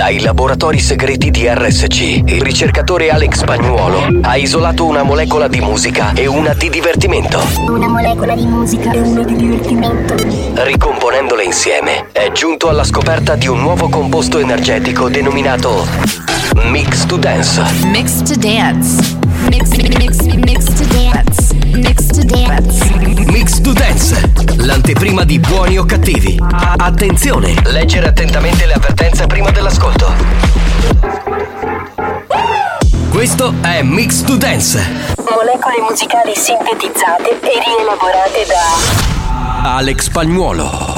Dai laboratori segreti di RSC, il ricercatore Alex Spagnuolo ha isolato una molecola di musica e una di divertimento. Una molecola di musica e una di divertimento. Ricomponendole insieme, è giunto alla scoperta di un nuovo composto energetico denominato Mix to Dance. Mix to Dance. Mix to Dance. Mix to Dance. Mix to Dance, l'anteprima di Buoni o Cattivi. Attenzione, leggere attentamente le avvertenze prima dell'ascolto. Questo è Mix to Dance. Molecole musicali sintetizzate e rielaborate da Alex Spagnuolo.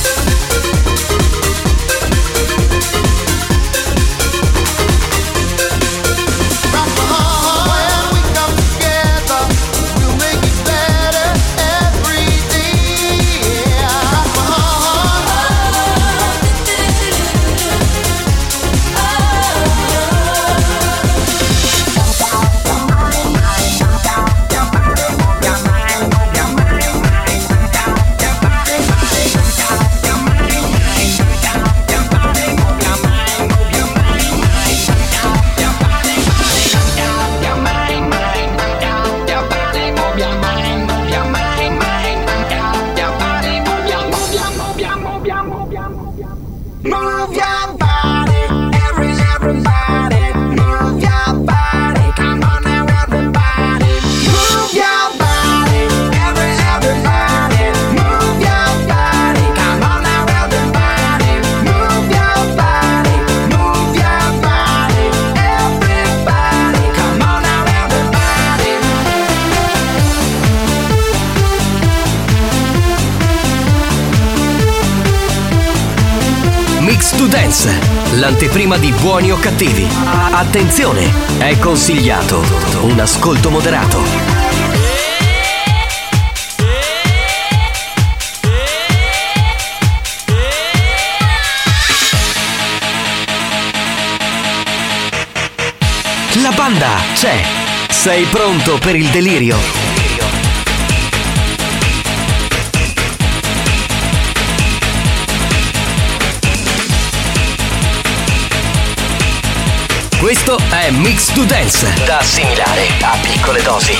Mix to Dance, l'anteprima di Buoni o Cattivi. Attenzione, è consigliato un ascolto moderato. La banda c'è. Sei pronto per il delirio? Questo è Mix to Dance, da assimilare a piccole dosi.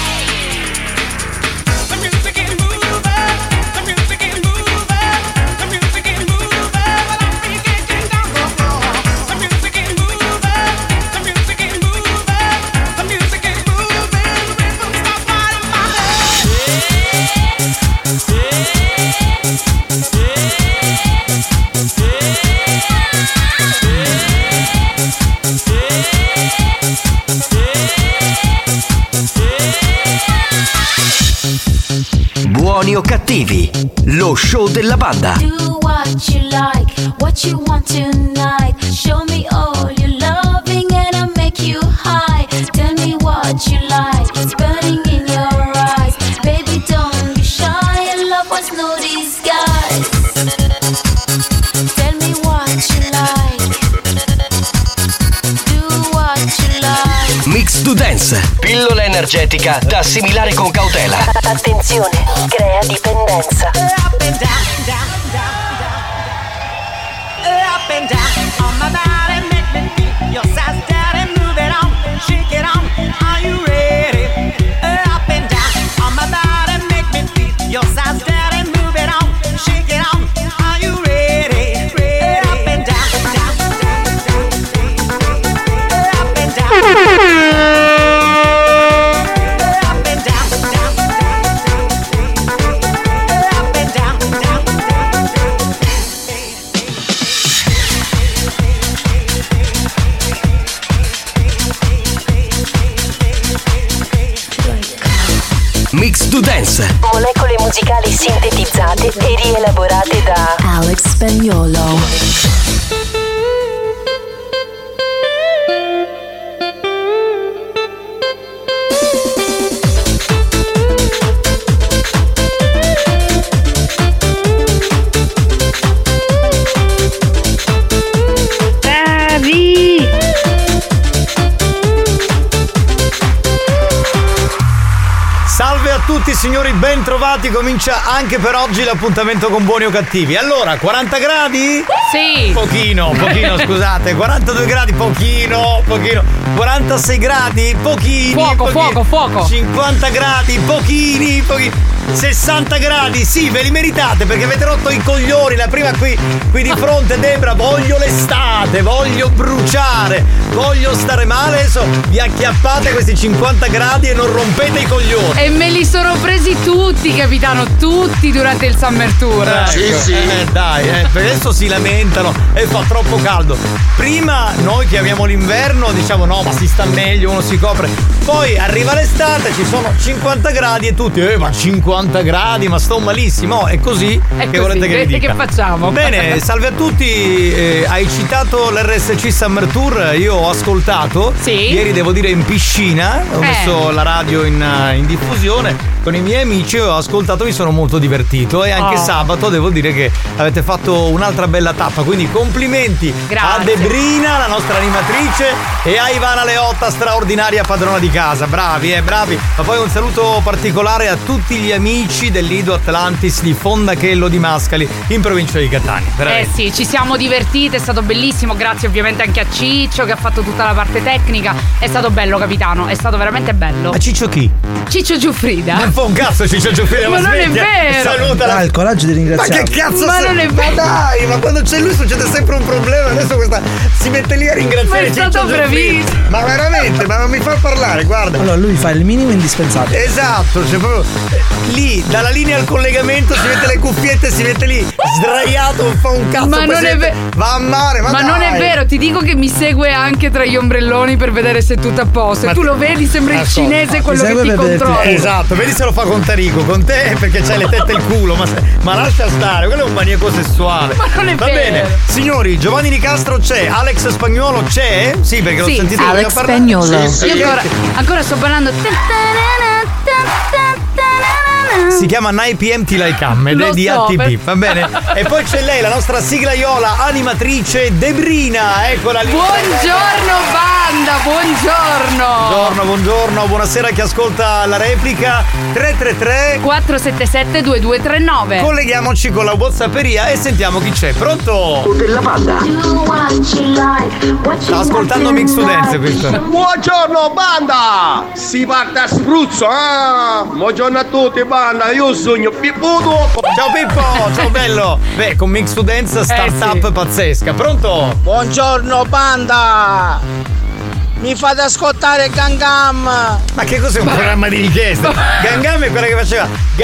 Buoni o Cattivi, lo show della banda. Do what you like, what you want tonight. Show me all your loving and I'll make you high. Tell me what you like, it's burning in your eyes. Baby, don't be shy, love was no disguise. Tell me what you like, do what you like. Mix to Dance, pillola energetica da assimilare con cautela. Attenzione, crea dipendenza. Up and down, down, down, down. Up and down on my body, make me feel your size, daddy, move it on, shake it on. Are you ready? Up and down on my body, make me feel your size, daddy, move it on, shake it on. Are you ready? Ready? Up and down, down, down, down. Up and down. Mix to Dance, Molecole musicali sintetizzate e rielaborate da Alex Spagnuolo. signori, ben trovati. Comincia anche per oggi l'appuntamento con Buoni o Cattivi. Allora, 40 gradi? Sì. Pochino, scusate. 42 gradi, pochino. 46 gradi, pochini. Fuoco. 50 gradi, pochini. 60 gradi, sì, ve li meritate perché avete rotto i coglioni. La prima qui di fronte, Debra, voglio l'estate, voglio bruciare, voglio stare male. Adesso vi acchiappate questi 50 gradi e non rompete i coglioni. E me li sono presi tutti, capitano, tutti durante il Summer Tour. Sì. Dai, perché adesso si lamentano e fa troppo caldo. Prima noi che abbiamo l'inverno diciamo no, ma si sta meglio, uno si copre. Poi arriva l'estate, ci sono 50 gradi e tutti, ma 50 gradi, ma sto malissimo. È così che volete che vi dica? Che facciamo? Bene, salve a tutti. Hai citato l'RSC Summer Tour, io ho ascoltato. Sì. Ieri devo dire in piscina, ho messo la radio in diffusione con i miei amici, ho ascoltato, mi sono molto divertito e anche sabato devo dire che avete fatto un'altra bella tappa, quindi complimenti. Grazie. A Debrina, la nostra animatrice, e a Ivana Leotta, straordinaria padrona di casa. Bravi. Ma poi un saluto particolare a tutti gli amici del Lido Atlantis di Fondachello di Mascali in provincia di Catania. Veramente. Sì, ci siamo divertiti, è stato bellissimo, grazie ovviamente anche a Ciccio che ha fatto tutta la parte tecnica. È stato bello, capitano, è stato veramente bello. A Ciccio chi? Ciccio Giuffrida. Non fa un cazzo Ciccio Giuffrida, ma non è vero. Salutala. Ha il coraggio di ringraziare. Ma che cazzo Ma non è vero. Ma dai, ma quando c'è lui succede sempre un problema. Adesso questa si mette lì a ringraziare. Ma è stato bravissimo. Ma veramente, ma non mi fa parlare, guarda. Allora lui fa il minimo indispensabile. Esatto, cioè proprio lì, dalla linea al collegamento si mette le cuffiette, si mette lì sdraiato, fa un cazzo. Ma non è vero. Va a mare, ma dai. non è vero, ti dico che mi segue anche tra gli ombrelloni per vedere se è tutto a posto. E tu lo vedi, sembra il cinese quello che ti controlla. Esatto, vedi se lo fa con Tarico, con te perché c'hai le tette e il culo, ma lascia stare, quello è un maniaco sessuale. Ma non è Va vero. bene, signori, Giovanni Nicastro c'è, Alex Spagnuolo c'è? Sì, perché l'ho sentito Alex Spagnuolo. Sì. Io ancora sto parlando. Si chiama 9 PM Till I Come ed è di ATP, va bene? E poi c'è lei, la nostra siglaiola animatrice Debrina, eccola lì. Buongiorno banda, Buongiorno, buonasera a chi ascolta la replica. 333 477 2239. Colleghiamoci con la WhatsApperia e sentiamo chi c'è. Pronto? Della banda. Sta ascoltando Mix to Dance questo. Buongiorno banda! Si parte a spruzzo, buongiorno a tutti banda, io sogno Pipputo. Ciao Pippo, ciao bello. Beh, con Mix to Dance startup pazzesca. Pronto? Buongiorno banda! Mi fate ascoltare Gangam! Ma che cos'è un programma di richieste? Gangam è quella che faceva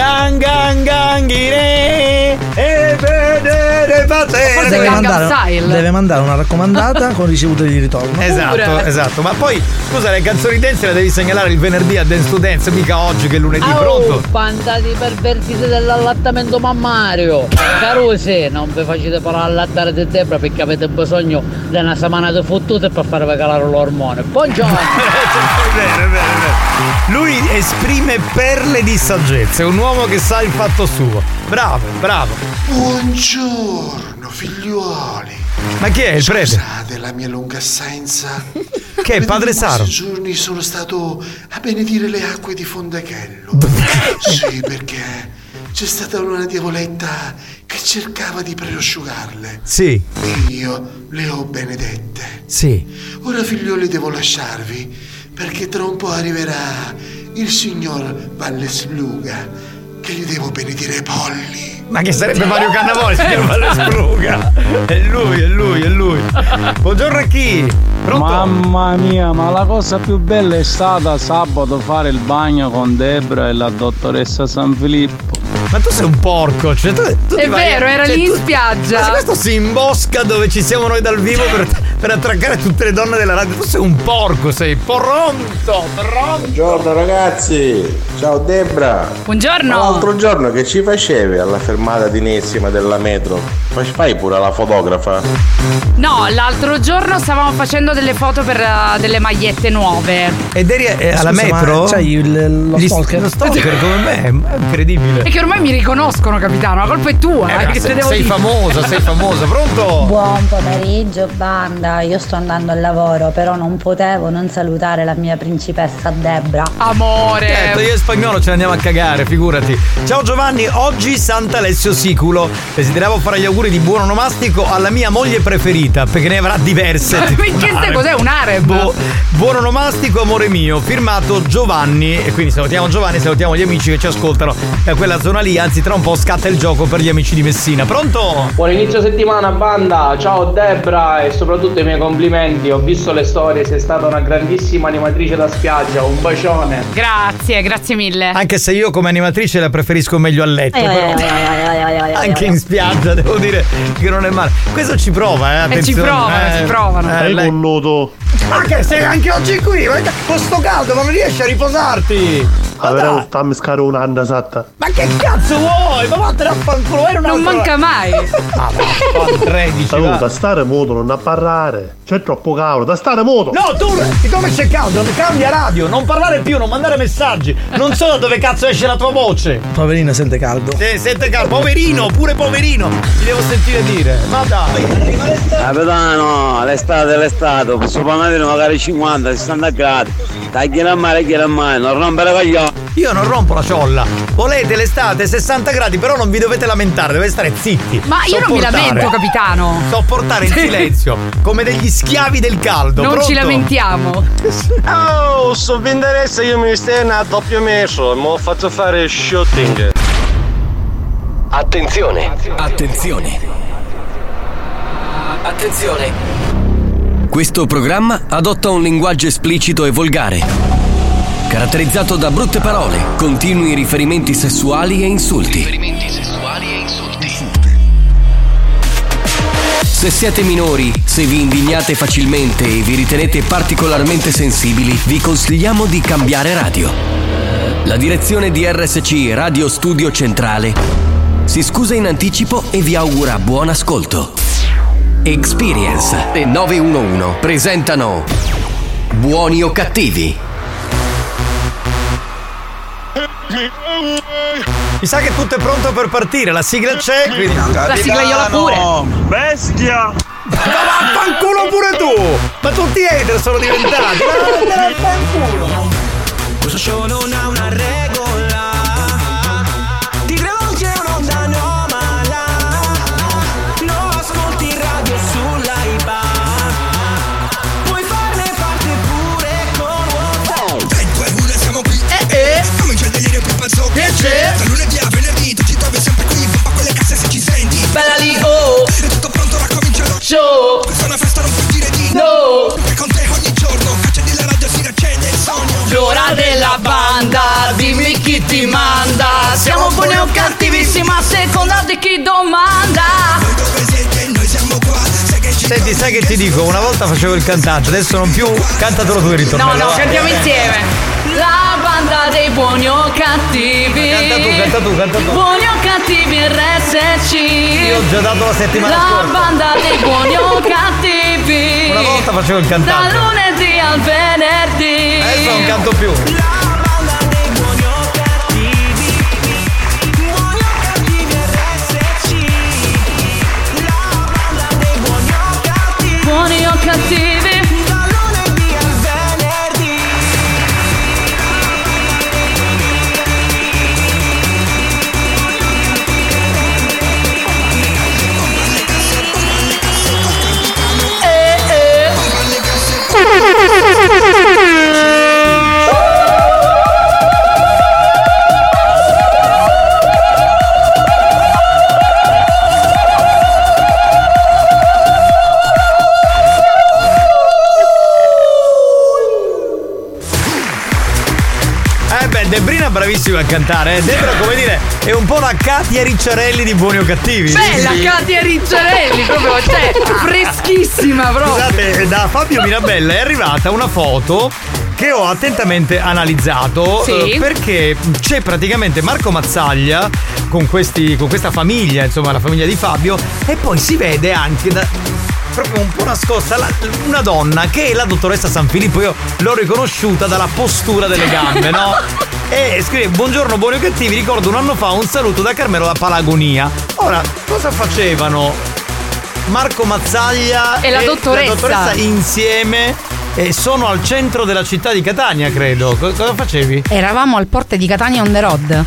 Gangangire e vedere Forse deve mandare una raccomandata con ricevute di ritorno. Esatto. Ma poi, scusa, le canzoni dance le devi segnalare il venerdì a Dance to Dance, mica oggi che è lunedì, pronto? Banda di pervertiti dell'allattamento mammario. Carose, non vi facete per allattare di Debra perché avete bisogno di una settimana fottute per farvi calare l'ormone. Buongiorno. Bene. Lui esprime perle di saggezza, è un uomo che sa il fatto suo. Bravo. Buongiorno figliuoli. Ma chi è il prete? Scusate la mia lunga assenza. Che è padre Saro? In questi giorni sono stato a benedire le acque di Fondachello. Sì, perché c'è stata una diavoletta che cercava di preasciugarle. Sì. Io le ho benedette. Sì. Ora figlioli devo lasciarvi perché tra un po' arriverà il signor Vallespluga che gli devo benedire i polli. Ma che sarebbe Mario Cannavoli, signor Vallespluga? È lui. Buongiorno a chi? Pronto? Mamma mia, ma la cosa più bella è stata sabato fare il bagno con Debra e la dottoressa San Filippo. Ma tu sei un porco, cioè tu è vero, era lì in spiaggia. Ma se questo si imbosca dove ci siamo noi dal vivo per attraccare tutte le donne della radio, tu sei un porco, sei pronto. Buongiorno ragazzi, ciao Debra. Buongiorno. L'altro giorno che ci facevi alla fermata di Nessima della metro, fai pure la fotografa? No, l'altro giorno stavamo facendo delle foto per delle magliette nuove. Ed eri alla metro? C'hai lo stalker? Lo stalker come me, è incredibile. E che ormai mi riconoscono, capitano, la colpa è tua. Che te devo sei dire? famosa, pronto? Buon pomeriggio banda, io sto andando al lavoro, però non potevo non salutare la mia principessa Debra. Amore! Certo, io e Spagnolo ce ne andiamo a cagare, figurati. Ciao Giovanni, oggi Sant'Alessio Siculo. Desideravo fare gli auguri di buon onomastico alla mia moglie preferita, perché ne avrà diverse. Perché cos'è un areb? Buon onomastico, amore mio, firmato Giovanni. E quindi salutiamo Giovanni, salutiamo gli amici che ci ascoltano da quella zona lì. Anzi, tra un po' scatta il gioco per gli amici di Messina. Pronto? Buon inizio settimana banda, ciao Debra e soprattutto i miei complimenti. Ho visto le storie, sei stata una grandissima animatrice da spiaggia, un bacione. Grazie mille. Anche se io come animatrice la preferisco meglio a letto, però anche in spiaggia devo dire che non è male. Questo ci prova, attenzione. Ci provano. Lei con nudo. Ma che sei anche oggi qui? Ma con sto caldo non riesci a riposarti? Fammi scare un'anda esatta. Ma che cazzo vuoi? Ma vattene a fanculo, non manca mai. 13. Saluta, stare muto, non a parlare. C'è troppo caldo, da stare muto. No, tu, siccome c'è caldo, cambia radio, non parlare più, non mandare messaggi. Non so da dove cazzo esce la tua voce. Poverino sente caldo. Sente caldo, poverino, pure poverino. Ti devo sentire dire. Ma dai. Capitano, l'estate, posso parlare magari 50, 60 gradi. Tagli la mare, non rompere coglioni. Io non rompo la ciolla. Volete l'estate 60 gradi, però non vi dovete lamentare, dovete stare zitti. Ma io non mi lamento, capitano. Sopportare in silenzio, come degli schiavi del caldo. Non Pronto? ci lamentiamo. Oh, so vi interessa, io mi stai a doppio metro e mo faccio fare shooting. Attenzione. Questo programma adotta un linguaggio esplicito e volgare, caratterizzato da brutte parole, continui riferimenti sessuali e insulti. Se siete minori, se vi indignate facilmente e vi ritenete particolarmente sensibili, vi consigliamo di cambiare radio. La direzione di RSC Radio Studio Centrale si scusa in anticipo e vi augura buon ascolto. Experience e 911 presentano Buoni o Cattivi. Mi sa che tutto è pronto per partire, la sigla c'è, quindi la sigla io la pure. Bestia! Ma vaffanculo pure tu! Ma tutti hater sono diventati! Vaffanculo! Questo show non ha una regola. Ti credo c'è un'onda anomala. Non ascolti radio sull'iPad. Puoi farne parte pure con WhatsApp. 3, 2, 1 siamo qui. Comincia il delirio più pazzo che c'è. Da lunedì a venerdì tu ci trovi sempre qui. Pompa quelle casse se ci senti. Bella lì, oh. È tutto pronto, ora comincia lo show. Questa è una festa, non puoi dire di no. E con te ogni giorno accendi la radio, si riaccende il sogno. L'ora della banda, dimmi chi ti manda. Siamo buoni o cattivissimi a seconda di chi domanda. Voi dove siete? Noi siamo qua. Senti, sai che ti dico? Una volta facevo il cantante, adesso non più. Cantatelo tu e ritornello. No, cantiamo insieme. La banda dei buoni o cattivi. Canta tu. Buoni o cattivi RSC. Io ho già dato la settimana scorsa. La banda dei buoni o cattivi. Una volta facevo il cantante. Da lunedì al venerdì. Adesso non canto più. Buoni o cattivi. Da lunedì al venerdì. Debrina bravissima a cantare, Debra, come dire, è un po' la Katia Ricciarelli di Buoni o Cattivi. Bella Katia Ricciarelli, proprio, cioè, freschissima proprio. Scusate, da Fabio Mirabella è arrivata una foto che ho attentamente analizzato, sì. Perché c'è praticamente Marco Mazzaglia con questa famiglia, insomma la famiglia di Fabio, e poi si vede anche proprio un po' nascosta una donna che è la dottoressa Sanfilippo. Io l'ho riconosciuta dalla postura delle gambe, no? E scrive: buongiorno buoni o cattivi, ricordo un anno fa un saluto da Carmelo da Palagonia. Ora, cosa facevano Marco Mazzaglia e la dottoressa insieme? Sono al centro della città di Catania, credo. Cosa facevi? Eravamo al Porte di Catania on the road.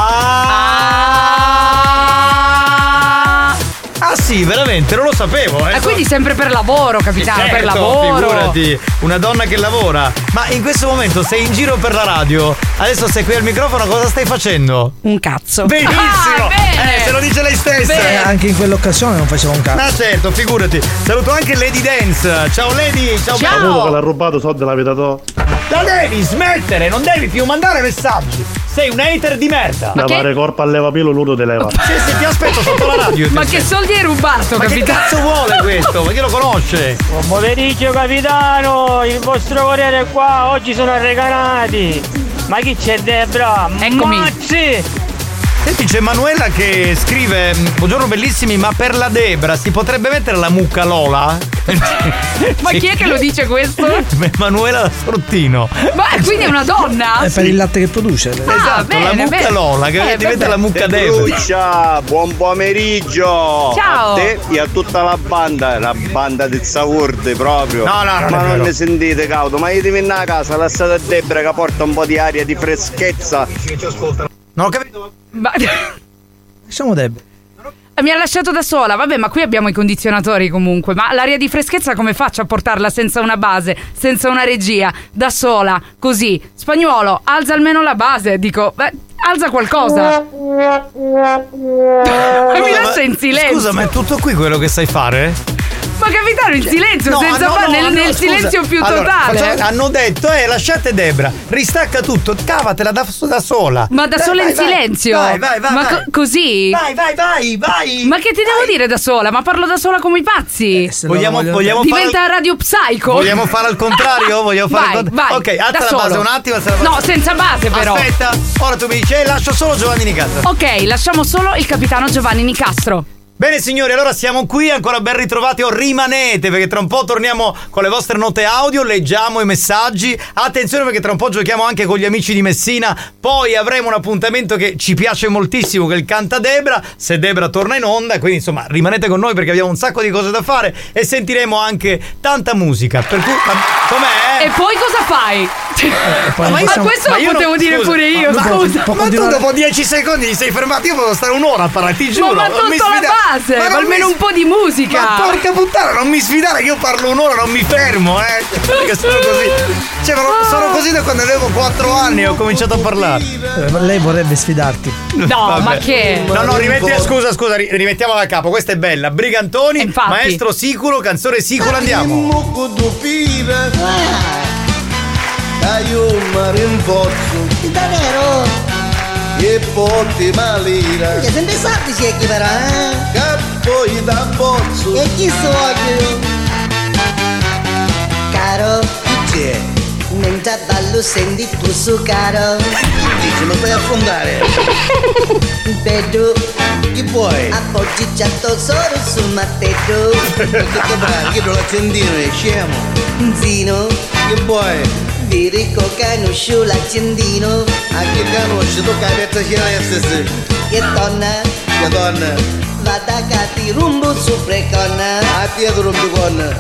Ah sì, veramente, non lo sapevo. Quindi sempre per lavoro, capitano, certo, per lavoro. Figurati, una donna che lavora. Ma in questo momento sei in giro per la radio, adesso sei qui al microfono, cosa stai facendo? Un cazzo. Benissimo! Se lo dice lei stessa. Anche in quell'occasione non faceva un cazzo. Ma certo, figurati. Saluto anche Lady Dance. Ciao Lady, ciao. Saluto che l'ha rubato soldi della vita tua. La devi smettere, non devi più mandare messaggi. Sei un hater di merda. Da fare corpo al levapilo l'uno te leva. Sì, ti aspetto sotto la radio. Ma che soldi hai rubato, ma capitano? che cazzo vuole questo? Ma chi lo conosce? Buon pomeriggio capitano, il vostro corriere qua, oggi sono arrecanati. Ma chi c'è Debra? Eccomi. Mazzi! Senti, c'è Manuela che scrive: buongiorno bellissimi, ma per la Debra si potrebbe mettere la mucca Lola? Ma chi è che lo dice questo? Manuela da Sortino. Ma quindi è una donna? È per il latte che produce. Esatto, bene, la mucca bene. Lola che diventa la mucca Debra. Brucia, buon pomeriggio. Ciao. A te e a tutta la banda di Zavurde proprio. No, ma non ne sentite cauto, ma io devo andare a casa, lasciate a Debra che porta un po' di aria di freschezza. Non ho capito. Lasciamo Debra. Mi ha lasciato da sola, vabbè, ma qui abbiamo i condizionatori comunque. Ma l'aria di freschezza come faccio a portarla senza una base, senza una regia, da sola, così? Spagnolo, alza almeno la base, dico, alza qualcosa. Mi lascia in silenzio. Scusa, ma è tutto qui quello che sai fare? Ma capitano, in silenzio, nel silenzio più totale. Hanno detto, lasciate Debra, ristacca tutto, cavatela da sola. Ma da sola in silenzio? Vai. Ma così? Vai. Ma che ti devo dire da sola? Ma parlo da sola come i pazzi. Vogliamo diventa Radio Psycho. Vogliamo fare al contrario? Vai. Ok, alza la base un attimo. No, senza base però. Aspetta, ora tu mi dici, lascio solo Giovanni Nicastro. Ok, lasciamo solo il capitano Giovanni Nicastro. Bene signori, allora siamo qui, ancora ben ritrovati o rimanete, perché tra un po' torniamo con le vostre note audio, leggiamo i messaggi. Attenzione perché tra un po' giochiamo anche con gli amici di Messina, poi avremo un appuntamento che ci piace moltissimo, che è il Canta Debra, se Debra torna in onda, quindi insomma rimanete con noi perché abbiamo un sacco di cose da fare e sentiremo anche tanta musica. Per cui, com'è? E poi cosa fai? Questo lo potevo dire pure io, scusa. Ma tu dopo 10 secondi ti sei fermato, io posso stare un'ora a parlare, ti giuro. Ma tutta la base, ma almeno un po' di musica. Ma porca puttana, non mi sfidare che io parlo un'ora, non mi fermo, perché sono così. Cioè, sono così da quando avevo 4 anni e ho cominciato a parlare. Lei vorrebbe sfidarti. No, vabbè. Ma che? No, scusa, rimettiamo da capo, questa è bella. Brigantoni, Maestro Siculo, canzone Siculo, andiamo. Dai un marinfozzo davvero e potti malira che sempre sappi si equipara poi da pozzo e chi so io caro chi c'è? Mentre ballo senti tu su caro dici mi puoi affondare Pedro chi puoi? Appoggiato solo sul mattetto tutto bravo chiedo l'accendino e scemo zino che puoi? Vi riconosco l'accendino a chi conosce tocca a mettere celeste che donna vada a cati rumbo su preconna a te rumbo con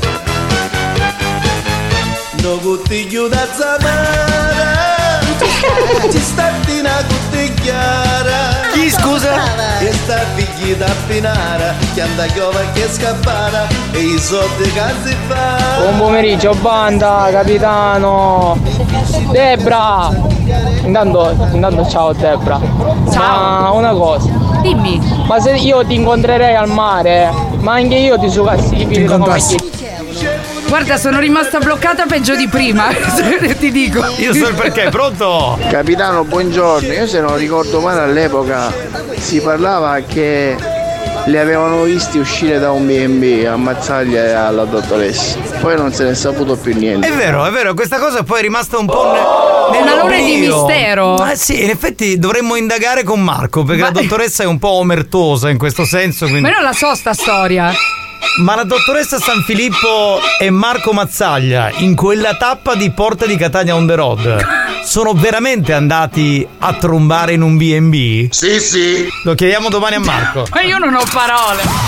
no guttiglio da zamara ci sta tina guttigliara chi scusa? Che sta figli da pinara che anda chiova che scappara e i soldi che si fa. Buon pomeriggio banda, capitano Debra. Intanto ciao Debra. Ciao. Ma una cosa, dimmi. Ma se io ti incontrerei al mare, ma anche io ti sucassi i piedi come chi? Guarda, sono rimasta bloccata peggio di prima. Ti dico. Io so il perché, pronto? Capitano, buongiorno. Io se non ricordo male all'epoca si parlava che li avevano visti uscire da un B&B, ammazzarli alla dottoressa. Poi non se ne è saputo più niente. È vero, questa cosa poi è rimasta un po' un alone di mistero. Sì, in effetti dovremmo indagare con Marco, perché la dottoressa è un po' omertosa in questo senso. Quindi... Ma io non la so sta storia. Ma la dottoressa Sanfilippo e Marco Mazzaglia in quella tappa di Porta di Catania on the road sono veramente andati a trombare in un B&B? Sì. Lo chiediamo domani a Marco. Ma io non ho parole.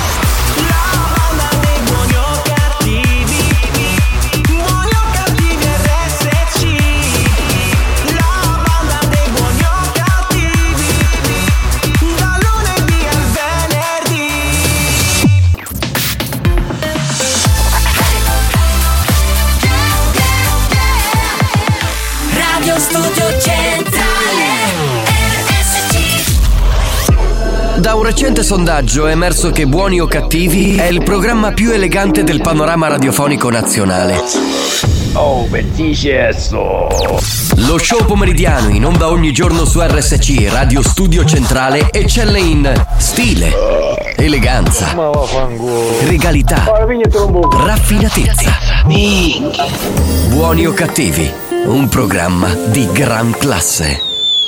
Studio Centrale RSC. Da un recente sondaggio è emerso che Buoni o Cattivi è il programma più elegante del panorama radiofonico nazionale. Oh, bellissimo! Lo show pomeridiano in onda ogni giorno su RSC Radio Studio Centrale eccelle in stile, eleganza, regalità, raffinatezza. Buoni o Cattivi, un programma di gran classe.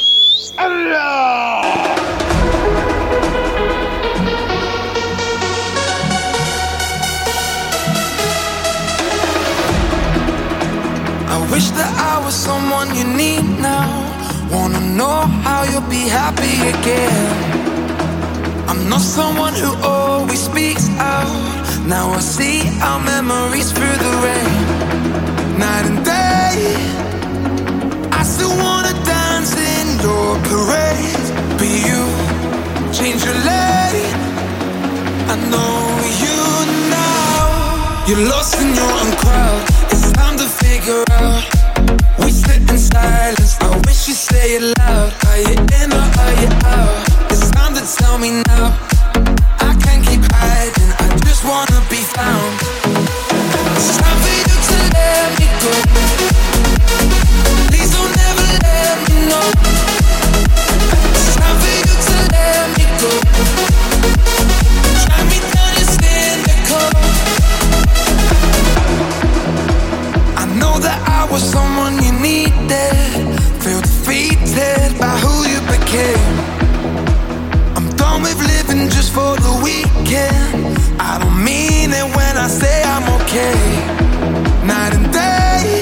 I wish that I was someone you need now. Wanna know how you'll be happy again. I'm not someone who always speaks out. Now I see our memories through the rain. Night and day, I still wanna dance in your parade. But you change your lane. I know you now. You're lost in your own crowd. It's time to figure out. We sit in silence. I wish you say it loud. Are you in or are you out? It's time to tell me now. I can't keep hiding. I just wanna be found. It's time for you to let me go. Please don't ever let me know. It's time for you to let me go. Try me down, you're cynical. I know that I was someone you needed. Feel defeated by who you became. I'm done with living just for the weekend. I don't mean it when I say I'm okay. Night and day,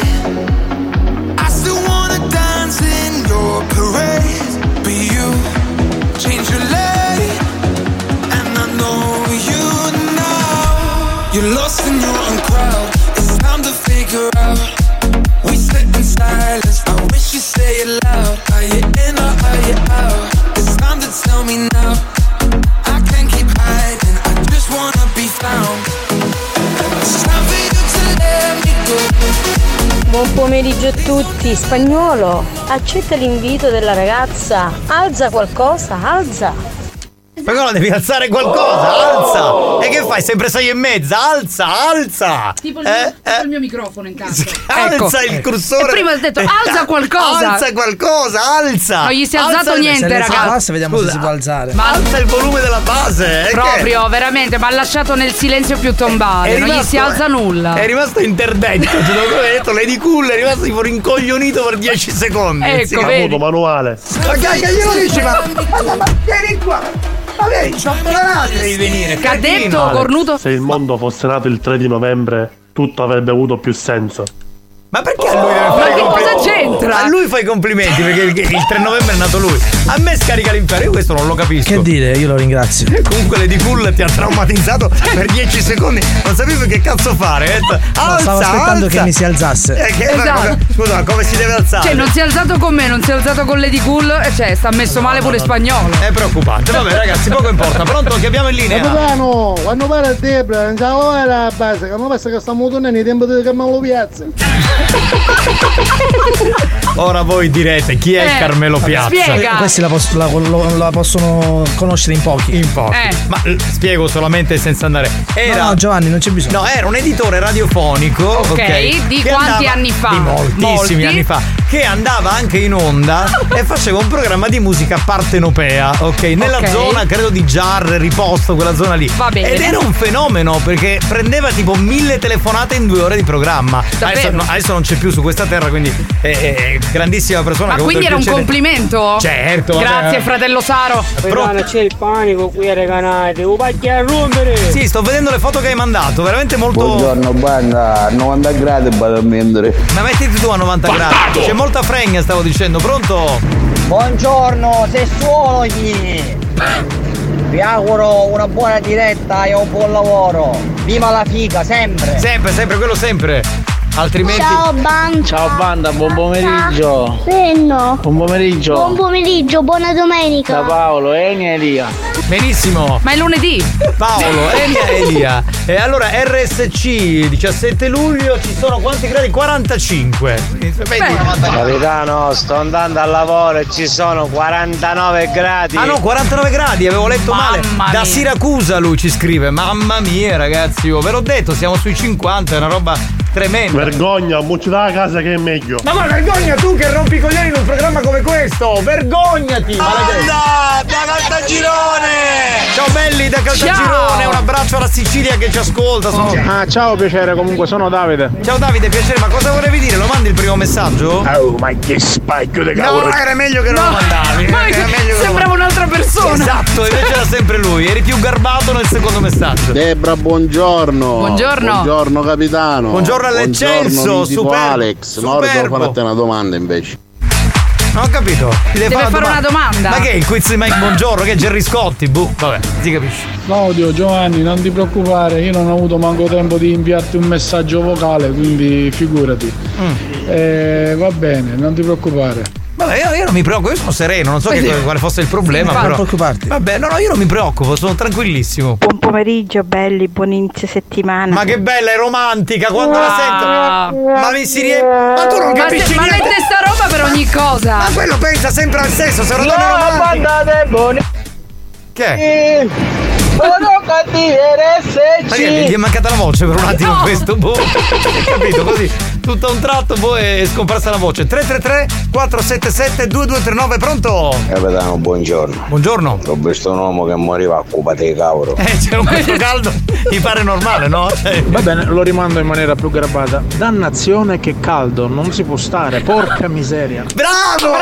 I still wanna dance in your parade. But you change your lane, and I know you now. You're lost in your own crowd. It's time to figure out. We sit in silence. I wish you say it loud. Are you in or are you out? It's time to tell me now. I can't keep hiding. I just wanna be found. It's time for you to let me go. Buon pomeriggio a tutti. Spagnolo, accetta l'invito della ragazza. Alza qualcosa, alza. Però devi alzare qualcosa, alza! E che fai? Sempre 6,5? Alza! Tipo il mio microfono in casa. Alza il cursore. E prima ho detto alza qualcosa. Alza qualcosa, alza! Non gli si è alzato niente, ragazzi. Vediamo se si può alzare. Ma alza il volume della base. Proprio, veramente, ma ha lasciato nel silenzio più tombale. Non gli si alza nulla. È rimasto interdetto. Cioè, dopo aver detto Lady Cool, è rimasto tipo rincoglionito per 10 secondi. Ecco, avuto manuale. Ma che glielo dici? Ma vieni qua! Ma vedi, c'ho la devi venire. Che ha detto Cornuto? Se il mondo fosse nato il 3 di novembre, tutto avrebbe avuto più senso. Ma perché a lui deve fare i complimenti? Cosa c'entra? A lui fai i complimenti perché il 3 novembre è nato lui. A me scarica l'inferno, io questo non lo capisco. Che dire, io lo ringrazio. Comunque Lady Cool ti ha traumatizzato per 10 secondi. Non sapevi che cazzo fare. Alza, stavo aspettando che mi si alzasse. Esatto. Scusa, come si deve alzare? Cioè non si è alzato con me, non si è alzato con Lady Cool. Cioè sta messo male pure Spagnolo. È preoccupante. Vabbè ragazzi, poco importa. Pronto che abbiamo in linea? Capitano, quando parla il Debra, non c'è la base, che non pensa che stiamo tornando nei tempi di Carmelo Piazza. Ora voi direte chi è il Carmelo Piazza? Spiega. Questi la possono conoscere in pochi. In pochi. Ma spiego solamente senza andare. No, Giovanni, non c'è bisogno. No, era un editore radiofonico. Ok. Di quanti anni fa? Di moltissimi anni fa. che andava anche in onda e faceva un programma di musica partenopea, ok? Nella zona, credo di Giarre, Riposto, quella zona lì. Va bene. Ed era un fenomeno perché prendeva tipo 1000 telefonate in 2 ore di programma. Adesso non c'è più su questa terra, quindi è grandissima persona. Ma quindi era un complimento? Certo. Grazie, fratello Saro. C'è il panico qui ai canali, a rompere. Sì, sto vedendo le foto che hai mandato, veramente molto. Buongiorno banda, a 90 gradi vado a vendere. Ma mettiti tu a 90 gradi. C'è molta fregna, stavo dicendo, pronto? Buongiorno, sessuologi. Vi auguro una buona diretta e un buon lavoro. Viva la figa, sempre. Sempre, quello sempre. Altrimenti. Ciao banda. Ciao banda, buon pomeriggio. Benno. Buon pomeriggio. Buon pomeriggio, buona domenica. Da Paolo, Enia e Elia. Benissimo. Ma è lunedì. Paolo, Enia e Elia. E allora RSC 17 luglio ci sono quanti gradi? 45. Capitano, sto andando al lavoro e ci sono 49 gradi. Ah no, 49 gradi, avevo letto male. Da Siracusa lui ci scrive. Mamma mia ragazzi, ve l'ho detto, siamo sui 50, è una roba tremenda. Vergogna, mucci da casa che è meglio. Ma vergogna tu che rompi i coglioni in un programma come questo! Vergognati! Banda da Caltagirone! Ciao belli da Caltagirone, un abbraccio alla Sicilia che ci ascolta. Ciao, piacere, comunque sono Davide. Ciao Davide, piacere, ma cosa volevi dire? Lo mandi il primo messaggio? Oh, ma che spacchio di cavolo! No, era meglio che non lo mandavi. Sembrava un'altra persona. Esatto, invece era sempre lui, eri più garbato nel secondo messaggio. Debra, buongiorno. Buongiorno capitano. Buongiorno all'eccelso, super Alex. No, devo farti una domanda invece. Non ho capito. Ti deve fare una domanda. Ma che è il quiz di Mike Buongiorno? Che è Gerry Scotti? Vabbè, si capisce. Claudio, Giovanni, non ti preoccupare, io non ho avuto manco tempo di inviarti un messaggio vocale, quindi figurati. Va bene, non ti preoccupare. Vabbè, io non mi preoccupo, io sono sereno, non so quale fosse il problema, non però. preoccuparti. Vabbè, no, io non mi preoccupo, sono tranquillissimo. Buon pomeriggio, belli, buon inizio settimana. Ma che bella, è romantica quando la sento. Ma mi si riempie. Ma tu non capisci niente. Ma mette sta roba per ogni cosa. Ma quello pensa sempre al sesso, se non donne romantiche. Che è? Sono cattivi RSC. Ma gli è mancata la voce per un attimo questo, hai capito? Così, tutto a un tratto, è scomparsa la voce. 333-477-2239, pronto? Capitano, buongiorno. Buongiorno. Ho visto un uomo che moriva a cupate di cavolo. C'è un questo caldo, mi pare normale, no? Va bene, lo rimando in maniera più garbata. Dannazione che caldo, non si può stare, porca miseria. Bravo!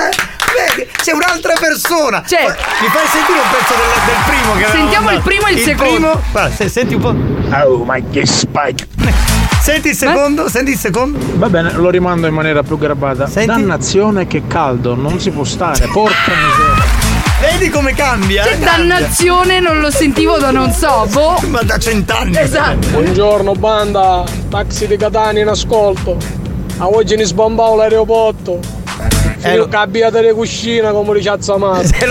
Vedi, c'è un'altra persona. Mi fai sentire un pezzo del primo che sentiamo il primo e il secondo. Primo, guarda, senti un po'. Oh, ma che spike. Senti il secondo, senti il secondo. Va bene, lo rimando in maniera più garbata. Senti? Dannazione che caldo, non si può stare, porca miseria. Vedi come cambia? Dannazione, non lo sentivo da non so, ma da 100 anni. Esatto. Buongiorno banda, taxi di Catania in ascolto. A oggi ne sbombavo l'aeroporto. Io cambiate le cuscine come dice Azzamato. Lo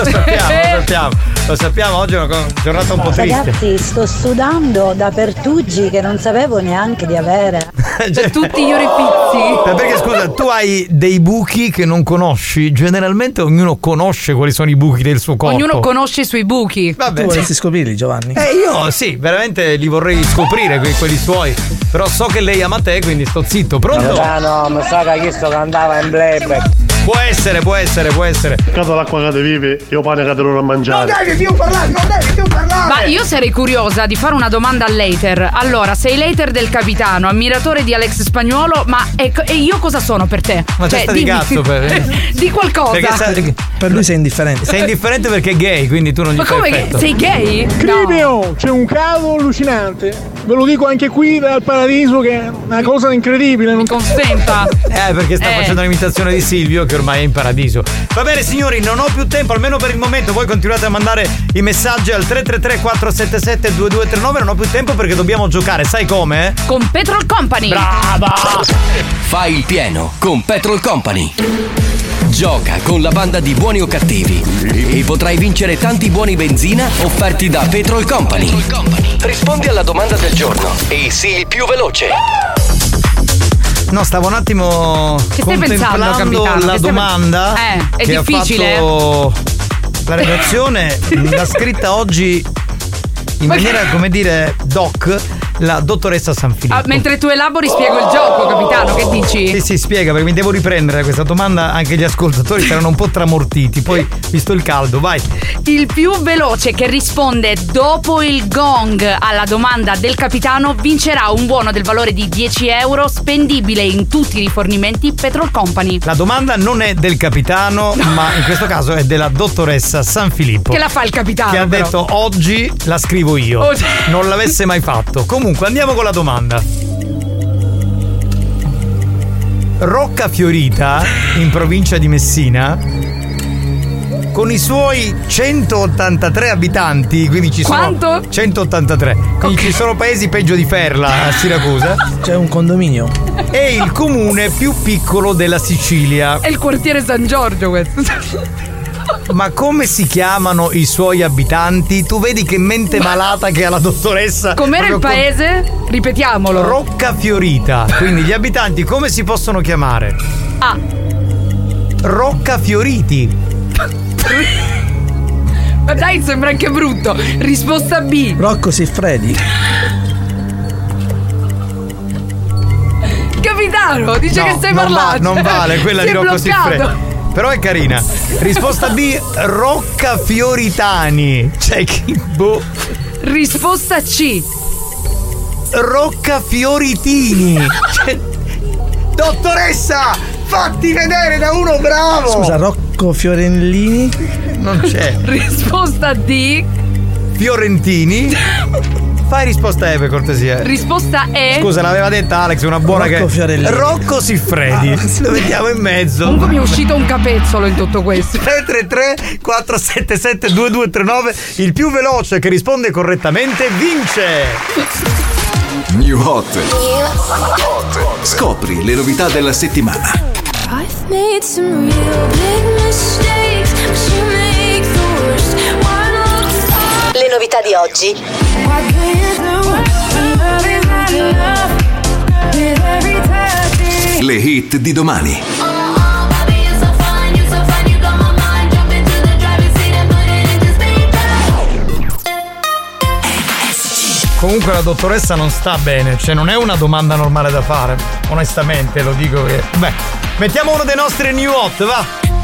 sappiamo, oggi è una giornata un po' triste. Ragazzi, sto sudando da pertugi che non sapevo neanche di avere. Per tutti gli orifizi. Perché scusa, tu hai dei buchi che non conosci. Generalmente ognuno conosce quali sono i buchi del suo corpo. Ognuno conosce i suoi buchi. Vabbè, tu vorresti scoprirli, Giovanni? Io sì, veramente li vorrei scoprire quelli suoi. Però so che lei ama te, quindi sto zitto. Pronto? No, mi sa che questo cantava in playback. Può essere. Cado l'acqua che te vive, io pane che te lo mangiare. Non devi più parlare. Ma io sarei curiosa di fare una domanda all'hater. Allora, sei l'hater del capitano, ammiratore di Alex Spagnuolo, ma e io cosa sono per te? Ma testa di cazzo di qualcosa. Per lui sei indifferente. Sei indifferente perché è gay, quindi tu non gli fai effetto. Ma come sei gay? Crimeo, c'è un cavo allucinante. Ve lo dico anche qui dal paradiso che è una cosa incredibile. Mi consenta. Perché sta facendo un'imitazione di Silvio che ormai è in paradiso. Va bene signori, non ho più tempo, almeno per il momento. Voi continuate a mandare i messaggi al 333-477-2239. Non ho più tempo perché dobbiamo giocare, sai come? Con Petrol Company. Brava! Fai il pieno con Petrol Company. Gioca con la banda di Buoni o Cattivi e potrai vincere tanti buoni benzina offerti da Petrol Company. Rispondi alla domanda del giorno e sii il più veloce. No, stavo un attimo che stai contemplando pensando, capitano? la domanda è che difficile. Ha fatto la redazione. L'ha scritta oggi in maniera, come dire, doc. la dottoressa Sanfilippo. Mentre tu elabori spiego il gioco, capitano, che dici? Sì, spiega, perché mi devo riprendere questa domanda, anche gli ascoltatori saranno un po' tramortiti, poi visto il caldo, vai. Il più veloce che risponde dopo il gong alla domanda del capitano vincerà un buono del valore di 10 euro spendibile in tutti i rifornimenti Petrol Company. La domanda non è del capitano, ma in questo caso è della dottoressa Sanfilippo. Che la fa il capitano? Che ha detto oggi la scrivo io. Non l'avesse mai fatto. Comunque andiamo con la domanda. Rocca Fiorita, in provincia di Messina, con i suoi 183 abitanti, quindi ci sono. Quanto? 183. Quindi ci sono paesi peggio di Ferla a Siracusa. C'è un condominio. È il comune più piccolo della Sicilia. È il quartiere San Giorgio questo. Ma come si chiamano i suoi abitanti? Tu vedi che mente malata che ha la dottoressa. Com'era il paese? Ripetiamolo. Rocca Fiorita. Quindi gli abitanti come si possono chiamare? A. Rocca Fioriti. Ma dai, sembra anche brutto. Risposta B. Rocco Siffredi. Capitano, dice che stai parlando. Non vale quella di Rocco Siffredi. Però è carina. Risposta B, Rocca Fioritani. Cioè chi boh. Risposta C, Rocca Fioritini. Cioè, dottoressa, fatti vedere da uno bravo. Scusa, Rocco Fiorellini? Non c'è. Risposta D, Fiorentini. Fai risposta E per cortesia. Risposta E. Scusa, l'aveva detta Alex, una buona Rocco Fiorellini. Rocco Siffredi. Lo vediamo in mezzo. Comunque mi è uscito un capezzolo in tutto questo. 333 477 2239. Il più veloce che risponde correttamente vince. New Hot. Scopri le novità della settimana. I've made some real big mistakes, but you make the worst one look fine. Le novità di oggi. Le hit di domani. Comunque la dottoressa non sta bene, cioè non è una domanda normale da fare, onestamente lo dico che. Beh, mettiamo uno dei nostri new hot, va.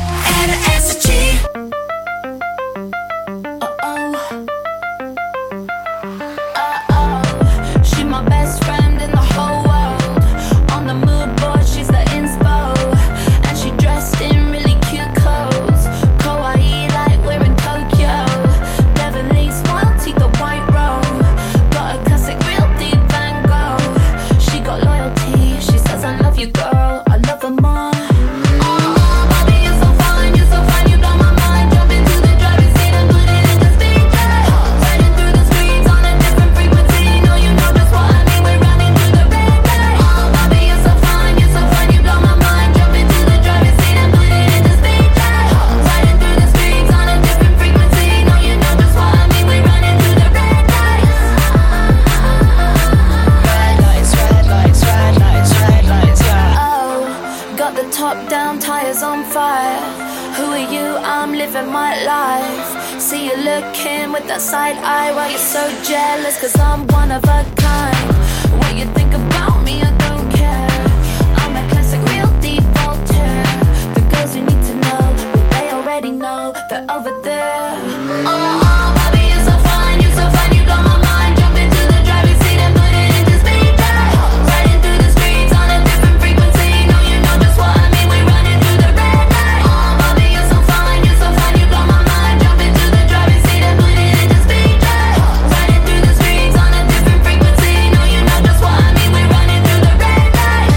Side eye, why you so jealous? Cause I'm one of a kind. What you think about me, I don't care. I'm a classic, real deep Voltaire. The girls you need to know, well, they already know they're over there. Baby, you're so fine, you blow my mind. Jump into the driving seat and put it into speed. Riding through the streets on a different frequency. No, you know just what I mean, we're running through the red light. Baby, you're so fine, you blow my mind. Jump into the driving seat and put it into speed. Riding through the streets on a different frequency. No, you know just what I mean, we're running through the red lights.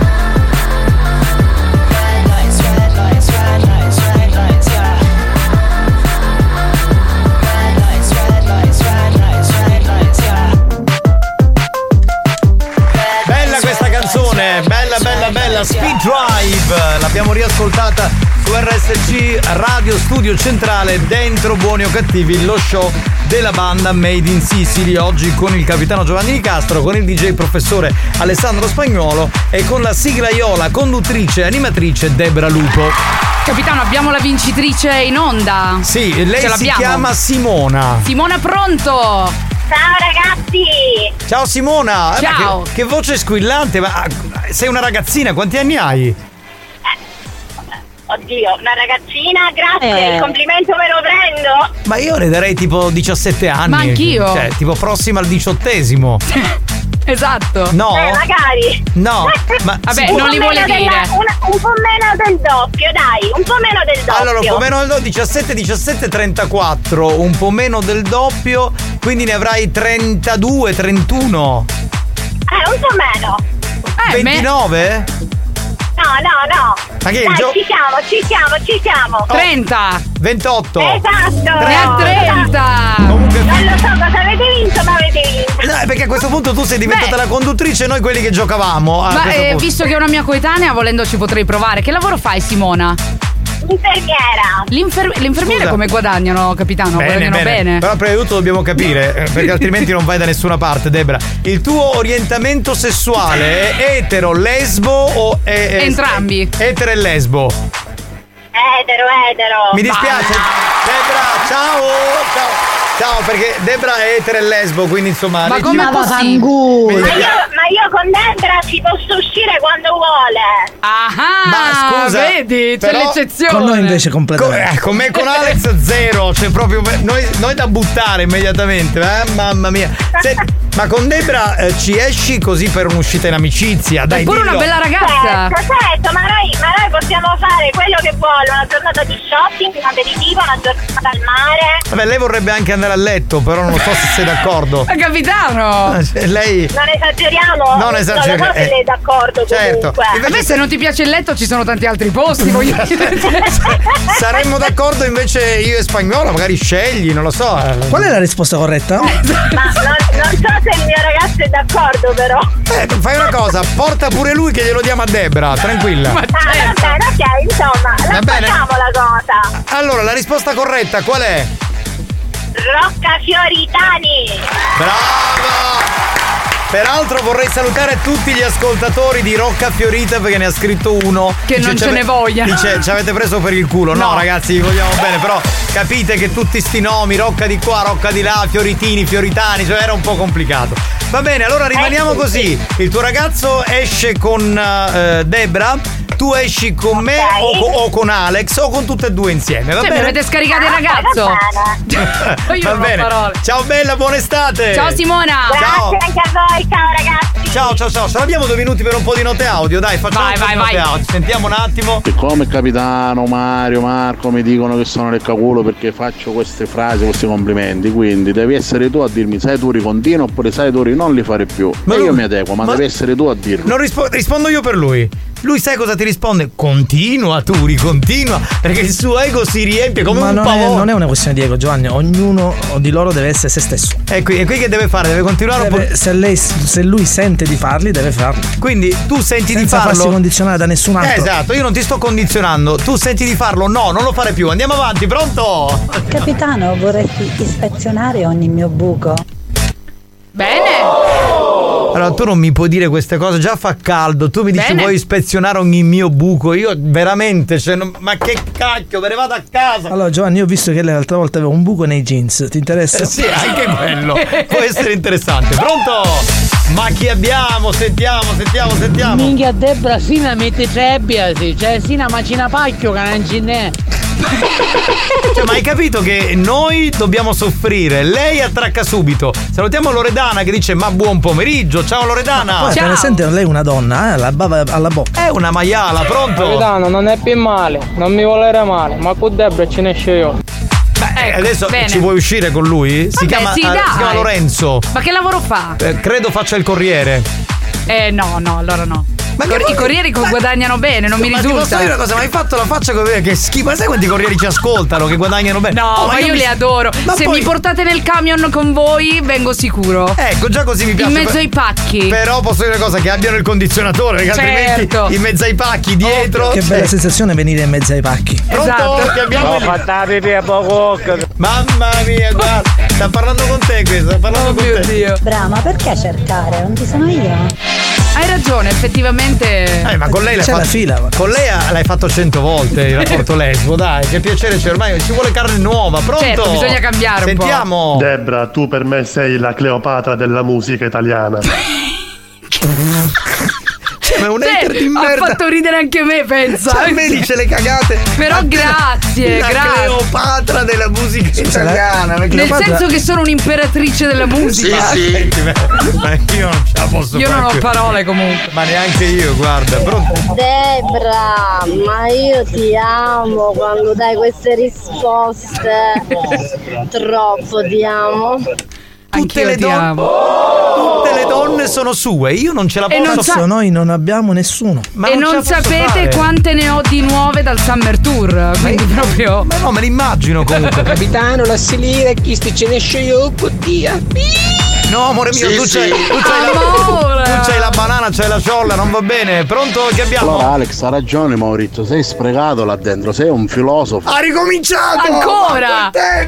Red lights, red lights, red lights, red lights, yeah. Red lights, red lights, red lights, red lights, yeah. Bella questa canzone, bella, Speed Drive. L'abbiamo riascoltata su RSC Radio Studio Centrale, dentro Buoni o Cattivi, lo show della banda Made in Sicily. Oggi con il capitano Giovanni Di Castro, con il DJ professore Alessandro Spagnuolo e con la siglaiola, conduttrice e animatrice Debra Lupo. Capitano, abbiamo la vincitrice in onda. Sì, lei si chiama Simona. Simona, pronto? Ciao ragazzi! Ciao Simona! Ciao! Ma che voce squillante, ma sei una ragazzina, quanti anni hai? Oddio, una ragazzina, grazie, il complimento me lo prendo! Ma io ne darei tipo 17 anni. Ma anch'io. Cioè, tipo prossima al 18esimo. Esatto. No. Magari. No, ma vabbè, non li vuole dire. Un po' meno del doppio, dai, un po' meno del doppio. Allora, un po' meno del doppio, 17, 34, un po' meno del doppio, quindi ne avrai 32, 31. Un po' meno. 29? No. Ma che dai, ci siamo. 30. 28. Esatto. Ne ha 30. Comunque non lo so cosa avete vinto, ma avete vinto. No, perché a questo punto tu sei diventata la conduttrice e noi quelli che giocavamo. Ma visto che è una mia coetanea, volendo ci potrei provare. Che lavoro fai, Simona? Infermiera. Le infermiere come guadagnano, capitano? Guadagnano bene. Però prima di tutto dobbiamo capire, perché altrimenti non vai da nessuna parte, Debra. Il tuo orientamento sessuale è etero, lesbo o è entrambi? Etero e lesbo. Etero. Mi dispiace. Debra, ciao, perché Debra è etero e lesbo, quindi insomma. Ma come possibile? Ma io con Debra ci posso uscire quando vuole. Ma scusa, vedi, c'è l'eccezione. Con noi invece completamente. Con me con Alex zero. Cioè proprio noi da buttare immediatamente. Mamma mia. Ma con Debra ci esci così per un'uscita in amicizia. Dai, pure una bella ragazza. Certo, ma noi possiamo fare quello che vuole. Una giornata di shopping, un aperitivo, una giornata al mare. Vabbè, lei vorrebbe anche andare a letto, però non so se sei d'accordo. Ma capitano! Lei. Non esageriamo. Non esageriamo. Non lo so se lei è d'accordo. Certo. Comunque. A me se non ti piace il letto ci sono tanti altri posti. Voglio dire. Saremmo d'accordo invece io e Spagnolo, magari scegli, non lo so. Qual è la risposta corretta? Ma non so se il mio ragazzo è d'accordo, però. Fai una cosa, porta pure lui che glielo diamo a Debra, tranquilla. Va bene, ok, insomma, la facciamo la cosa. Allora, la risposta corretta qual è? Rocca Fioritani. Bravo! Peraltro vorrei salutare tutti gli ascoltatori di Rocca Fiorita, perché ne ha scritto uno che non ce ne voglia. Dice ci avete preso per il culo. No ragazzi, vi vogliamo bene, però capite che tutti sti nomi, Rocca di qua, Rocca di là, Fioritini, Fioritani, cioè era un po' complicato. Va bene, allora rimaniamo così. Il tuo ragazzo esce con Debra, tu esci con me o con Alex o con tutte e due insieme. Va bene? Mi avete scaricato il ragazzo. Va bene. Ciao bella, buona estate. Ciao Simona. Grazie anche a voi, ciao ragazzi. Ciao. Se abbiamo 2 minuti per un po' di note audio, dai, facciamo un po' di note audio. Sentiamo un attimo. Siccome capitano, Mario, Marco mi dicono che sono leccaculo perché faccio queste frasi, questi complimenti, quindi devi essere tu a dirmi sai tu ricontinua oppure sai tu non li fare più. Ma io mi adeguo, ma devi essere tu a dirlo. Non rispondo io per lui. Lui sai cosa ti risponde? Continua, Turi, continua, perché il suo ego si riempie come un pavone. Non è una questione di ego, Giovanni. Ognuno di loro deve essere se stesso. E qui che deve fare? Deve continuare se lui sente di farli, deve farli. Quindi tu senti senza di farlo. farsi condizionare da nessun altro. Esatto, io non ti sto condizionando. Tu senti di farlo? No, non lo fare più. Andiamo avanti, pronto? Capitano, vorresti ispezionare ogni mio buco? Bene. Allora tu non mi puoi dire queste cose, già fa caldo, tu mi dici vuoi ispezionare ogni mio buco, io veramente, ma che cacchio, ve ne vado a casa. Allora Giovanni, io ho visto che lei l'altra volta aveva un buco nei jeans, ti interessa? Sì, anche quello, può essere interessante. Pronto? Ma chi abbiamo? Sentiamo. Minchia Debra, sina mette trebbiasi, cioè sina macina pacchio che non ce n'è. Cioè, ma hai capito che noi dobbiamo soffrire? Lei attracca subito. Salutiamo Loredana che dice ma buon pomeriggio. Ciao Loredana. Poi ciao. Sente lei una donna, la bava alla bocca. È una maiala, pronto? Capitano, non è più male, non mi volere male, ma con Debra ce ne esce io. Beh, adesso ci vuoi uscire con lui? Si chiama Lorenzo. Ma che lavoro fa? Credo faccia il corriere. No, allora no. Ma i corrieri guadagnano bene, non mi risulta. Ma ti posso dire una cosa, ma hai fatto la faccia che schifo. Ma sai quanti corrieri ci ascoltano che guadagnano bene? No, ma io li adoro. Se mi portate nel camion con voi, vengo sicuro. Ecco, già così mi piace. In mezzo ai pacchi. Però posso dire una cosa, che abbiano il condizionatore, perché altrimenti in mezzo ai pacchi dietro. Che bella sensazione venire in mezzo ai pacchi. Pronto? Che abbiamo Mamma mia, guarda, sta parlando con te questo, sta parlando con te. Dio. Brava, ma perché cercare? Non ci sono io. Hai ragione. ragione, effettivamente. Ma con lei l'hai C'è fatto. la fila. Con lei l'hai fatto 100 volte il rapporto lesbo, dai, che piacere c'è, ormai ci vuole carne nuova, pronto? Certo, bisogna cambiare un po'. Sentiamo. Debra, tu per me sei la Cleopatra della musica italiana. Ma un hater di merda. Ha fatto ridere anche me, pensa. Cioè, me dice le cagate. Però grazie, la grazie. Cleopatra della musica italiana. Nel senso che sono un'imperatrice della musica. Sì. Ma io non ce la posso Io fare. non ho parole comunque. Ma neanche io, guarda. Pronto? Debra, ma io ti amo quando dai queste risposte. Troppo ti amo. Tutte le donne sono sue, io non ce la E non posso. sa- Noi non abbiamo nessuno. Ma e non ce non la posso sapete fare. quante ne ho di nuove dal Summer Tour. Quindi proprio. Ma no, me l'immagino comunque. Capitano, la salire, chi ce ne esce io, oddio. No, amore mio, Sì, tu sì. c'hai la banana, c'hai la ciolla, non va bene. Pronto? Che abbiamo? Allora Alex ha ragione Maurizio, sei sprecato là dentro, sei un filosofo. Ha ricominciato! Ancora!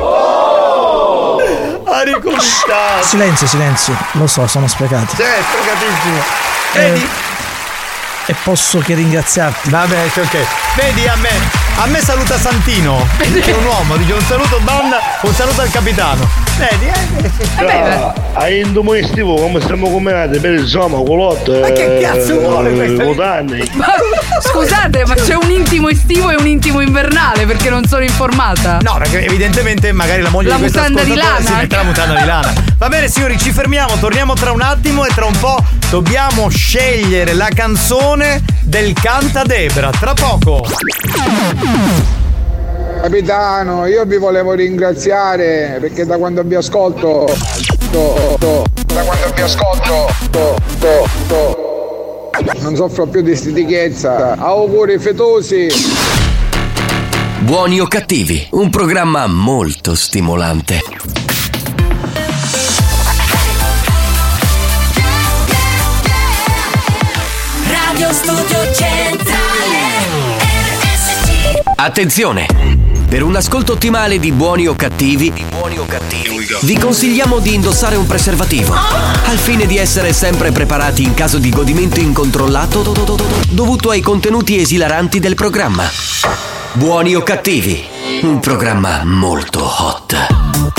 Ha ricominciato! Silenzio, lo so, sono sprecato. Certo, capissimo. Vedi? E posso che ringraziarti. Vabbè, ok. Vedi, a me saluta Santino. È un uomo, dice un saluto banda, un saluto al capitano. Vedi, Hai indomo estivo come stiamo combinati per il somma, culotte. Ma che cazzo vuole questa? Cotanni. Ma scusate, ma c'è un intimo estivo e un intimo invernale perché non sono informata. No, perché evidentemente magari la moglie La di questa mutanda di ascoltatore lana. si mette la mutanda di lana. Va bene signori, ci fermiamo, torniamo tra un attimo e tra un po' dobbiamo scegliere la canzone del Canta Debra. Tra poco. Capitano, io vi volevo ringraziare perché da quando vi ascolto non soffro più di stitichezza. Auguri fetosi. Buoni o cattivi, un programma molto stimolante. Radio Studio Centrale RSC. Attenzione! Per un ascolto ottimale di Buoni o Cattivi, vi consigliamo di indossare un preservativo, al fine di essere sempre preparati in caso di godimento incontrollato dovuto ai contenuti esilaranti del programma. Buoni o Cattivi, un programma molto hot.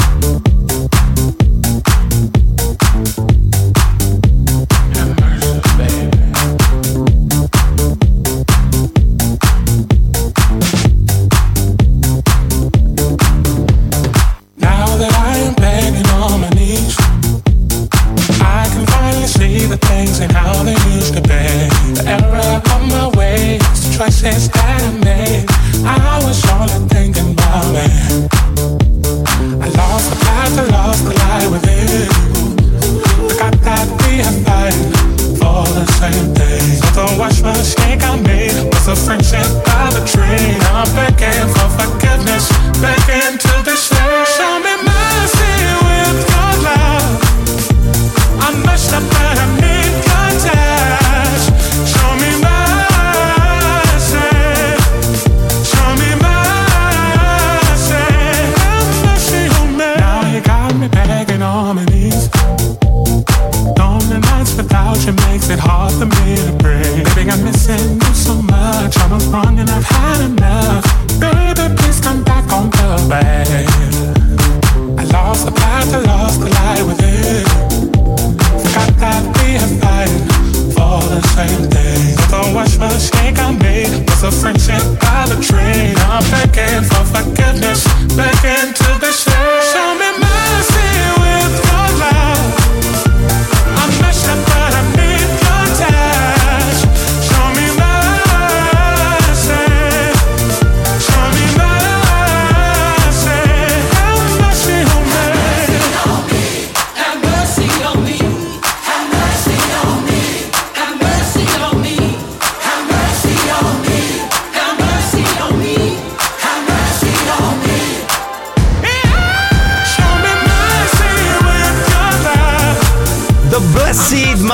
Now that I am begging on my knees, I can finally see the things and how they used to be. The error of my ways, the choices that I made, I was only thinking about me. I lost the path, I lost the light within. Forgot that we had fighting for the same thing. So the wash mistake I made was a friendship by the tree. I'm begging for forgiveness, begging to be saved. Show me mercy with your love. I messed up but I need your touch. Show me mercy. Show me mercy. Have mercy on me. Now you got me begging on my knees. Lonely nights without you makes it hard for me to breathe. Baby, I'm missing you so much. I was wrong and I've had enough. Baby, please come back on the way. I lost the path, I lost the light within. Forgot that we are fighting for the same thing. The worst mistake I made was a friendship by the tree. I'm begging for forgiveness, begging to be saved. Show me mercy with your love. I messed up but I need your touch. Show me mercy. Show me mercy. Have mercy on me. Have mercy on me. Have mercy on me. Have mercy on me. Have mercy on me. Have mercy on me. Have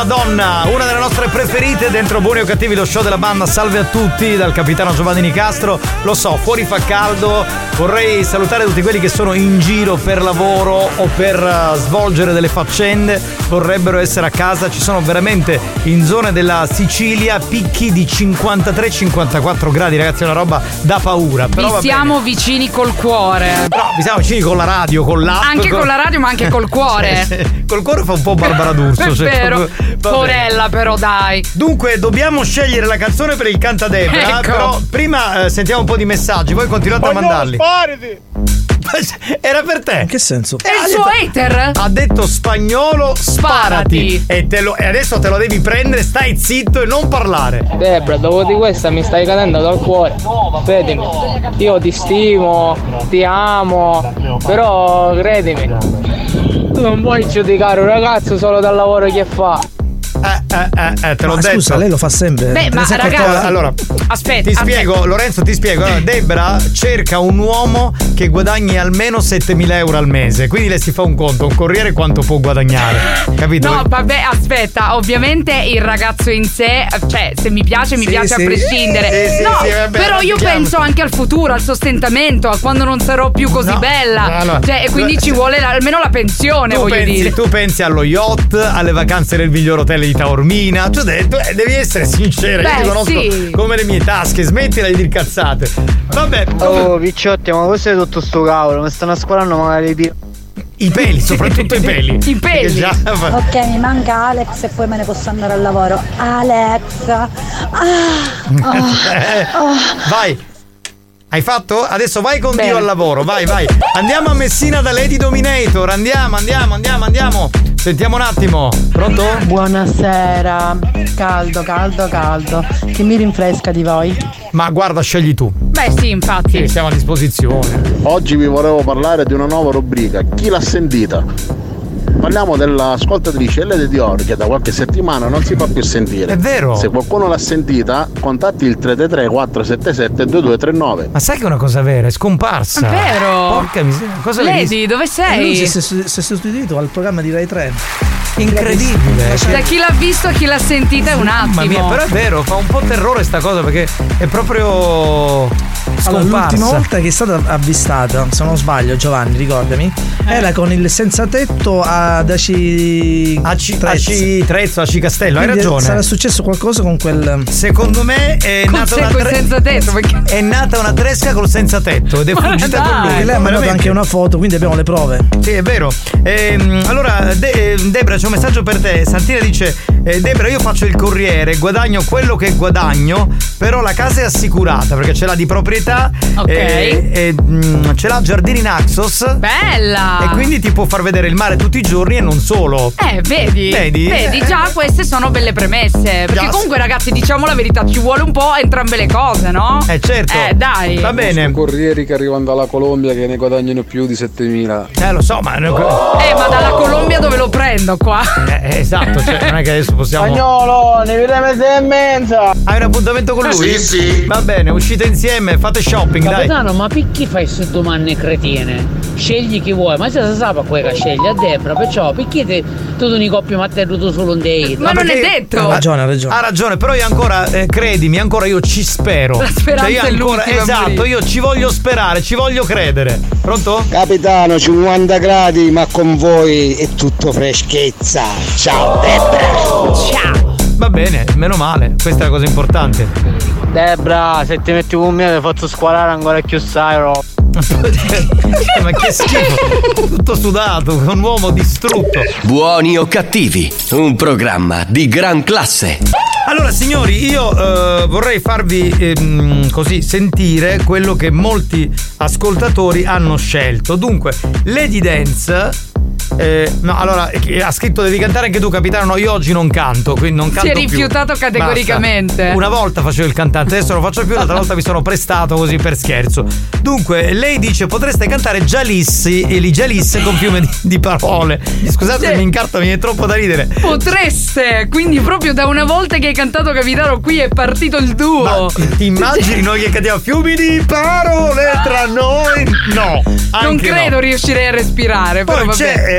donna, una delle nostre preferite dentro Buoni o Cattivi, lo show della banda. Salve a tutti dal capitano Giovanni Nicastro. Lo so, fuori fa caldo, vorrei salutare tutti quelli che sono in giro per lavoro o per svolgere delle faccende, vorrebbero essere a casa. Ci sono veramente in zone della Sicilia picchi di 53-54 gradi, ragazzi, è una roba da paura. Però vi siamo vicini col cuore. No, vi siamo vicini con la radio, con l'app. Anche con la radio, ma anche col cuore. Col cuore fa un po' Barbara D'Urso. È vero. Porella, però, dai. Dunque, dobbiamo scegliere la canzone per il Cantadebra. Ecco. Però prima sentiamo un po' di messaggi, voi continuate a mandarli. Era per te. In che senso? È il suo hater. Ha detto Spagnolo sparati. E adesso te lo devi prendere, stai zitto e non parlare. Debra, dopo di questa mi stai cadendo dal cuore. Credimi, io ti stimo, ti amo, però credimi, tu non puoi giudicare un ragazzo solo dal lavoro che fa. Te l'ho detto. Scusa, lei lo fa sempre. Beh, ma ragazzi, allora, aspetta, ti spiego, Lorenzo, ti spiego. Allora, Debra cerca un uomo che guadagni almeno 7.000 euro al mese. Quindi lei si fa un conto, un corriere quanto può guadagnare. Capito? No, vabbè, aspetta, ovviamente il ragazzo in sé, cioè, se mi piace, mi piace a prescindere. Sì, no, vabbè, però io penso anche al futuro, al sostentamento, a quando non sarò più così bella. allora, cioè, e quindi ci vuole almeno la pensione, voglio dire. Tu pensi allo yacht, alle vacanze nel miglior hotel di Taormina. Cioè, devi essere sincera. Io ti conosco come le mie tasche. Smettila di dire cazzate. Vabbè. Oh, picciotti, ma cos'è tutto sto cavolo? Mi stanno squarando magari i peli, soprattutto i peli. I peli. Ok, mi manca Alex e poi me ne posso andare al lavoro. Alex. Vai. Hai fatto? Adesso vai con Dio al lavoro, vai. Andiamo a Messina da Lady Dominator. Andiamo. Sentiamo un attimo. Pronto? Buonasera. Caldo. Che mi rinfresca di voi? Ma guarda, scegli tu. Beh, sì, infatti. Sì, siamo a disposizione. Oggi vi volevo parlare di una nuova rubrica. Chi l'ha sentita? Parliamo dell'ascoltatrice L di Oro che da qualche settimana non si fa più sentire. È vero. Se qualcuno l'ha sentita, contatti il 333 477 2239. Ma sai che è una cosa vera? È scomparsa. È vero. Porca miseria. Cosa Lady, dove sei? Lui si è sostituito al programma di Rai 3. Incredibile. Da chi l'ha visto e chi l'ha sentita è un attimo. Mamma mia, però è vero, fa un po' terrore sta cosa perché è proprio scomparsa. Allora, l'ultima volta che è stata avvistata, se non sbaglio, Giovanni, ricordami, era con il senza tetto ad Aci Trezzo, Aci Castello. Hai ragione. Sarà successo qualcosa con quel. Secondo me è nata una senza tetto, perché è nata una tresca col senza tetto ed è fuggita con lui. Perché lei ha mandato anche una foto, quindi abbiamo le prove. Sì, è vero. Allora, Debra, c'è un messaggio per te. Santina dice: Debra, io faccio il corriere, guadagno quello che guadagno, però la casa è assicurata perché ce l'ha di proprietà. Ok. Ce l'ha giardini Naxos. Bella. E quindi ti può far vedere il mare tutti i giorni e non solo. Vedi, già queste sono belle premesse. Perché comunque, ragazzi, diciamo la verità, ci vuole un po' entrambe le cose, no? Certo. Dai. Va bene. Corrieri che arrivano dalla Colombia che ne guadagnano più di 7.000. Lo so, ma ma dalla Colombia dove lo prendo qua? Esatto, cioè non è che adesso possiamo. Spagnolo, ne vedremo 6:30. Hai un appuntamento con lui? Sì. Va bene, uscite insieme, fate shopping, Capitano, dai. ma perché fai queste domande cretine? Scegli chi vuoi, ma se si sa per quello che scegli a Debra, perciò perché tu non coppia ma te tu solo un date? Ma non è detto. Ha ragione. Ha ragione, però io ancora, credimi, ancora io ci spero. La speranza io è ancora, l'ultima. esatto, io ci voglio sperare, ci voglio credere. Pronto? Capitano, 50 gradi, ma con voi è tutto freschezza. Ciao Debra. Ciao. Va bene, meno male, questa è la cosa importante. Debra, se ti metti con me ti faccio squarare ancora più Sairo. Ma che schifo. Tutto sudato, un uomo distrutto. Buoni o cattivi, un programma di gran classe. Allora signori, io vorrei farvi così sentire quello che molti ascoltatori hanno scelto. Dunque, Lady Dance. No, allora ha scritto devi cantare anche tu, capitano. No, io oggi non canto, quindi non canto Si è più. rifiutato categoricamente. Basta. Una volta facevo il cantante, adesso non lo faccio più. L'altra volta mi sono prestato così per scherzo. Dunque, lei dice potreste cantare Gialissi e Ligialisse con fiume di parole. Scusate se mi incarto, mi è troppo da ridere. Potreste, quindi proprio da una volta che hai cantato capitano qui è partito il duo. Ma ti immagini noi che cantiamo fiumi di parole tra noi? No, non credo riuscirei a respirare. Poi però c'è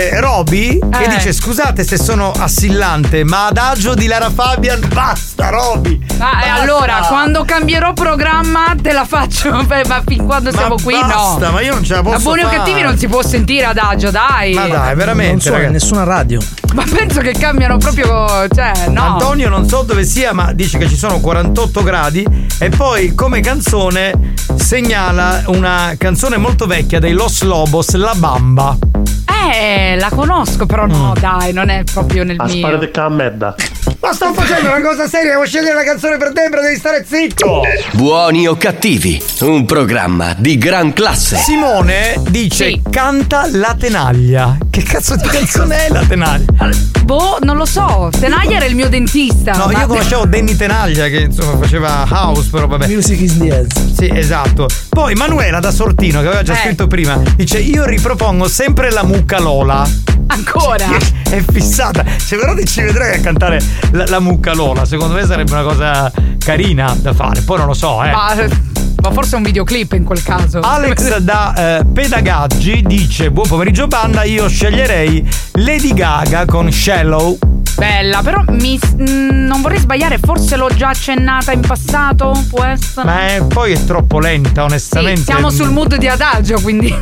Roby che dice scusate se sono assillante, ma adagio di Lara Fabian basta Roby. Allora quando cambierò programma te la faccio, ma fin quando siamo qui basta, no. Ma io non ce la posso a Buoni o fare. Cattivi non si può sentire adagio, dai. Ma dai, veramente non so, ragazzi. nessuna radio. Ma penso che cambiano proprio, cioè no. Antonio non so dove sia, ma dice che ci sono 48 gradi e poi come canzone segnala una canzone molto vecchia dei Los Lobos, La Bamba. La conosco, però no, dai, non è proprio nel mio. Spara de merda. Ma sto facendo una cosa seria, devo scegliere una canzone per Debra, devi stare zitto. Buoni o Cattivi, un programma di gran classe. Simone dice canta La Tenaglia. Che cazzo di canzone è La Tenaglia? Boh, non lo so. Tenaglia era il mio dentista. No, io conoscevo Danny Tenaglia che insomma faceva house, però vabbè. Music is the end. Sì, esatto. Poi Manuela da Sortino, che aveva già scritto prima, dice io ripropongo sempre la mucca Lola. Ancora? È fissata. Se però ti ci vedrai a cantare la mucca Lola, secondo me sarebbe una cosa carina da fare. Poi non lo so, Ma forse è un videoclip in quel caso. Alex da Pedagaggi dice buon pomeriggio banda, io sceglierei Lady Gaga con Shallow. Bella, però non vorrei sbagliare, forse l'ho già accennata in passato, può essere. Ma poi è troppo lenta, onestamente. Sì, siamo sul mood di adagio, quindi.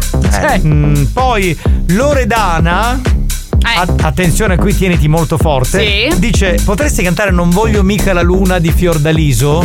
Poi Loredana. Attenzione, qui tieniti molto forte. Sì. Dice potresti cantare Non voglio mica la luna di Fiordaliso?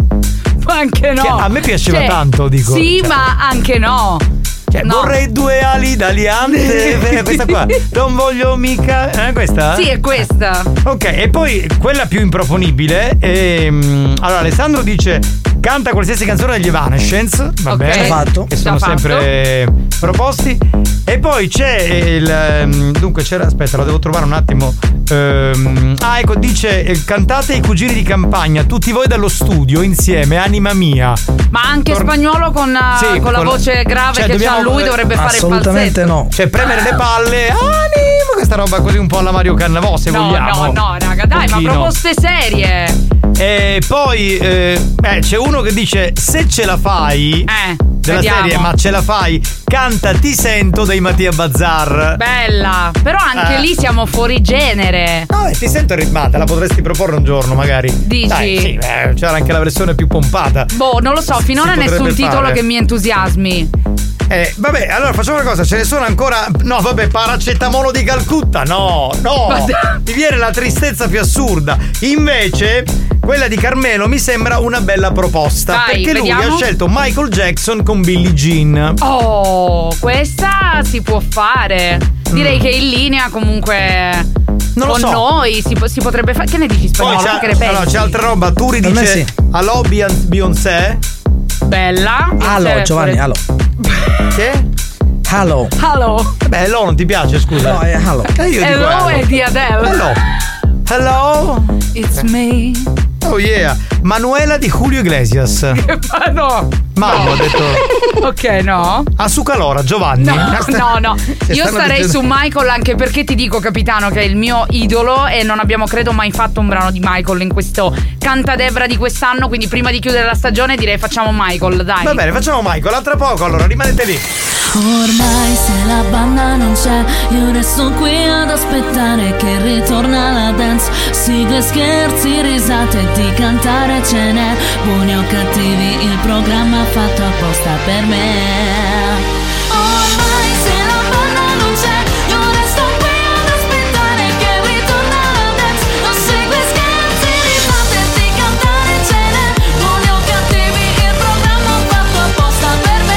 Ma anche no. Che a me piaceva tanto, dico. Sì, ma anche no. No. Vorrei due ali d'aliante. Questa qua. Non voglio mica. Questa? Sì, è questa. Ok, e poi quella più improponibile. Allora, Alessandro dice: canta qualsiasi canzone degli Evanescence. Va bene. Fatto. Che sono sempre proposti. E poi c'è il. Dunque c'era. Aspetta, lo devo trovare un attimo. Ecco, dice: cantate I cugini di campagna, tutti voi dallo studio insieme, anima mia. Ma anche Spagnolo con la voce grave che c'ha lui dovrebbe fare il falsetto. Assolutamente no. Cioè premere le palle, anima, questa roba così un po' alla Mario Cannavò, se vogliamo. No, raga, dai, ma proposte serie. E poi c'è uno che dice: se ce la fai, della vediamo. serie Ma ce la fai, canta Ti sento dei Mattia Bazzar. Bella, però anche lì siamo fuori genere. No, Ti sento ritmata, la potresti proporre un giorno magari. Dici? Dai, sì, c'era anche la versione più pompata. Boh, non lo so, finora nessun titolo fare. che mi entusiasmi. Vabbè, allora facciamo una cosa, ce ne sono ancora. No, vabbè, paracetamolo di Calcutta. No. Mi viene la tristezza più assurda. Invece, quella di Carmelo mi sembra una bella proposta. Dai, perché vediamo. lui ha scelto Michael Jackson con Billie Jean. Oh, questa si può fare. Direi che è in linea comunque. Non lo con so. noi si potrebbe fare. Che ne dici, Spagnolo? Poi Che ne pensi? allora, c'è altra roba. Turi Per me dice sì. Allo Beyoncé. Bella. Allo, Giovanni, allo. Che? Hello. Beh, hello non ti piace, scusa? No, è hello. Io dico Hello è di Adele. Hello. It's me. Oh yeah. Manuela di Julio Iglesias. Ma no. Mamma, ho detto. Ok, no. A su calora, Giovanni. No. Io stanno starei dicendo- su Michael, anche perché ti dico, capitano, che è il mio idolo e non abbiamo credo mai fatto un brano di Michael in questo Cantadebra di quest'anno, quindi prima di chiudere la stagione direi facciamo Michael, dai. Va bene, facciamo Michael, a tra poco, allora rimanete lì. Ormai se la banda non c'è, io resto qui ad aspettare che ritorna la dance. Sigle, scherzi, risate, di cantare ce n'è. Buoni o cattivi, il programma fatto apposta per me. Ormai se la banda non c'è, io resto qui ad aspettare che ritorna la dance. Non segue scherzi, risate, di cantare ce n'è. Buoni o cattivi, il programma fatto apposta per me.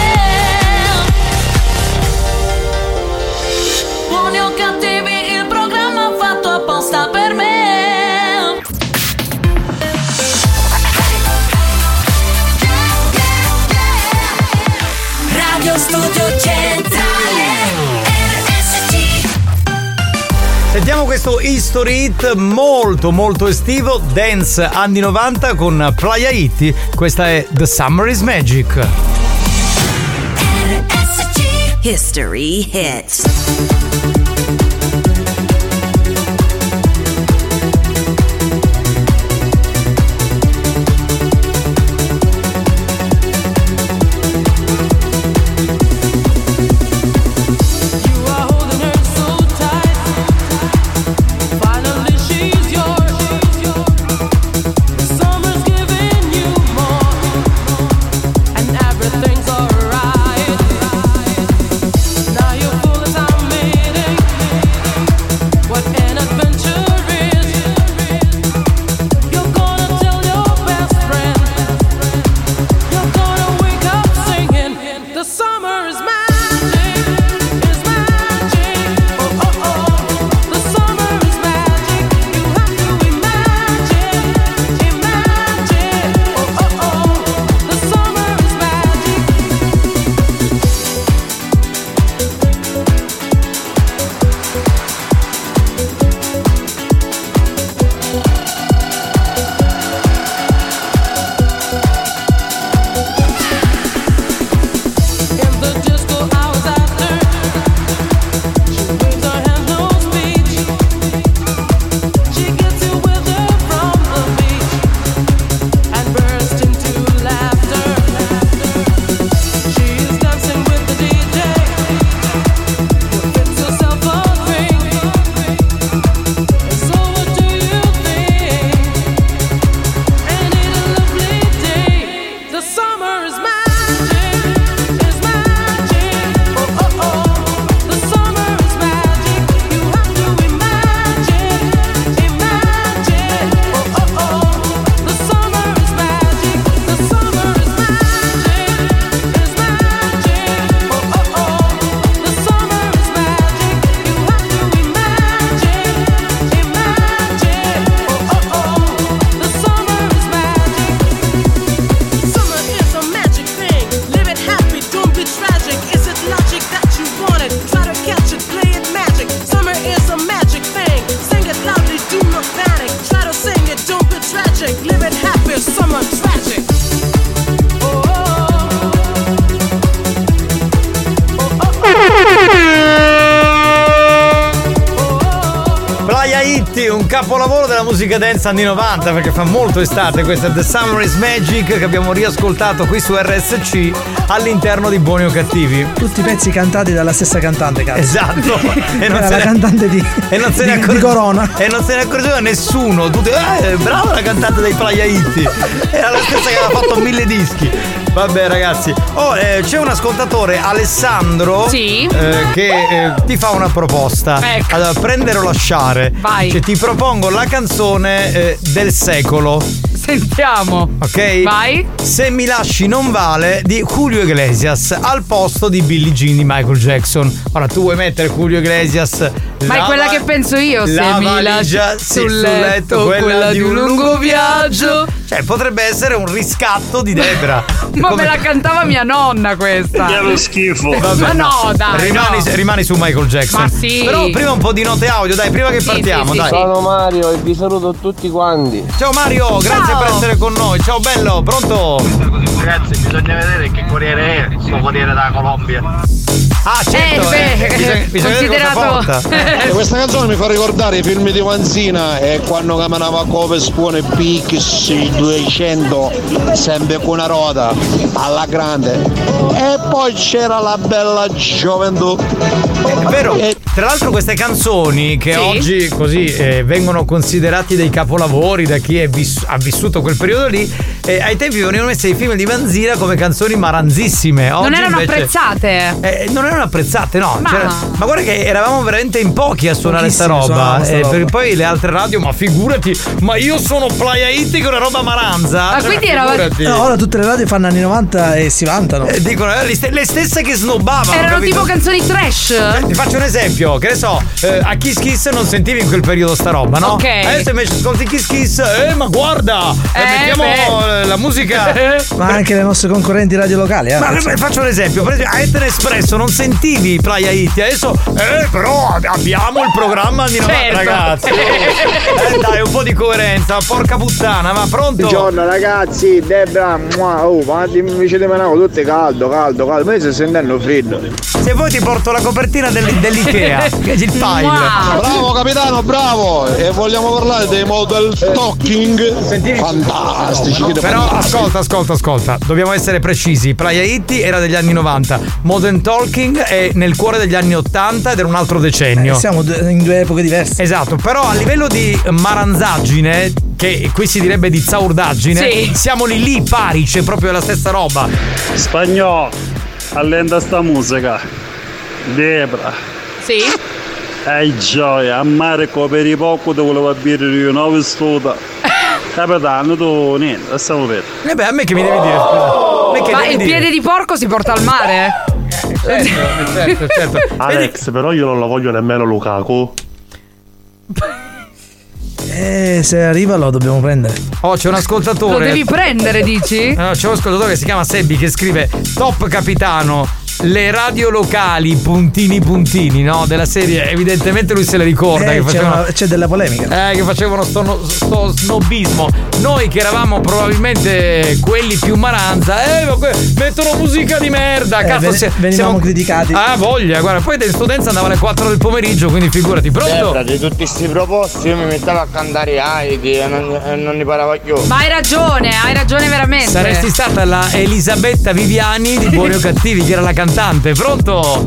Buoni o cattivi, il programma fatto apposta per me. Radio Studio Centrale RSC. Sentiamo questo History Hit molto molto estivo, dance anni 90 con Playa Iti. Questa è The Summer is Magic. History Hits. You are holding her so tight. un capolavoro della musica dance anni 90, perché fa molto estate. Questa è The Summer is Magic, che abbiamo riascoltato qui su RSC all'interno di Buoni o Cattivi. Tutti i pezzi cantati dalla stessa cantante, cazzo. Esatto. E non Era se la ne... cantante di Corona. E non se ne accorgeva nessuno. Tutti, brava la cantante dei Playa Hit. Era la stessa che aveva fatto 1000 dischi. Vabbè ragazzi, c'è un ascoltatore, Alessandro, che ti fa una proposta. Ecco. Allora, prendere o lasciare. Vai. Cioè, ti propongo la canzone del secolo. Sentiamo. Ok? Vai. Se mi lasci non vale di Julio Iglesias al posto di Billie Jean di Michael Jackson. Ora tu vuoi mettere Julio Iglesias, ma è quella che penso io, se mi lasci sul letto, quella di un lungo viaggio. Cioè potrebbe essere un riscatto di Debra. Ma me la cantava mia nonna questa. Che lo schifo. Ma no, dai. Rimani su Michael Jackson. Ma sì. Però prima un po' di note audio, dai, prima che partiamo, dai. Sono Mario e vi saluto tutti quanti. Ciao Mario, grazie per essere con noi. Ciao bello, pronto? Ragazzi, bisogna vedere che corriere è sto corriere da Colombia. Ah certo, bisogna vedere cosa porta. Questa canzone mi fa ricordare i film di Vanzina e quando camminava come Spone Pixi 200 sempre con una ruota alla grande, e poi c'era la bella gioventù. È vero, tra l'altro queste canzoni che oggi così vengono considerati dei capolavori da chi ha vissuto quel periodo lì, ai tempi venivano messe i film di Vanzina come canzoni maranzissime. Oggi non erano invece, apprezzate. Non erano apprezzate, no. Ma guarda che eravamo veramente in pochi a suonare sta roba. roba. Poi le altre radio, ma figurati, ma io sono Playa Hit che è una roba maranza. Ma quindi No, ora tutte le radio fanno anni 90 e si vantano. Dicono le stesse che snobbavano. Erano capito? tipo canzoni trash. Ti faccio un esempio, che ne so, a Kiss Kiss non sentivi in quel periodo sta roba, no? Ok. Adesso invece ascolti Kiss Kiss, ma guarda, mettiamo la musica. Ma anche le nostre concorrenti radio locali, Ma faccio un esempio, per esempio a Etna Espresso non sentivi Playa Hit, adesso però abbiamo il programma anni 90, ragazzi. Dai, un po' di coerenza, porca puttana, ma pronto? Buongiorno ragazzi, Debra, ma invece di menavo tutte caldo, ma io sto sentendo freddo. Se vuoi ti porto la copertina dell'Ikea, che è il file. Bravo capitano, bravo! E vogliamo parlare dei model talking fantastici. Però ascolta, dobbiamo essere precisi. Playa Hit era degli anni 90, Modern Talking è nel cuore degli anni 80 ed era un altro decennio. Siamo in due epoche diverse. Esatto, però a livello di maranzaggine, che qui si direbbe di zaurdaggine, siamo lì pari, c'è proprio la stessa roba. Spagnolo, allenta sta musica. Debra. Sì. Ehi gioia, a mare per poco ti volevo bere io nuovo studio. Capitano, tu niente, stiamo per. A me che mi devi dire, scusa? Ma il piede di porco si porta al mare? Certo. Alex, però io non lo voglio nemmeno Lukaku. Se arriva lo dobbiamo prendere. C'è un ascoltatore. Lo devi prendere, dici? No, c'è un ascoltatore che si chiama Sebbi che scrive: Top capitano, le radio locali puntini, no? Della serie, evidentemente lui se le ricorda che facevano, c'è della polemica. Che facevano sto snobismo. Noi che eravamo probabilmente quelli più maranza, mettono musica di merda. Cazzo, venivamo criticati. Ah, voglia, guarda, poi del studenza andava alle 4 del pomeriggio, quindi figurati, pronto? Debra, di tutti sti proposti io mi mettevo a cantare Heidi e non ne parava più. Ma hai ragione veramente. Saresti stata la Elisabetta Viviani di Buoni o Cattivi, che era la cantante, pronto?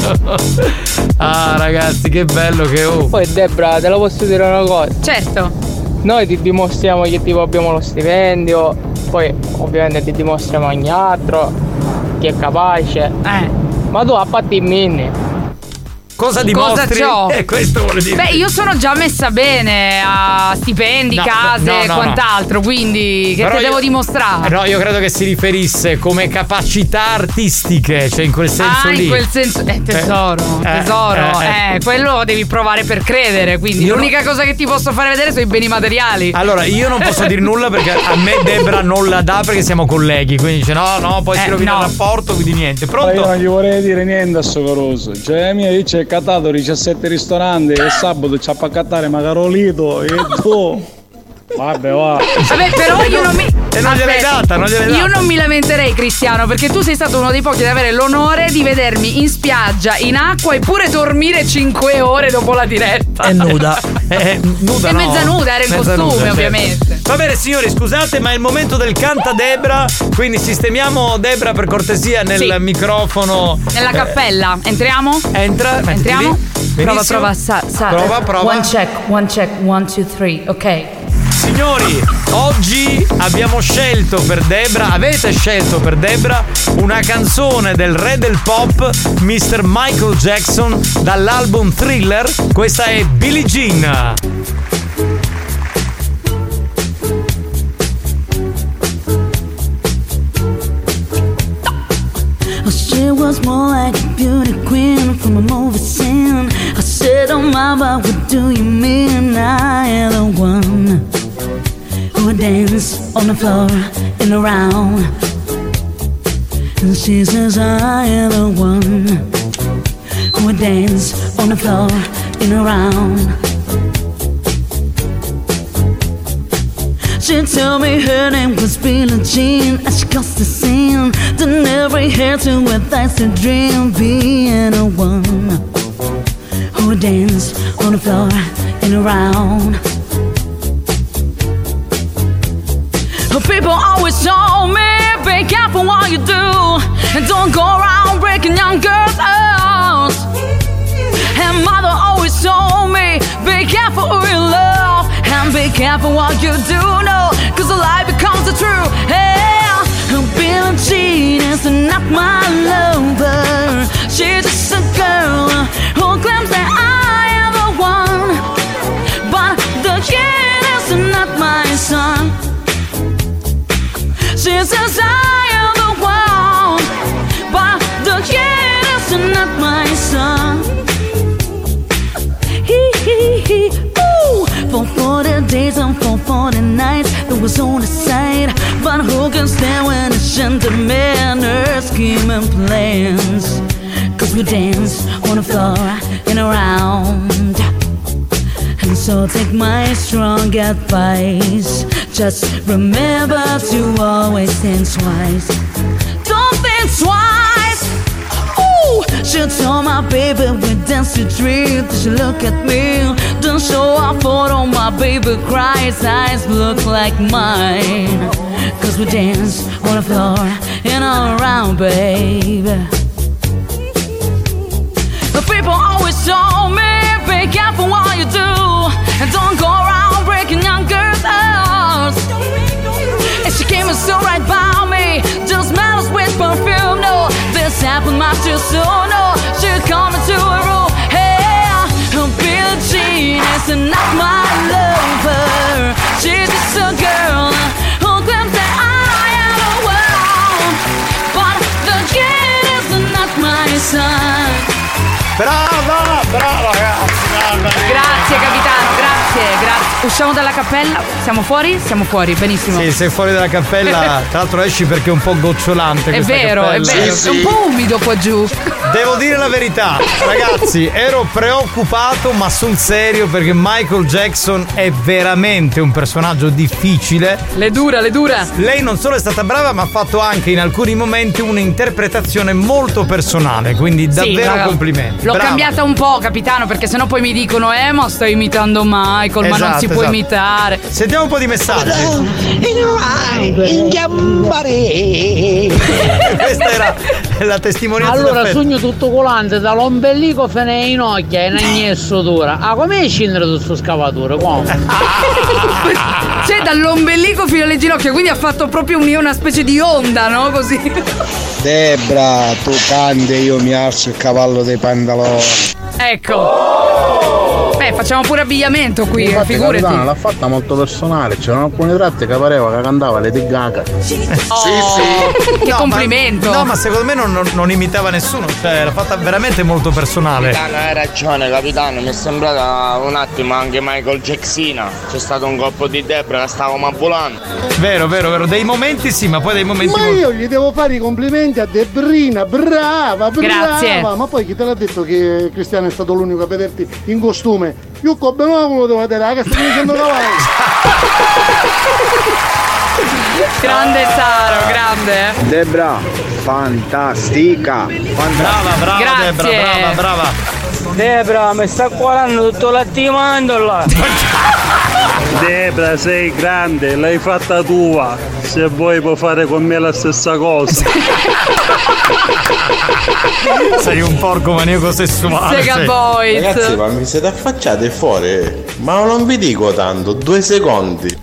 Ah ragazzi, che bello che ho. Poi Debra, te lo posso dire una cosa? Certo. Noi ti dimostriamo che tipo abbiamo lo stipendio, poi ovviamente ti dimostriamo ogni altro chi è capace. Ma tu a parte i mini. Cosa dimostri? Questo vuole dire. Beh, io sono già messa bene a stipendi, case e quant'altro, quindi che però te devo dimostrare? No, io credo che si riferisse come capacità artistiche, cioè in quel senso lì. In quel senso. Tesoro. Quello devi provare per credere, quindi io l'unica cosa che ti posso fare vedere sono i beni materiali. Allora, io non posso dire nulla perché a me Debra non la dà perché siamo colleghi, quindi dice no, poi si rovina il rapporto, quindi niente. Pronto? Io non gli vorrei dire niente a sto coroso. Cioè, io c'è cattato 17 ristoranti e sabato ci ha paccattare Macarolito e tu. Vabbè, va. Vabbè, però io non mi. E non gliel'hai data, non gliel'hai data. Io non mi lamenterei, Cristiano, perché tu sei stato uno dei pochi ad avere l'onore di vedermi in spiaggia, in acqua e pure dormire 5 ore dopo la diretta. È nuda. Nuda, e no. mezza nuda, era in Mezza costume, nuda, ovviamente. certo. Va bene, signori, scusate, ma è il momento del canta Debra. Quindi sistemiamo Debra per cortesia nel microfono. Nella cappella. Entriamo? Entriamo? Prova. Prova. 1 check, 1 check, 1, 2, 3. Ok. Signori, oggi abbiamo scelto per Debra, avete scelto per Debra una canzone del re del pop, Mr. Michael Jackson, dall'album Thriller. Questa è Billie Jean. She was more like a beauty queen from a movie scene. I said, oh mama, what do you mean? I am the one who would dance on the floor and around. And she says, I am the one who would dance on the floor and around. She told me her name was Billie Jean, and she caused the scene. Then every hair to a that's a dream, being a one who would dance on the floor and around. People always told me, be careful what you do, and don't go around breaking young girls' hearts. And mother always told me, be careful who you love, and be careful what you do, no, cause the lie becomes the truth. Yeah, Billie Jean is not my lover. She's just a girl who claims that I am the one, but the kid is not my son. She says I am the one, but the kid is not my son. Ooh. For 40 days and for 40 nights, it was on the side. But who can stand when the gentlemen are scheming plans? Cause we dance on the floor and around. And so take my strong advice, just remember to always think twice. Don't think twice. Ooh, she told my baby we dance to dream. She look at me, don't show a photo. My baby cries, eyes look like mine. Cause we dance on the floor and all around, baby. The people always told me, be careful what you do, and don't go around breaking young girls' hearts. And she came and stood right by me, just smells with perfume. No, this happened much too soon. No, she come into a room. Hey, Billie Jean is not my lover. She's just a girl who claims that I am the one, but the kid is not my son. Brava ragazzi. Grazie capitano, grazie. Usciamo dalla cappella, siamo fuori, benissimo. Sì, sei fuori dalla cappella, tra l'altro esci perché è un po' gocciolante. È vero, cappella. è un po' umido qua giù. Devo dire la verità, ragazzi, ero preoccupato ma sul serio perché Michael Jackson è veramente un personaggio difficile. Le dura. Lei non solo è stata brava ma ha fatto anche in alcuni momenti un'interpretazione molto personale, quindi davvero complimenti. L'ho Brava. cambiata un po', capitano, perché sennò poi mi dicono ma stai imitando Michael, ma non si può imitare. Sentiamo un po' di messaggi. Questa era la testimonianza. Allora d'affetto. sogno tutto colante dall'ombelico fino ai ginocchia e una struttura. Ah, come scendere su sto scavatore? Cioè dall'ombelico fino alle ginocchia, quindi ha fatto proprio una specie di onda, no? Così. Debra, tu canti, io mi alzo il cavallo dei pantaloni. Ecco. Beh, facciamo pure abbigliamento qui, Infatti, figurati. Capitano, l'ha fatta molto personale. C'erano alcune tratte che pareva che cantava Lady Gaga. Sì. Che complimento. Ma secondo me non imitava nessuno, cioè l'ha fatta veramente molto personale. Capitano, hai ragione, capitano, mi è sembrata un attimo anche Michael Jacksina. C'è stato un colpo di Debra, la stavamo volando. Vero, dei momenti sì, ma poi dei momenti. Ma io gli devo fare i complimenti a Debrina, brava. Grazie. Ma poi chi te l'ha detto che Cristiano è stato l'unico a vederti in costume? Io come no lo devo vedere, che stai dicendo cavallo? Grande Saro, grande. Debra, fantastica. Brava Grazie. Debra, brava. Debra, mi sta guardando tutto l'attimandolo. Debra, sei grande, l'hai fatta tua. Se vuoi puoi fare con me la stessa cosa. Sei un porco maniaco sessuale. Sega Boys. Ragazzi, ma mi siete affacciati fuori? Ma non vi dico tanto, 2 secondi.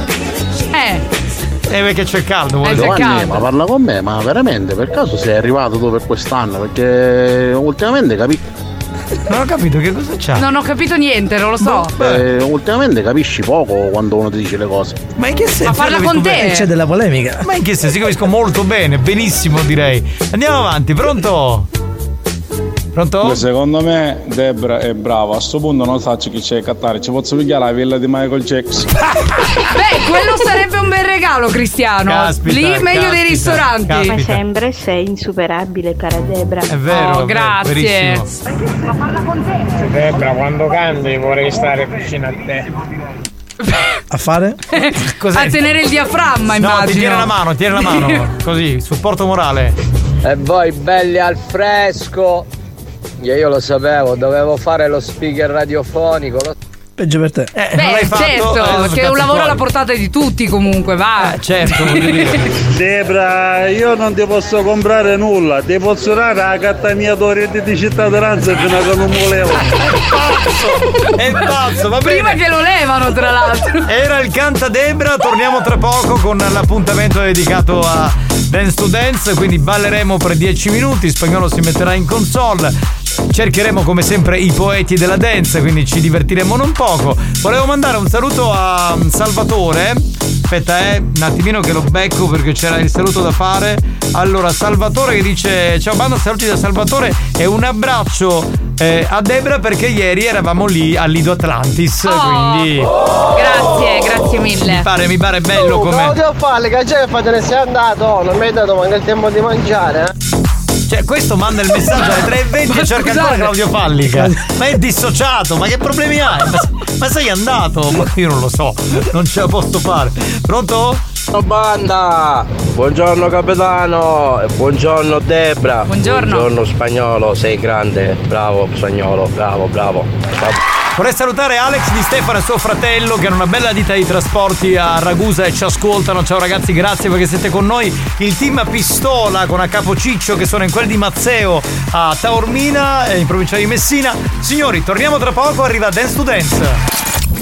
Perché c'è caldo, vuoi c'è Giovanni, caldo. ma parla con me, ma veramente per caso sei arrivato tu per quest'anno? Perché ultimamente Non ho capito che cosa c'ha. Non ho capito niente, non lo so. ultimamente capisci poco quando uno ti dice le cose. Ma in che senso? Ma parla con te. C'è della polemica. Ma in che senso? Si capisco molto bene, benissimo direi. Andiamo avanti, pronto? Pronto? Secondo me Debra è brava. A sto punto non faccio chi c'è a cattare. Ci posso pigliare la villa di Michael Jackson. Beh, quello sarebbe un bel regalo, Cristiano. Caspita, Lì meglio dei ristoranti. caspita. Come sempre sei insuperabile, cara Debra. È vero, Oh, grazie. verissimo. Debra, quando canti vorrei stare vicino a te. A fare? Cos'è? A tenere il diaframma, No, immagino. ti tiene la mano, così, supporto morale. E voi belli al fresco. Io lo sapevo, dovevo fare lo speaker radiofonico. Peggio per te. Beh, non l'hai fatto, certo, adesso che è un cazzi lavoro fuori. alla portata di tutti comunque, va. Certo, voglio dire. Debra, io non ti posso comprare nulla, ti posso dare la carta mia di cittadinanza fino a che non volevo. È pazzo, va bene. Prima che lo levano, tra l'altro. Era il Canta Debra, torniamo tra poco con l'appuntamento dedicato a Dance to Dance, quindi balleremo per 10 minuti, Spagnolo si metterà in console. Cercheremo come sempre i poeti della dance, quindi ci divertiremo non poco. Volevo mandare un saluto a Salvatore. Aspetta, un attimino che lo becco perché c'era il saluto da fare. Allora, Salvatore che dice: ciao banda, saluti da Salvatore e un abbraccio a Debra perché ieri eravamo lì al Lido Atlantis. Quindi grazie mille. mi pare bello come. Claudio Fallica, già che te ne sei andato, non mi hai dato manco il tempo di mangiare, Cioè, questo manda il messaggio alle 3:20 e cerca ancora Claudio Fallica. Ma è dissociato, ma che problemi hai? Ma sei andato? Ma io non lo so, non ce la posso fare. Pronto? Banda! Buongiorno capitano, buongiorno Debra. Buongiorno Spagnolo, sei grande, bravo Spagnolo, bravo. Vorrei salutare Alex Di Stefano e suo fratello che hanno una bella ditta di trasporti a Ragusa e ci ascoltano. Ciao ragazzi, grazie perché siete con noi. Il team Pistola con a capo Ciccio che sono in quel di Mazzeo a Taormina in provincia di Messina. Signori, torniamo tra poco, arriva Dance to Dance.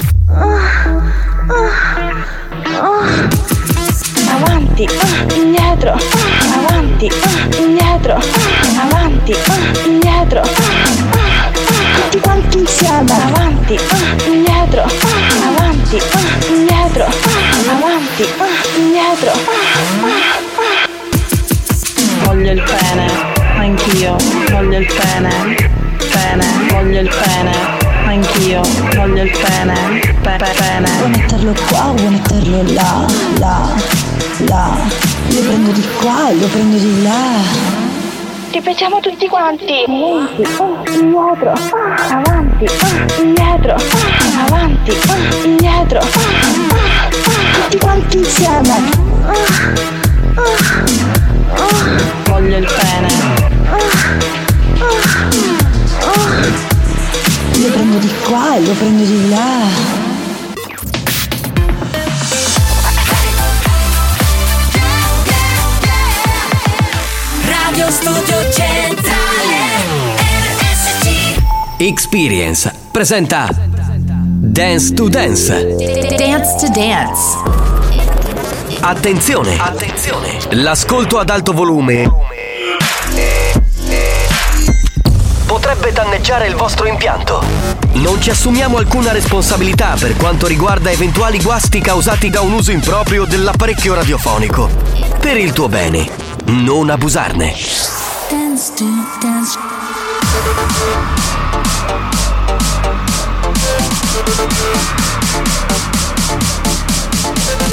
Avanti, indietro, avanti, indietro, avanti, indietro. Tutti quanti insieme, avanti, indietro, avanti, indietro, avanti, indietro. Voglio il pene, anch'io, voglio il pene, voglio il pene, anch'io, voglio il pene, pene. Vuoi metterlo qua, vuoi metterlo là. Lo prendo di qua, lo prendo di là. Ripetiamo tutti quanti. Indietro, avanti, indietro, avanti, indietro. Tutti quanti insieme. Voglio il pene. Lo prendo di qua e lo prendo di là. Radio Studio Centrale RSC. Experience presenta Dance to Dance. Dance to Dance. Attenzione! L'ascolto ad alto volume potrebbe danneggiare il vostro impianto. Non ci assumiamo alcuna responsabilità per quanto riguarda eventuali guasti causati da un uso improprio dell'apparecchio radiofonico. Per il tuo bene, non abusarne. Dance to dance.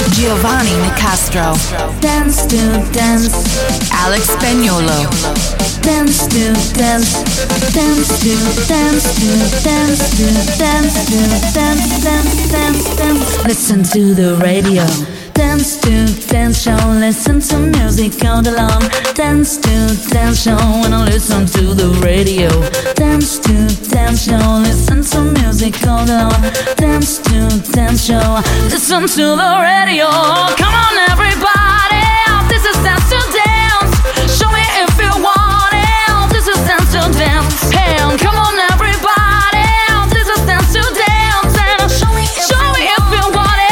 Giovanni Nicastro. Dance to dance. Alex Spagnolo. Dance to dance. Dance to dance to dance to dance to dance dance. Listen to the radio. Dance to dance show, listen to music all day long. Dance to dance show, when I listen to the radio. Dance to dance show, listen to music all day long. Dance to dance show, listen to the radio. Come on everybody, this is Dance to Dance. Show me if you want it, this is Dance to Dance. Hey, come on everybody, this is Dance to Dance. And show me if you want it.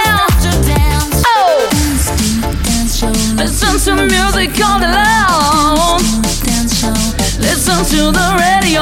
Listen to music all day long. Listen to the radio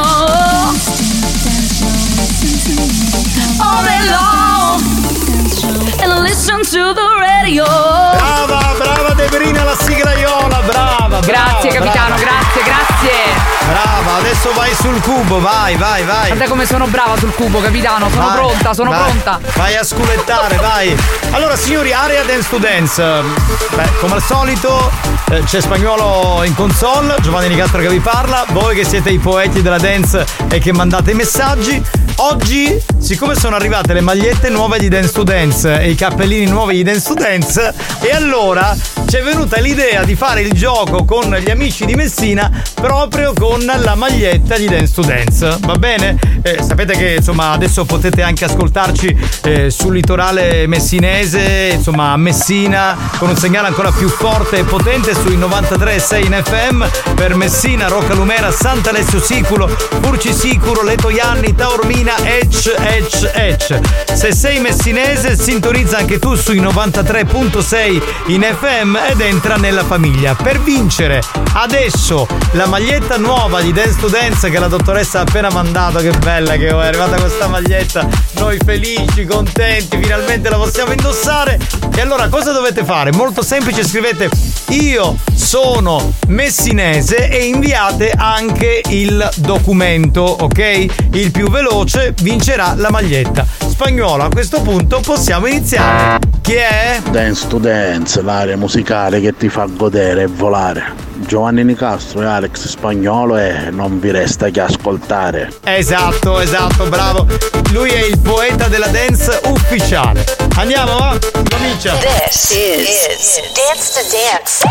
all day long. And listen to the radio. Brava Debrina, la sigraiola, brava. Grazie capitano, grazie. Brava, adesso vai sul cubo, vai. Guarda come sono brava sul cubo, capitano. Sono pronta. Vai a sculettare, vai. Allora signori, area Dance to Dance. Come al solito c'è Spagnolo in console, Giovanni Nicastro che vi parla, voi che siete i poeti della dance e che mandate i messaggi. Oggi, siccome sono arrivate le magliette nuove di Dance to Dance e i cappellini nuovi di Dance to Dance, e allora ci è venuta l'idea di fare il gioco con gli amici di Messina proprio con la maglietta di Dance to Dance, va bene? Sapete che insomma adesso potete anche ascoltarci sul litorale messinese, insomma a Messina, con un segnale ancora più forte e potente sui 93.6 in FM per Messina, Roccalumera, Sant'Alessio Siculo, Furci Sicuro, Letoianni, Taormina, Ecce. Se sei messinese sintonizza anche tu sui 93.6 in FM ed entra nella famiglia. Per vincere adesso la maglietta nuova di Dance to Dance che la dottoressa ha appena mandato, che bella che è arrivata questa maglietta, noi felici, contenti, finalmente la possiamo indossare. E allora cosa dovete fare? Molto semplice, scrivete io sono messinese e inviate anche il documento, ok? Il più veloce vincerà la maglietta. Spagnolo, a questo punto possiamo iniziare. Chi è? Dance to Dance, l'area musicale che ti fa godere e volare. Giovanni Nicastro e Alex Spagnolo e non vi resta che ascoltare. Esatto, bravo. Lui è il poeta della dance ufficiale. Andiamo, va? Comincia. This is Dance to Dance.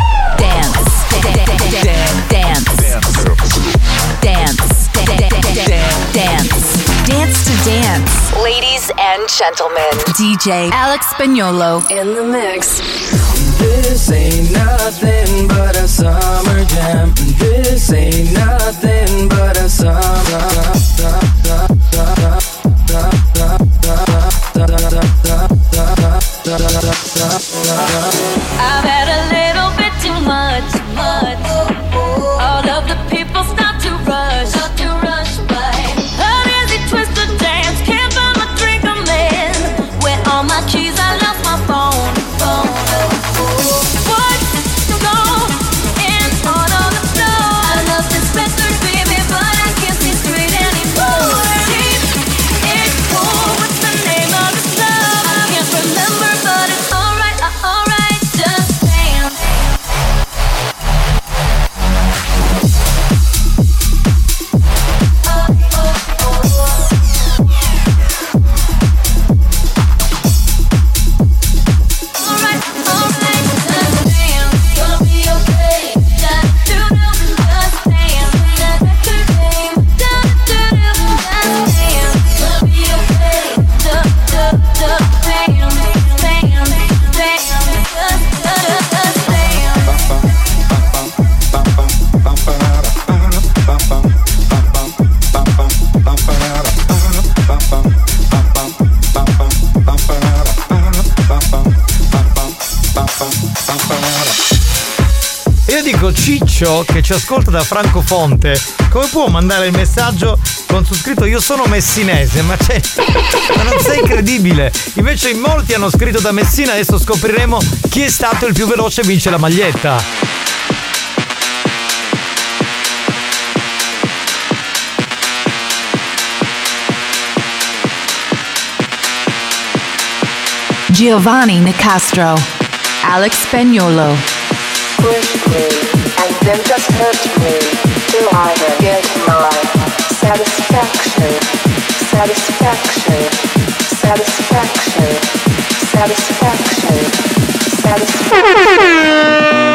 Dance to Dance. Ladies and gentlemen, DJ Alex Spagnolo in the mix. This ain't nothing but a summer jam. This ain't nothing but a summer. I've had a little bit too much. All of the people start to rush by. An easy twist to dance, can't find my drink I'm in. Where all my keys, I lost my phone. What? Go and on the floor. I love this record, baby, but I can't see straight anymore. Keep it cool, what's the name of the song? I can't remember, but it's alright, just dance. Io dico Ciccio che ci ascolta da Francofonte, come può mandare il messaggio con su scritto io sono messinese? Ma non sei credibile. Invece in molti hanno scritto da Messina. Adesso scopriremo chi è stato il più veloce e vince la maglietta. Giovanni Nicastro, Alex Spagnuolo. Push me, and then just hurt me, till I get my satisfaction, satisfaction, satisfaction, satisfaction, satisfaction.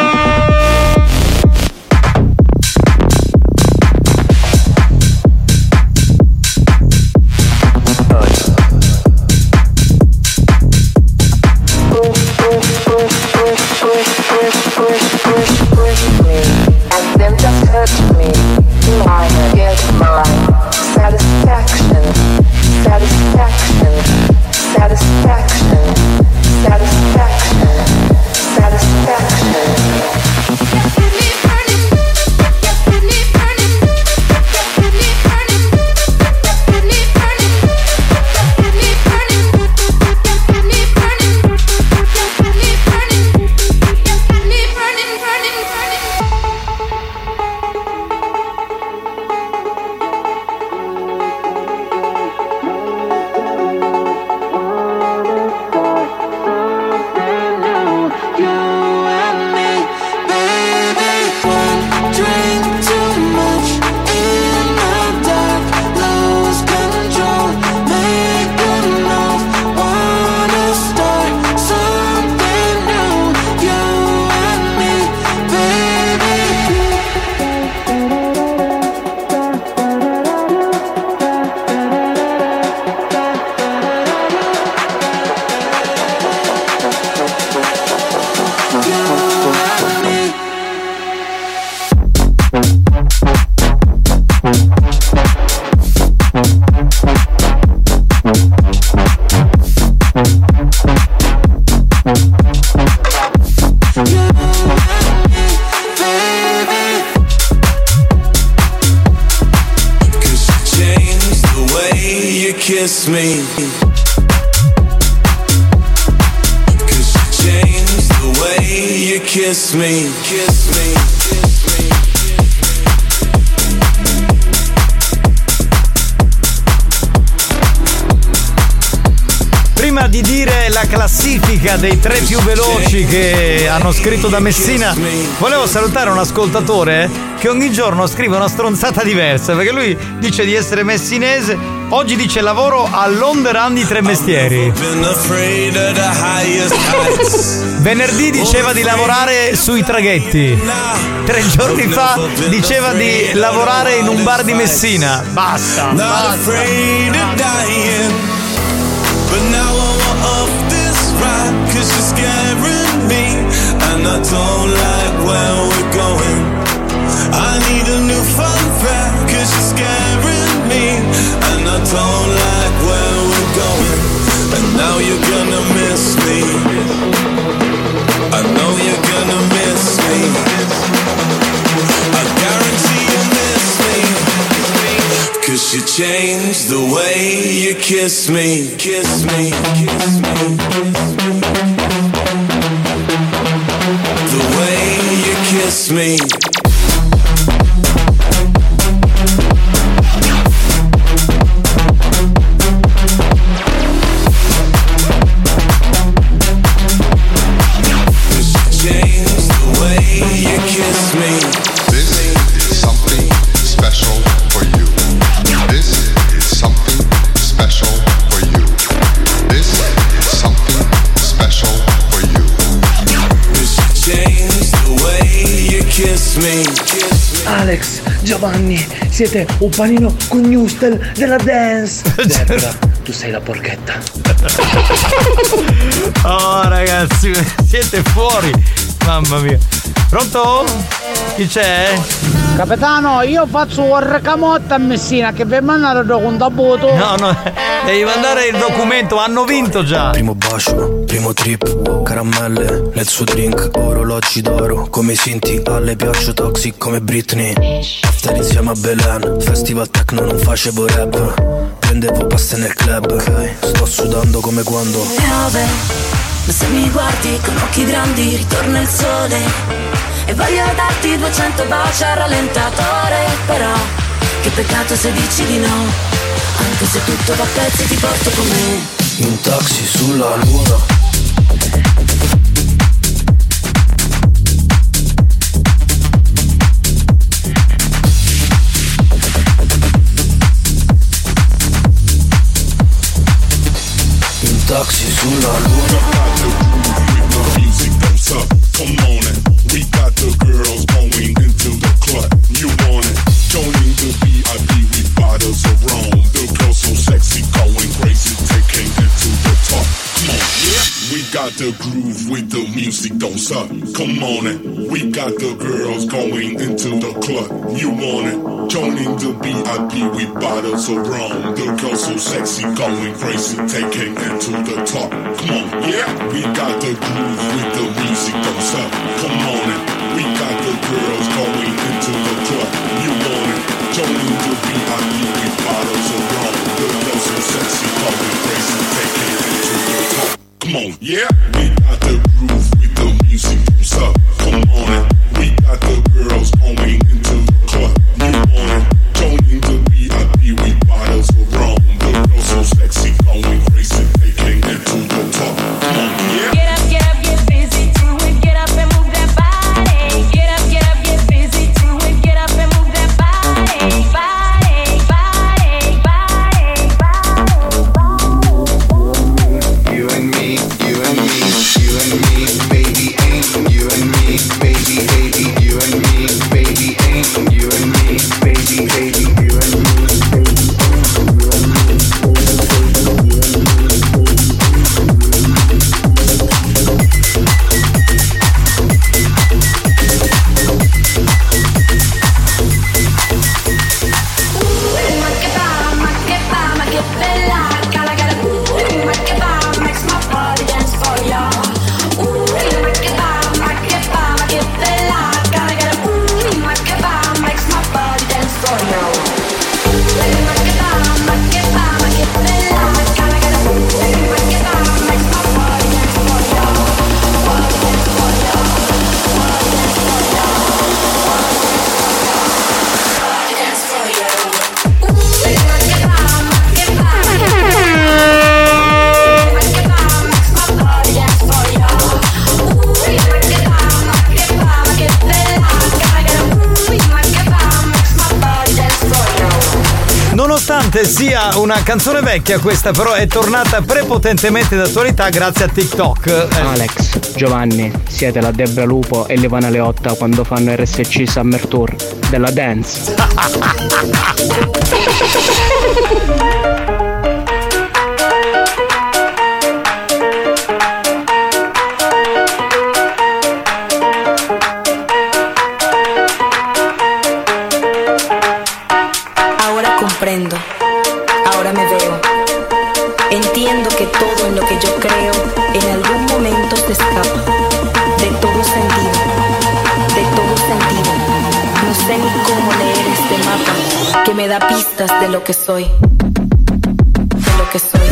Kiss me, 'cause you changed the way you kiss me, kiss me, kiss me. Prima di dire la classifica dei 3 più veloci che hanno scritto da Messina, volevo salutare un ascoltatore che ogni giorno scrive una stronzata diversa, perché lui dice di essere messinese. Oggi dice lavoro all'Onderan di Tre Mestieri. Venerdì diceva di lavorare sui traghetti. 3 giorni fa diceva di lavorare in un bar di Messina. Basta, basta. But now I want off this ride, 'cause you're scaring me, and I don't like where we're going. I need a new fun fact, 'cause you're scaring me, and I don't like where we're going. And now you're gonna miss me, I know you're gonna miss me, I guarantee you miss me, 'cause you changed the way you kiss me, kiss me, kiss me. The way you kiss me. Alex, Giovanni, siete un panino con Newstel della dance. Debra, tu sei la porchetta. Oh ragazzi, siete fuori. Mamma mia. Pronto? Chi c'è? Capitano, io faccio un recamotta a Messina che vi mandare il contabuto. No, devi mandare il documento, hanno vinto già. Primo bacio, primo trip, caramelle nel suo drink, orologi d'oro, come Sinti, alle piaccio toxic come Britney. After insieme a Belen, festival techno non facevo rap, prendevo paste nel club, sto sudando come quando piove, ma se mi guardi con occhi grandi ritorna il sole. E voglio darti 200 baci al rallentatore, però che peccato se dici di no, anche se tutto va a pezzi ti porto con me. in taxi sulla luna, the groove with the music, don't stop. Come on it, we got the girls going into the club. You want it? Joining the VIP with bottles of rum. The girls so sexy, going crazy, taking it to the top. Come on, yeah, we got the groove with the music, don't stop. Come on it, we got the girls going into the club. You want it? Joining the VIP with bottles of rum. The girls so sexy, going crazy, taking it to the top. Come on, yeah, we got the groove with the music, don't stop. Come on it, we got the girls going into the club. You want it? Joining the VIP with bottles of rum. The girls so sexy, going crazy, taking it to the top. Come on, yeah. Get up, get busy, do it, get up and move that body. Get up, get busy, do it, get up and move that body. Body, body, body, body. You and me, you and me, you and me, baby, ain't you and me, baby, baby, you and me, baby, ain't you and me, baby, baby, you and me, Nonostante sia una canzone vecchia, questa però è tornata prepotentemente d'attualità grazie a TikTok. Alex, Giovanni, siete la Debra Lupo e l'Ivana Leotta quando fanno RSC Summer Tour della dance. Comprendo, ahora me veo. Entiendo que todo en lo que yo creo en algún momento se escapa de todo sentido, de todo sentido. No sé ni cómo leer este mapa que me da pistas de lo que soy, de lo que soy.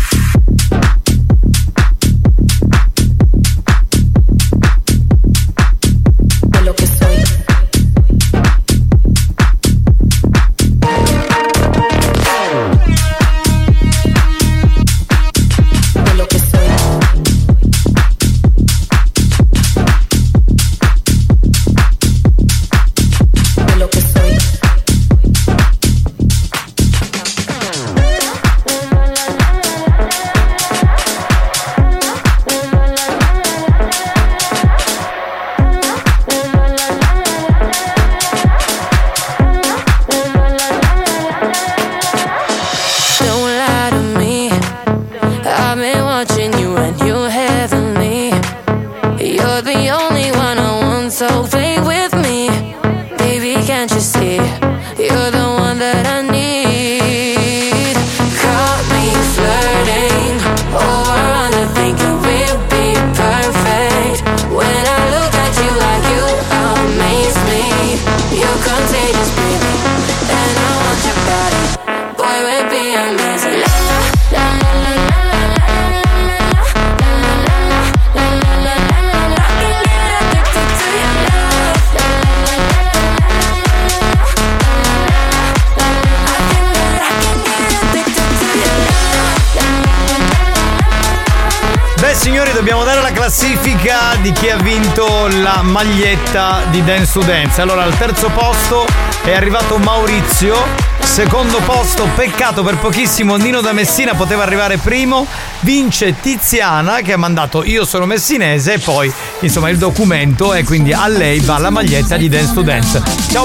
Signori, dobbiamo dare la classifica di chi ha vinto la maglietta di Dance to Dance. Allora, al terzo posto è arrivato Maurizio. Secondo posto, peccato per pochissimo, Nino da Messina poteva arrivare primo. Vince Tiziana che ha mandato "Io sono messinese" e poi insomma il documento, e quindi a lei va la maglietta di Dance to Dance. Ciao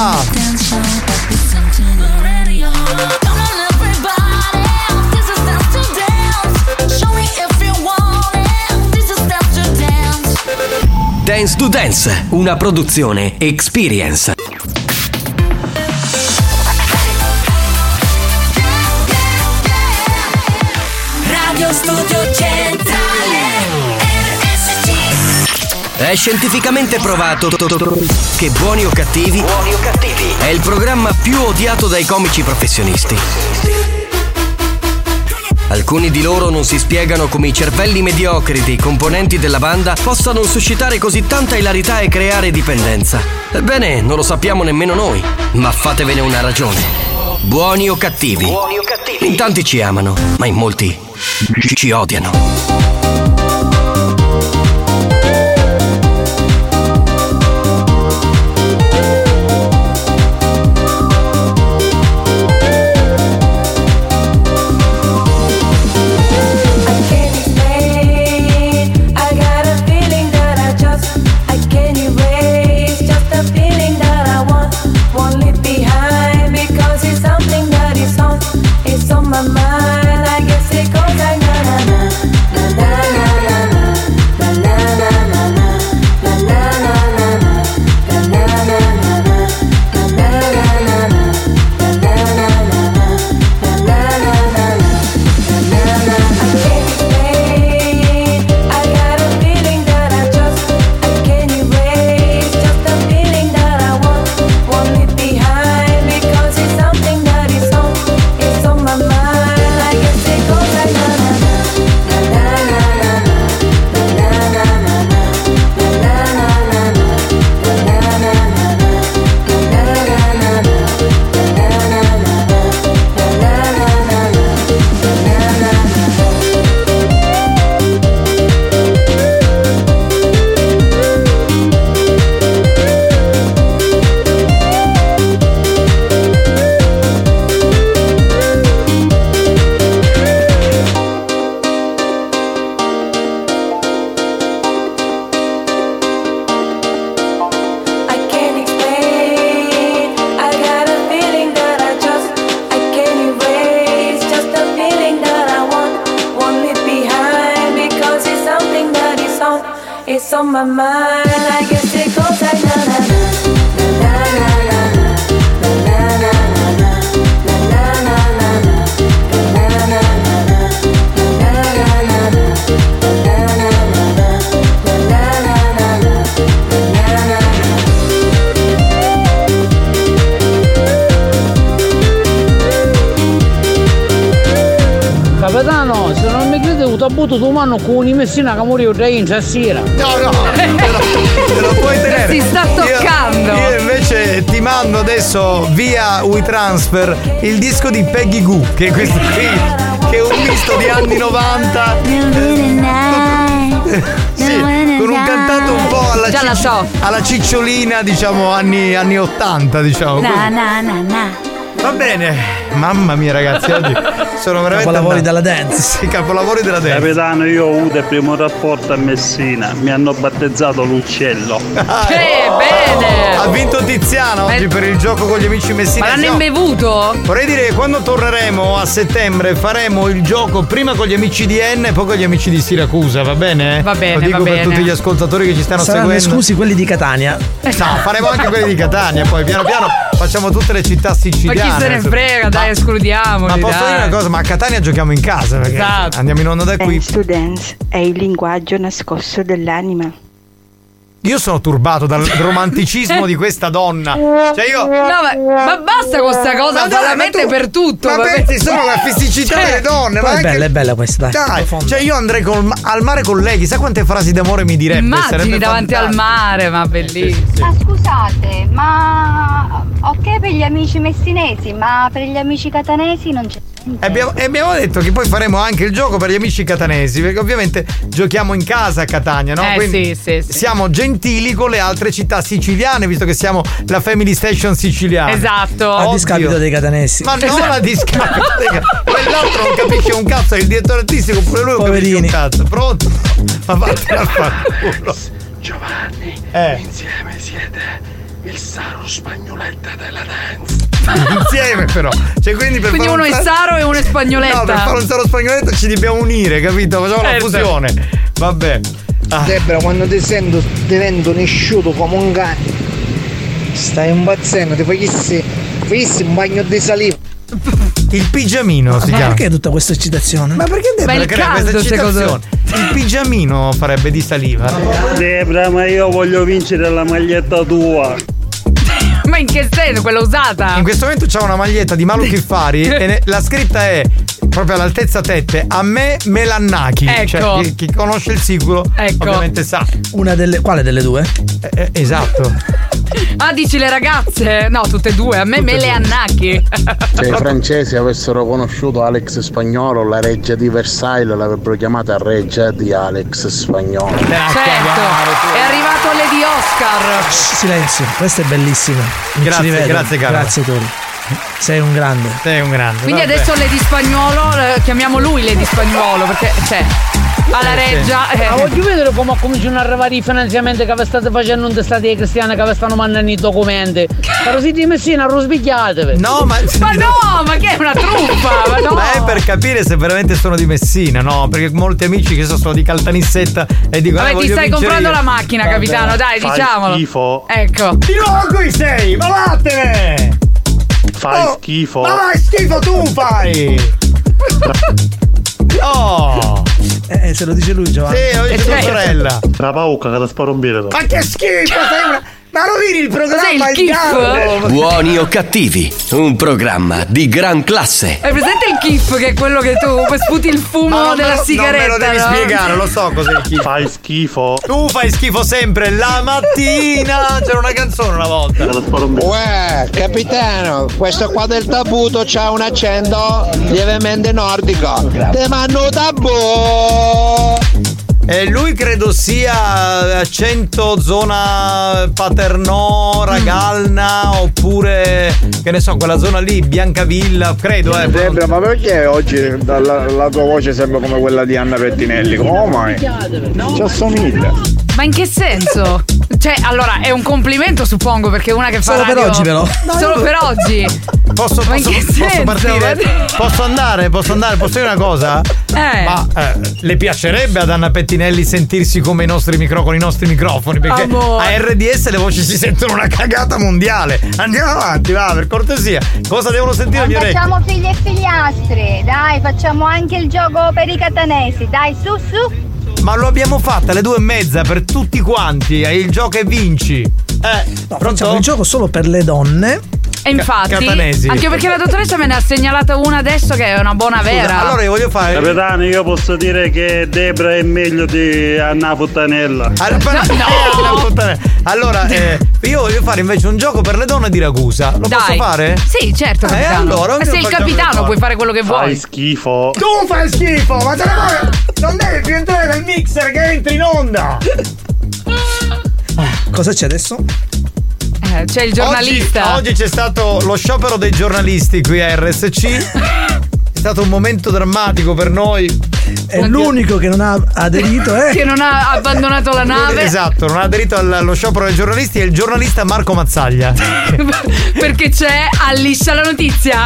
bella! This is Dance to Dance, una produzione Experience. Radio Studio Centrale RSC. È scientificamente provato che Buoni o Cattivi è il programma più odiato dai comici professionisti. Alcuni di loro non si spiegano come i cervelli mediocri dei componenti della banda possano suscitare così tanta ilarità e creare dipendenza. Ebbene, non lo sappiamo nemmeno noi, ma fatevene una ragione. Buoni o Cattivi? In tanti ci amano, ma in molti ci odiano. It's on my mind, I guess it goes like na na na Capitano, se non mi crede, ho avuto tu mano con un Messina che moriva da in stasera. No, te lo puoi tenere. Si sta toccando. Io invece ti mando adesso via WeTransfer il disco di Peggy Goo, che è questo qui, che è un misto di anni 90. Sì, con un cantato un po' alla cicciolina, diciamo, anni 80, diciamo. Va bene, mamma mia ragazzi, oggi sono veramente capolavori della dance. Sì, capolavori della dance. Capitano, io ho avuto il primo rapporto a Messina, mi hanno battezzato l'uccello. Bene! Ha vinto Tiziano oggi per il gioco con gli amici messinesi. Ma l'hanno imbevuto? Vorrei dire che quando torneremo a settembre faremo il gioco prima con gli amici di Enna e poi con gli amici di Siracusa, va bene? Va bene, lo dico va per bene. tutti gli ascoltatori che ci stanno Saranno seguendo. esclusi quelli di Catania. No, faremo anche quelli di Catania, poi piano piano facciamo tutte le città siciliane. Ma chi se ne frega, dai, escludiamoli. Ma posso dai. dire una cosa, ma a Catania giochiamo in casa, perché Esatto. andiamo in onda da qui. Dance to Dance è il linguaggio nascosto dell'anima. Io sono turbato dal romanticismo di questa donna. Cioè io. No, ma basta con sta cosa, la mette per tutto. Ma pensi solo alla fisicità delle donne, Poi ma è anche... bella questa, dai. Dai, profonda. cioè io andrei al mare con lei, chissà quante frasi d'amore mi direbbe. Immagini sarebbe davanti fantastico. al mare, ma bellissimo. Ma scusate, ma ok per gli amici messinesi, ma per gli amici catanesi non c'è. E abbiamo detto che poi faremo anche il gioco per gli amici catanesi, perché ovviamente giochiamo in casa a Catania, no? Quindi sì. siamo gentili con le altre città siciliane, visto che siamo la Family Station siciliana. Esatto. A discapito dei catanesi. Ma non a discapito dei catanesi. Quell'altro non capisce un cazzo, è il direttore artistico, pure lui non capisce un cazzo. Pronto? Ma vattene a far culo. Giovanni, insieme siete il Saro Spagnoletta della dance. Insieme però. Cioè, quindi Quindi uno è Saro e uno è Spagnoletta. No, per fare un Saro Spagnoletta ci dobbiamo unire, capito? Facciamo la fusione. Vabbè. Debra, quando ti sento divento nesciuto come un cane. Stai impazzendo, ti facessi un bagno di saliva. Il pigiamino si Ma chiama. perché tutta questa eccitazione? Ma perché Debra crea questa eccitazione? Il pigiamino farebbe di saliva. Debra, ma io voglio vincere la maglietta tua. Ma in che senso? Quella usata? In questo momento c'è una maglietta di Malu Kiffari e la scritta è proprio all'altezza tette: a me Melannaki. Ecco. Cioè, chi conosce il siculo ovviamente sa. Una delle. Quale delle due? Esatto. Ah, dici le ragazze? No, tutte e due. A me me le annacchi. Se i francesi avessero conosciuto Alex Spagnolo, la reggia di Versailles l'avrebbero chiamata reggia di Alex Spagnolo. Certo. È arrivato Lady Oscar. Silenzio, questa è bellissima. Non Grazie, ci rivedo. grazie, Carlo. Grazie Tori. Sei un grande. Sei un grande. Quindi vabbè. adesso Lady Spagnuolo, chiamiamo lui Lady Spagnuolo perché alla reggia. Ma voglio vedere come cominciano ad arrivare i finanziamenti che vi state facendo in testate di cristiane che vi stanno mandando i documenti. Caro Siti di Messina, arrosbigliatevi. No, ma no, ma che è una truffa? Ma no. Ma è per capire se veramente sono di Messina, no? Perché molti amici che sono di Caltanissetta e dicono Vabbè, ti stai comprando la macchina, Vabbè. capitano, dai, Fai diciamolo. schifo. Ecco. Di nuovo qui sei, ma vattene! Fai schifo. Ma vai, schifo tu fai! Oh! Se lo dice lui, Giovanni. Sì, lo dice tua sorella. La pauca che ti sparo un birro. Ma che schifo, sei una. Ma rovini il programma, Cos'è il gallo! Buoni o cattivi, un programma di gran classe. Hai presente il kiff che è quello che tu sputi il fumo della sigaretta? Non me lo devi no? spiegare, lo so cos'è il kiff. Fai schifo. Tu fai schifo sempre la mattina. C'era una canzone una volta. Uè, capitano, questo qua del tabuto c'ha un accento lievemente nordico. Te mando tabù! E lui credo sia accento zona Paternò, Ragalna, oppure che ne so, quella zona lì, Biancavilla, credo. Debra, ma perché oggi la tua voce sembra come quella di Anna Pettinelli? Come mai? Ci assomiglia. Ma in che senso? Cioè, allora, è un complimento, suppongo, perché una che fa Solo per radio... oggi, però. Solo per oggi. Posso partire? Posso andare? Posso dire una cosa? Ma le piacerebbe ad Anna Pettinelli sentirsi come i nostri con i nostri microfoni? Perché Amore. a RDS le voci si sentono una cagata mondiale. Andiamo avanti, va, per cortesia. Cosa devono sentire le mie orecchie? Facciamo figli e figliastri, dai, facciamo anche il gioco per i catanesi, dai, su. Ma lo abbiamo fatto alle 2:30 per tutti quanti. È il gioco e vinci. No, facciamo il gioco solo per le donne. E infatti, Catanesi. anche perché la dottoressa me ne ha segnalata una adesso che è una buona vera. Allora io voglio fare. Capitano, io posso dire che Debra è meglio di Anna Futtanella. Allora, io voglio fare invece un gioco per le donne di Ragusa. Lo Dai. posso fare? Sì, certo, capitano. allora, Ma sei il facciamo capitano, le puoi fare quello che Fai vuoi. schifo. Tu fai schifo, ma te ne vuoi? Non devi più entrare nel mixer che entri in onda. Cosa c'è adesso? C'è il giornalista. Oggi c'è stato lo sciopero dei giornalisti qui a RSC. È stato un momento drammatico per noi. È l'unico che non ha aderito, Che non ha abbandonato la nave. Esatto, non ha aderito allo sciopero dei giornalisti. È il giornalista Marco Mazzaglia. Perché c'è Alliscia la notizia.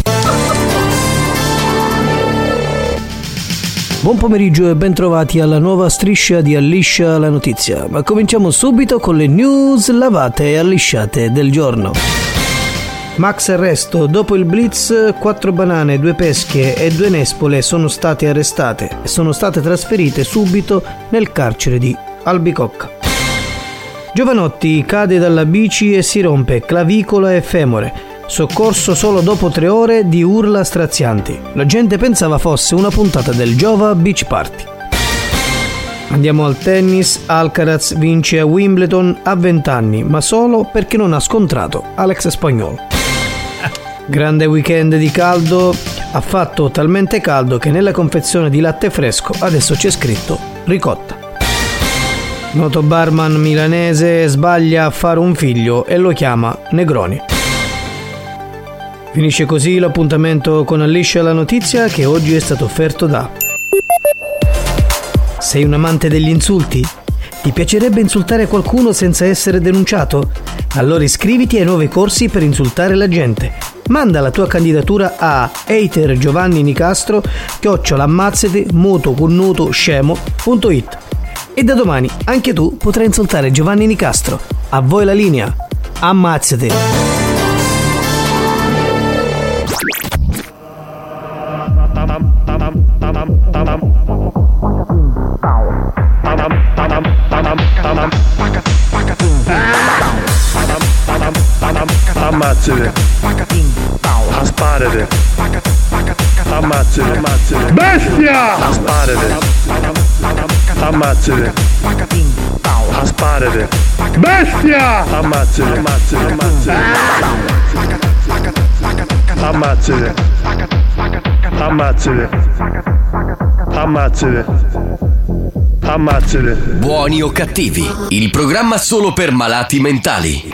Buon pomeriggio e bentrovati alla nuova striscia di Alliscia la notizia. Ma cominciamo subito con le news lavate e allisciate del giorno. Max arresto. Dopo il blitz, 4 banane, 2 pesche e 2 nespole sono state arrestate e sono state trasferite subito nel carcere di Albicocca. Giovanotti cade dalla bici e si rompe clavicola e femore. Soccorso solo dopo 3 ore di urla strazianti. La gente pensava fosse una puntata del Jova Beach Party. Andiamo al tennis. Alcaraz vince a Wimbledon a 20 anni, ma solo perché non ha scontrato Alex Spagnolo. Grande weekend di caldo. Ha fatto talmente caldo che nella confezione di latte fresco adesso c'è scritto ricotta. Noto barman milanese sbaglia a fare un figlio e lo chiama Negroni. Finisce così l'appuntamento con Alliscia la notizia, che oggi è stato offerto da... Sei un amante degli insulti? Ti piacerebbe insultare qualcuno senza essere denunciato? Allora iscriviti ai nuovi corsi per insultare la gente. Manda la tua candidatura a hatergiovanninicastro@ammazzati muto con nuto scemo.it E da domani anche tu potrai insultare Giovanni Nicastro. A voi la linea. Ammazzati. Ammazzate. Asparate. Ammazzate. Bestia! Asparate. Ammazzate. Asparate. Bestia! Ammazzate. Ammazzate. Ammazzate. Ammazzate. Ammazzate. Buoni o cattivi, il programma solo per malati mentali.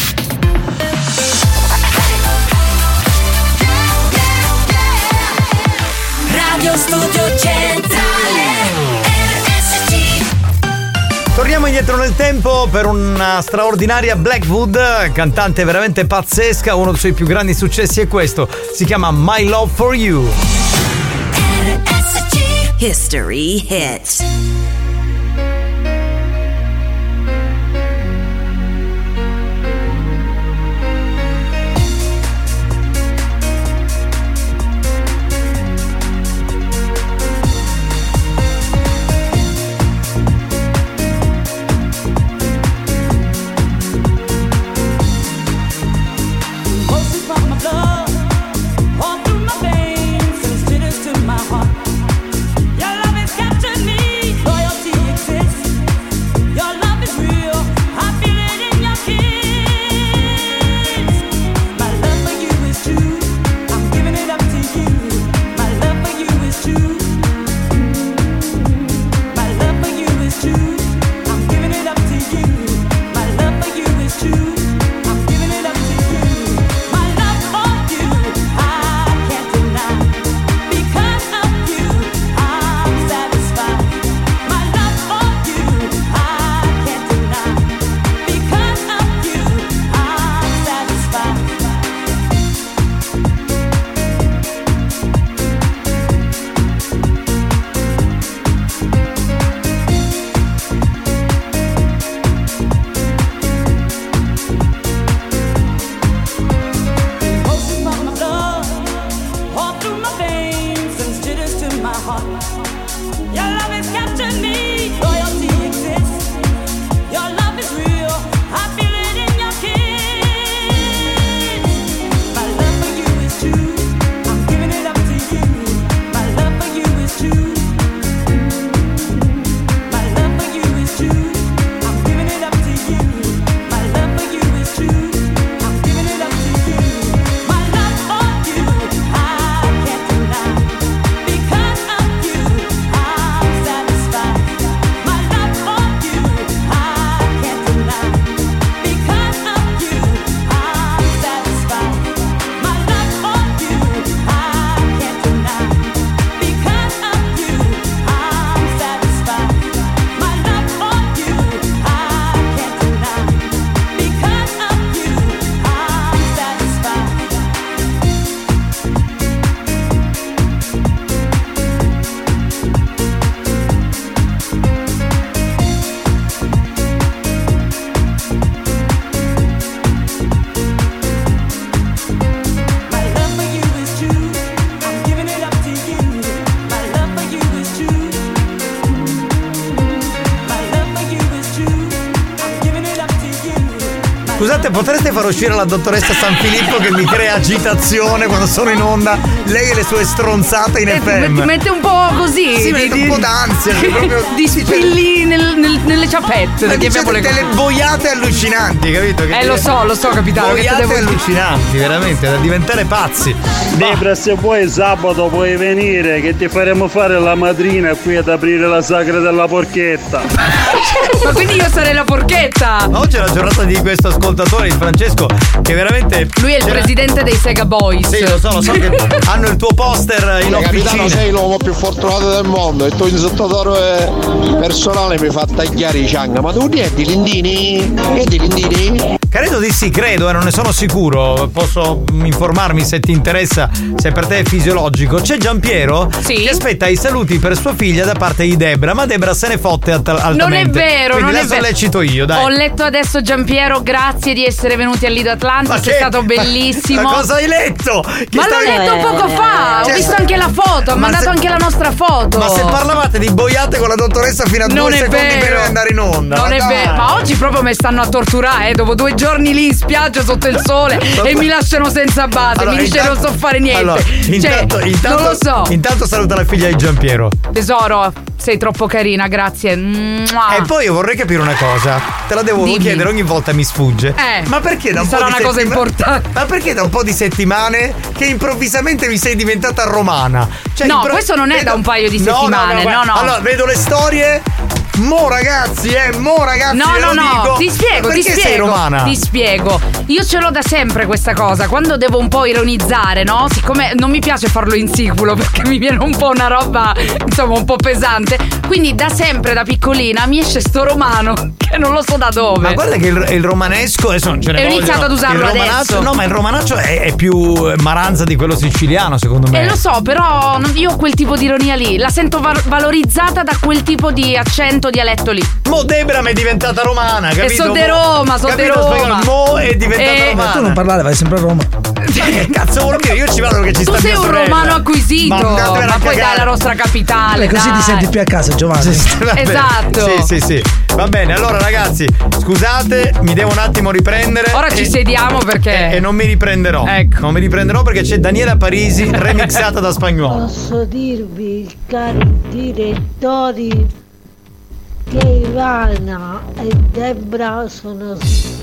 Radio Studio Centrale RSC. Torniamo indietro nel tempo per una straordinaria Blackwood, cantante veramente pazzesca. Uno dei suoi più grandi successi è questo, si chiama My Love for You. RSC History Hit. Scusate, potreste far uscire la dottoressa San Filippo che mi crea agitazione quando sono in onda? Lei e le sue stronzate in FM. Ti mette un po' così. Sì, mette un po' d'ansia. Proprio, di spilli nelle ciappette. Ma delle boiate allucinanti, capito? Che lo so, capitano. Boiate allucinanti, veramente, da diventare pazzi. Debra, se vuoi sabato puoi venire che ti faremo fare la madrina qui ad aprire la sagra della porchetta. Ma quindi io sarei la porchetta. Oggi è la giornata di questo ascoltatore, il Francesco, che veramente. Lui è il presidente dei Sega Boys. Sì, lo so che hanno il tuo poster in officina. Capitano, sei l'uomo più fortunato del mondo. Il tuo insultatore personale mi fa tagliare i cianga. Ma tu è di Lindini? È di Lindini? Credo di sì, credo, non ne sono sicuro. Posso informarmi se ti interessa, se per te è fisiologico. C'è Giampiero che aspetta i saluti per sua figlia da parte di Debra, ma Debra se ne fotte altamente. Non è vero, quindi non adesso è vero. le cito io, dai. Ho letto adesso Giampiero, grazie di essere venuti al Lido Atlantis, è stato bellissimo. Ma cosa hai letto? Ma l'ho letto poco fa, ho visto anche la foto, ha mandato anche la nostra foto. Ma se parlavate di boiate con la dottoressa fino a 2 secondi prima di andare in onda. Non è vero, ma oggi proprio mi stanno a torturare, dopo 2 giorni lì in spiaggia sotto il sole e mi lasciano senza base, Allora, mi dice non so fare niente. Allora, intanto, non lo so. Intanto saluta la figlia di Giampiero. Tesoro, sei troppo carina, grazie. Mua. E poi io vorrei capire una cosa. Te la devo chiedere, ogni volta mi sfugge. Ma perché da un po' sarà di una cosa importante. Ma perché da un po' di settimane che improvvisamente mi sei diventata romana? Cioè, No, questo non è da un paio di settimane, no. Allora, vedo le storie. Mo ragazzi, ve lo dico. Ti spiego, Ma perché sei romana? Ti spiego. Io ce l'ho da sempre questa cosa. Quando devo un po' ironizzare, no? Siccome non mi piace farlo in siculo perché mi viene un po' una roba, insomma, un po' pesante. Quindi da sempre, da piccolina, mi esce sto romano che non lo so da dove. Ma guarda che il romanesco adesso non ce ne Ho vogliono. iniziato ad usarlo il adesso. No, ma il romanaccio è più maranza di quello siciliano, secondo me. Lo so, però io ho quel tipo di ironia lì. La sento valorizzata da quel tipo di accento, dialetto lì. Mo Debra mi è diventata romana, capito? E so de Roma, so de Roma. Mo è diventata romana. Ma tu non parlare, vai sempre a Roma. Che cazzo vuol dire? Io ci vado che ci sta Tu sei mia un sorella. romano acquisito, ma poi dai la nostra capitale. E così dai. ti senti più a casa, Giovanni. Va bene. Esatto. Sì. Va bene, allora ragazzi, scusate, mi devo un attimo riprendere. Ora ci sediamo perché. E non mi riprenderò. Ecco. Non mi riprenderò perché c'è Daniela Parisi remixata da Spagnolo. Posso dirvi, cari direttori, che Ivana e Debra sono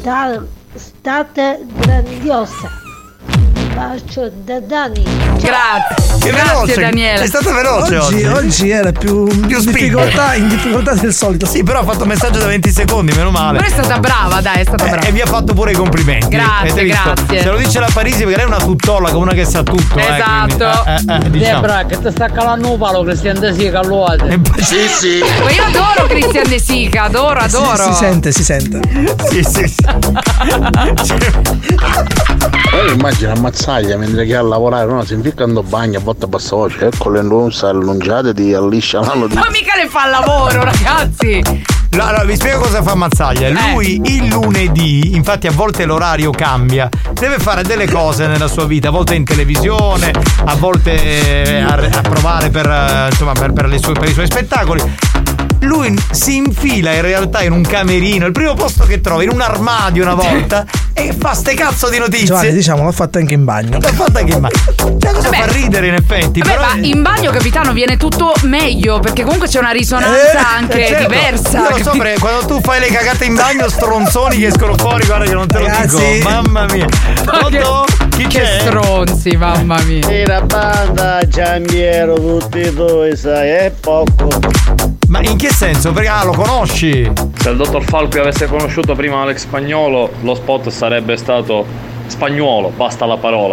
state grandiose. Bacio da Dani. Grazie. Che Grazie veloce. Daniela. È stata veloce oggi. Oggi era più in difficoltà del solito. Sì, però ha fatto un messaggio da 20 secondi, meno male. Però è stata brava, dai, è stata brava. E vi ha fatto pure i complimenti. Grazie, Avete visto? grazie. Se lo dice la Parisi perché lei è una tuttologa, una che sa tutto. Esatto. Quindi, diciamo. Debra, che ti sta calando un palo, Cristian De Sica, allora. Sì. Ma io adoro Cristian De Sica, adoro. Si sente. Sì. Poi immagina ammazzaglia mentre che a lavorare, no? Si inficcando bagno a botta bassa voce, ecco le allungate di alliscia l'anno di. Ma mica le fa al lavoro, ragazzi. Allora, vi spiego cosa fa Mazzaglia. Lui il lunedì, infatti a volte l'orario cambia, deve fare delle cose nella sua vita, a volte in televisione, a volte a provare per i suoi spettacoli. Lui si infila in realtà in un camerino, il primo posto che trova, in un armadio una volta, e fa ste cazzo di notizie. Giovanni, diciamo, l'ho fatta anche in bagno. Cioè, cosa fa ridere in effetti? Vabbè, però ma in bagno, capitano, viene tutto meglio, perché comunque c'è una risonanza anche certo. diversa. Io lo so, perché quando tu fai le cagate in bagno, stronzoni che escono fuori, guarda che non te lo dico. Mamma mia. Pronto? Chi che c'è? stronzi, mamma mia. Sì, la banda, Giampiero, tutti e due, sai, è poco. Ma in che senso? Perché lo conosci? Se il dottor Falqui avesse conosciuto prima Alex Spagnuolo, lo spot sarebbe stato Spagnuolo, basta la parola.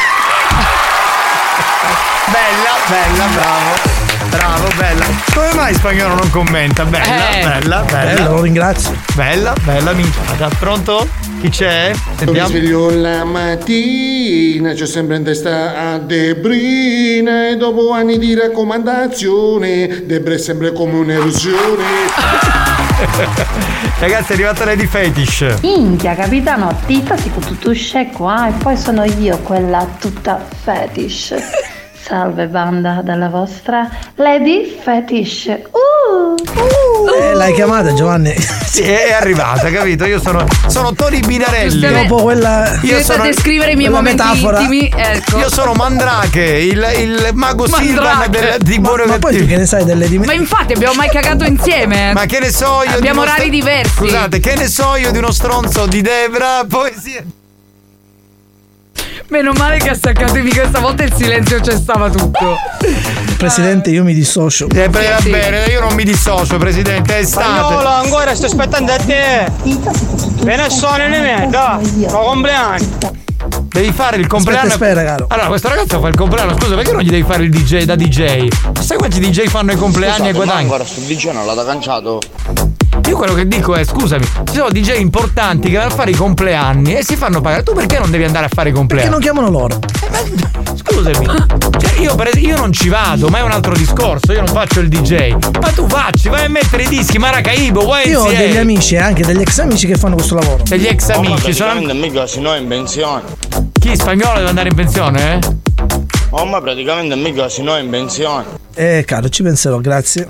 Bella, bravo, bella. Come mai Spagnolo non commenta? Bella. Lo ringrazio. Bella, minchiata. Pronto? Chi c'è? Mi sveglio la mattina, c'ho sempre in testa a Debrina e dopo anni di raccomandazione, Debra è sempre come un'eruzione. Ragazzi, è arrivata Lady Fetish. Minchia, capitano, Tita si può tutto uscire qua e poi sono io quella tutta fetish. Salve banda dalla vostra Lady Fetish. L'hai chiamata, Giovanni? Sì, è arrivata, capito? Io sono Tony Binarelli. Dopo quella. Io sto a descrivere i miei momenti intimi. Ecco. Io sono Mandrake, il mago Silvan di Buono. Ma poi tu che ne sai delle Ma infatti abbiamo mai cagato insieme. Ma che ne so io? Abbiamo orari diversi. Scusate, che ne so io di uno stronzo di Debra? Poesia. Meno male che ha staccato i microfoni, stavolta il silenzio c'è stava tutto. Presidente, io mi dissocio. Va bene, io non mi dissocio, Presidente, è estate. Spagnolo, ancora sto aspettando a te. Venezuela ne merda, ho compleanno. Devi fare il compleanno. Aspetta, caro. Allora, questo ragazzo fa il compleanno. Scusa, perché non gli devi fare il DJ da DJ? Sai quanti DJ fanno i compleanni e guadagnano? Guarda, sto DJ non l'ha canciato. Io quello che dico è, scusami, ci sono DJ importanti che vanno a fare i compleanni e si fanno pagare. Tu perché non devi andare a fare i compleanni? Perché non chiamano loro? Scusami, cioè io non ci vado, ma è un altro discorso. Io non faccio il DJ. Ma tu vai a mettere i dischi Maracaibo, YMCA. Io ho degli amici e anche degli ex amici che fanno questo lavoro. Degli ex amici sono. Mica se no in pensione. Chi Spagnolo deve andare in pensione, eh? Oh, ma praticamente mica se no in pensione. Caro, ci penserò, grazie.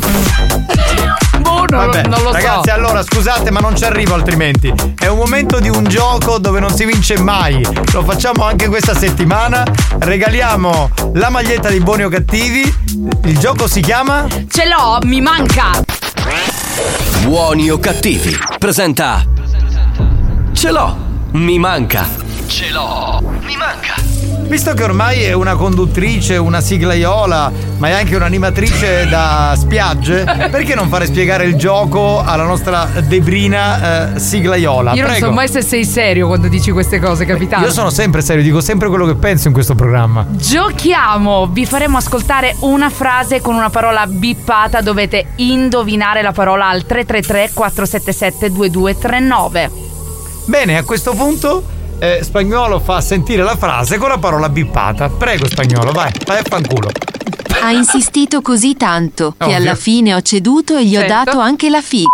Vabbè, non lo so. Ragazzi, allora scusate, ma non ci arrivo altrimenti. È un momento di un gioco dove non si vince mai. Lo facciamo anche questa settimana. Regaliamo la maglietta di Buoni o Cattivi. Il gioco si chiama? Ce l'ho, mi manca. Buoni o Cattivi presenta Ce l'ho, mi manca. Ce l'ho, mi manca. Visto che ormai è una conduttrice, una siglaiola, ma è anche un'animatrice da spiagge, perché non fare spiegare il gioco alla nostra Debrina siglaiola? Io non so mai se sei serio quando dici queste cose, capitano. Io sono sempre serio, dico sempre quello che penso in questo programma. Giochiamo! Vi faremo ascoltare una frase con una parola bippata. Dovete indovinare la parola al 333-477-2239. Bene, a questo punto Spagnolo fa sentire la frase con la parola bippata. Prego Spagnolo, vai a fanculo. Ha insistito così tanto che Ovvio. alla fine ho ceduto e gli ho dato anche la figa.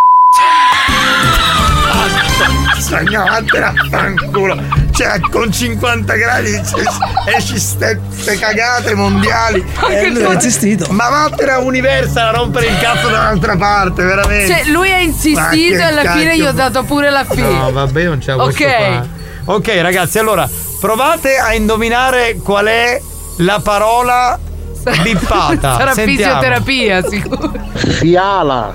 Spagnolo, vattene a fanculo. Cioè, con 50 gradi esci ste cagate mondiali. Lui ha insistito. Ma vattene a Universal a rompere il cazzo dall'altra parte, veramente. Cioè, lui ha insistito e alla fine gli ho dato pure la figa. No, vabbè, non ce la posso fare. Ok, ragazzi, allora provate a indovinare qual è la parola bippata. Sarà Sentiamo. fisioterapia, sicuro. Fiala.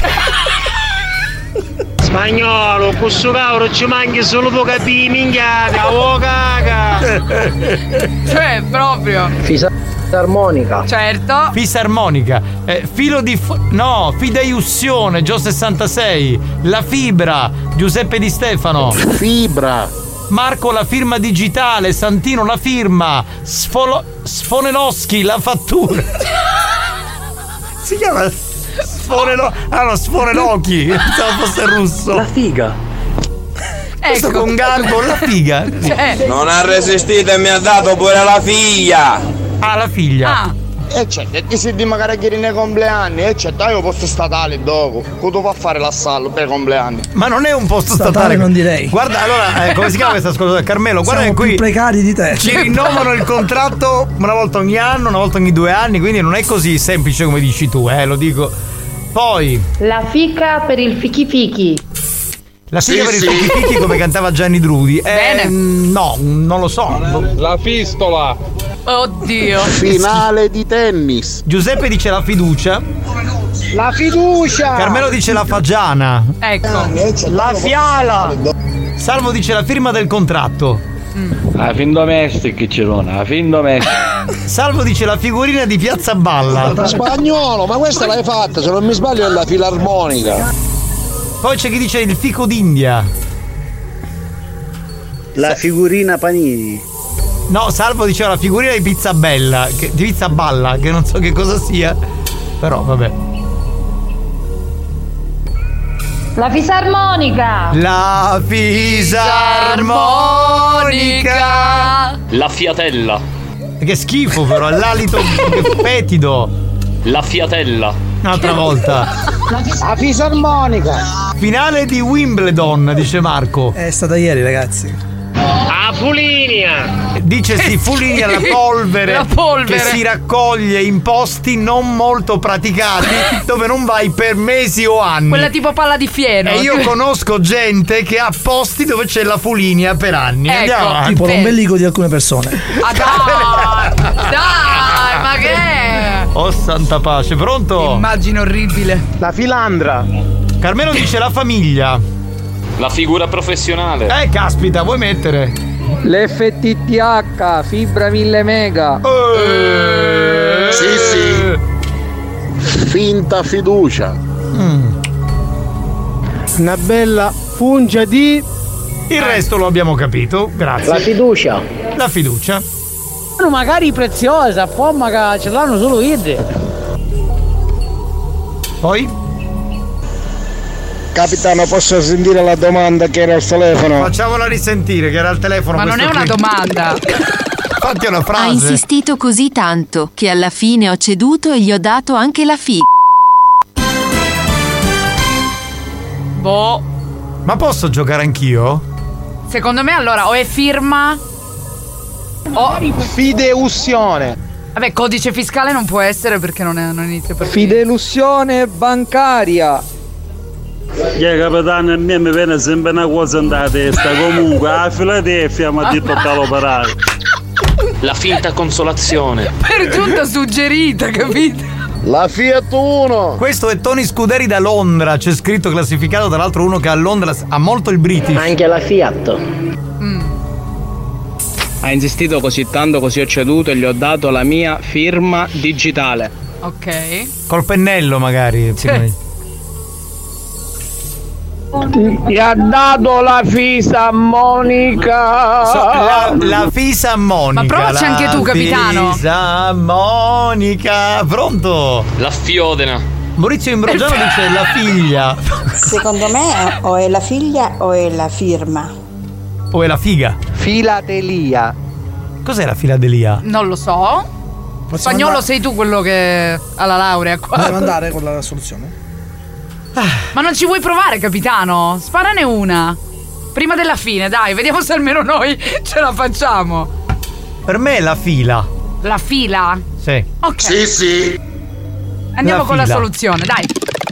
Spagnolo, questo cavolo ci manchi solo poco capire minchiata, oh caga. Cioè, proprio. Fisarmonica. Certo. Fisarmonica. Filo di fideiussione, Gio 66. La fibra, Giuseppe Di Stefano. Fibra. Marco la firma digitale, Santino la firma, Sfoneloschi la fattura. Si chiama Sfonelocchi, pensavo fosse russo. La figa. Questo con garbo, la figa. Non ha resistito e mi ha dato pure la figlia. Ah, la figlia. E c'è, ti si di magari che nei compleanni, e c'è, dai, posto statale dopo. Cosa fa fare l'assallo per i compleanni? Ma non è un posto statale, non direi. Guarda, allora, come si chiama questa scuola? Carmelo, guarda Siamo che qui più precari di te. ci rinnovano il contratto una volta ogni anno, una volta ogni 2 anni, quindi non è così semplice come dici tu, lo dico. Poi La fica per il fichi fichi. la figlia per il fichi come cantava Gianni Drudi. Bene. No, non lo so. La fistola. Oddio. Finale di tennis. Giuseppe dice la fiducia. La fiducia. Carmelo dice la fagiana. Ecco. La fiala. Salvo dice la firma del contratto. La fin domestic Cirona, la fin domestic. Salvo dice la figurina di Piazza Balla. Spagnolo, ma questa l'hai fatta, se non mi sbaglio è la filarmonica. Poi c'è chi dice il fico d'India. La figurina Panini. No, Salvo diceva la figurina di Pizza Bella, di Pizza Balla, che non so che cosa sia. Però vabbè. La fisarmonica. La fisarmonica. La fiatella. Che schifo però, l'alito fetido. La fiatella. Un'altra volta. La fisarmonica. Finale di Wimbledon, dice Marco. È stata ieri, ragazzi. A Fulinia. Dice sì, Fulinia, la polvere, La polvere. che si raccoglie in posti non molto praticati dove non vai per mesi o anni. Quella tipo palla di fieno. E io conosco gente che ha posti dove c'è la Fulinia per anni. Ecco, Andiamo avanti. Tipo l'ombelico di alcune persone. Ah, dai, ma che è? Oh santa pace, pronto? Immagine orribile. La filandra. Carmelo dice la famiglia. La figura professionale. Caspita, vuoi mettere? L'FTTH, fibra 1000 mega. Sì. Finta fiducia. Una bella pungia di... Il resto lo abbiamo capito, grazie. La fiducia. La fiducia. Magari preziosa, forma che ce l'hanno solo idee. Poi? Capitano, posso sentire la domanda che era al telefono? Facciamola risentire, che era al telefono. Ma non è una domanda. Fatti una frase. Ha insistito così tanto che alla fine ho ceduto e gli ho dato anche la figa. Boh. Ma posso giocare anch'io? Secondo me allora o è firma o Fideussione. Vabbè, codice fiscale non può essere perché non inizia per Fidelussione bancaria. Capitano, a me mi viene sempre una cosa nella testa. Comunque, a Filadelfia mi ha detto che l'operare. La finta consolazione. Per giunta suggerita, capito? La Fiat Uno. Questo è Tony Scuderi da Londra. C'è scritto classificato, tra l'altro, uno che a Londra ha molto il British. Anche la Fiat. Ha insistito così tanto, così ho ceduto e gli ho dato la mia firma digitale. Ok. Col pennello magari. Ti ha dato la fisarmonica. La fisarmonica. Ma provaci anche tu, capitano. Fisarmonica. Pronto? La fiodena. Maurizio Imbroggiano dice la figlia. Secondo me o è la figlia o è la firma. O è la figa? Filatelia. Cos'è la filadelia? Non lo so. Spagnolo andare? sei tu quello che ha la laurea qua. Devo andare con la soluzione? Ma non ci vuoi provare, capitano? Sparane una. Prima della fine, dai, vediamo se almeno noi ce la facciamo. Per me è la fila. La fila? Sì. Ok. Sì. Andiamo La con la fila. soluzione, dai.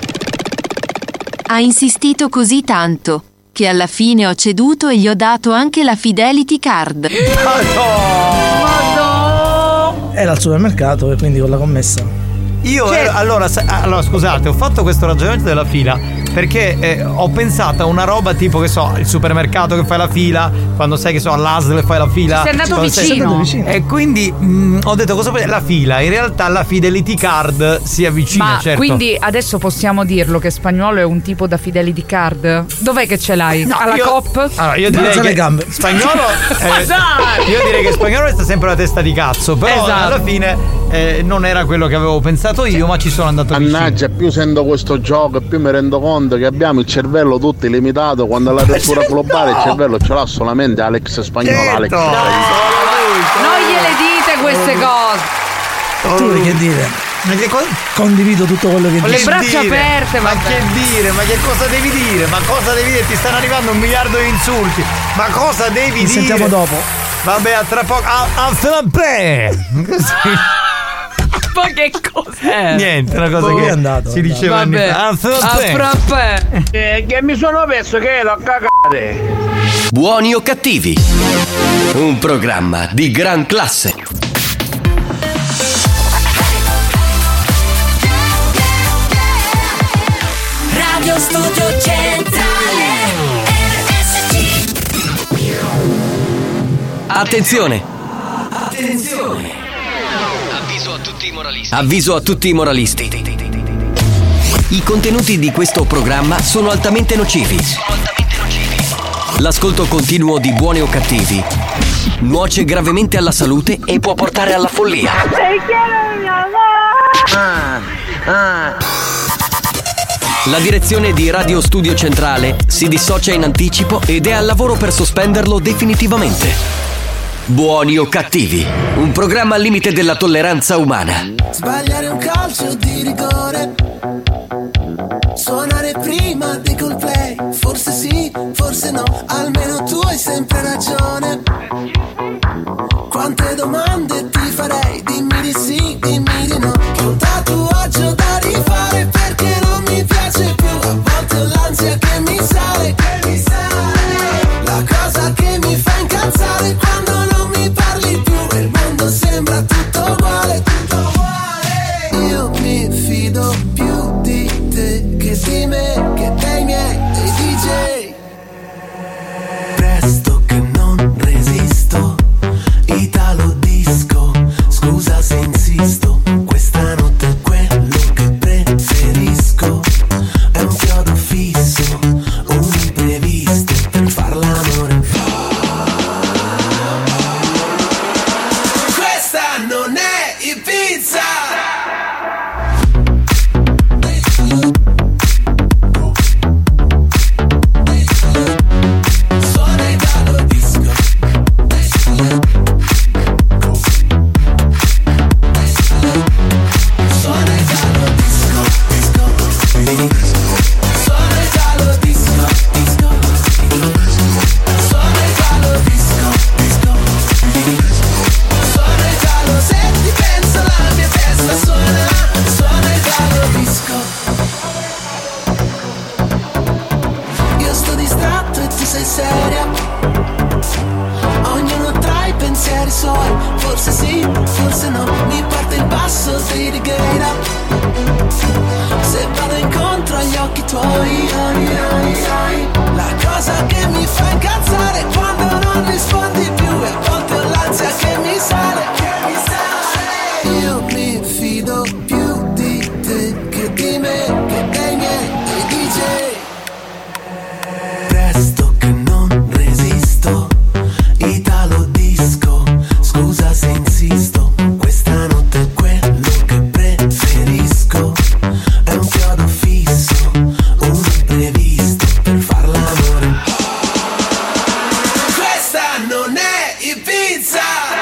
Ha insistito così tanto che alla fine ho ceduto e gli ho dato anche la Fidelity Card. Era al supermercato e quindi con la commessa. Io allora scusate, ho fatto questo ragionamento della fila perché ho pensato a una roba tipo, che so, il supermercato che fai la fila, quando sai che so all'ASL fai la fila. Sei andato quando vicino. E quindi ho detto cosa la fila, in realtà la Fidelity Card si avvicina, Ma certo. quindi adesso possiamo dirlo che Spagnolo è un tipo da Fidelity Card? Dov'è che ce l'hai? No, Alla COP? Allora, io direi che Spagnolo io direi che Spagnolo resta sempre la testa di cazzo, però Esatto. alla fine non era quello che avevo pensato io, ma ci sono andato vicino. Mannaggia, più sento questo gioco e più mi rendo conto che abbiamo il cervello tutto illimitato, quando alla lettura globale il cervello ce l'ha solamente Alex Spagnolo. Alex. Non gliele dite queste cose. Tu che dire? Condivido tutto quello che Con dici. le braccia aperte, ma vabbè. che dire, ma che cosa devi dire? Ma cosa devi dire? Ti stanno arrivando 1 miliardo di insulti. Ma cosa devi dire? Sentiamo dopo. Vabbè, a tra poco. A frappè! Ma che cos'è? Niente, una cosa Dove che è andato? si diceva anni Vabbè. fa. A frappè! frappè. Che mi sono perso che ero a cagare. Buoni o cattivi? Un programma di gran classe. Radio Studio Centrale RSC. Attenzione! Avviso a tutti i moralisti. I contenuti di questo programma sono altamente nocivi. L'ascolto continuo di Buoni o Cattivi nuoce gravemente alla salute e può portare alla follia. La direzione di Radio Studio Centrale si dissocia in anticipo ed è al lavoro per sospenderlo definitivamente. Buoni o Cattivi, un programma al limite della tolleranza umana. Sbagliare un calcio di rigore. Suonare prima dei Coldplay. Forse sì, forse no. Almeno tu hai sempre ragione. Quante domande ti farei? Dimmi di sì, dimmi di no. Che un tatuaggio da rifare perché non mi piace più. A volte ho l'ansia che mi sale. La cosa che mi fa incazzare quando non mi parli più. E il mondo sembra tutto uguale, tutto uguale. Io mi fido più di te che di me, che dei miei, dei DJ. Presto che non storia. Ognuno tra i pensieri suoi, forse sì, forse no, mi parte il passo di righiera. Se vado incontro agli occhi tuoi, la cosa che mi fa incazzare è quando non rispondi più e a volte ho l'ansia che mi sale. Io mi fido più di te che di me, che dei miei DJ. Presto che non resisto, Italo disco, scusa se insisto, questa notte è quello che preferisco. È un chiodo fisso, un imprevisto per far l'amore. Questa non è Ibiza.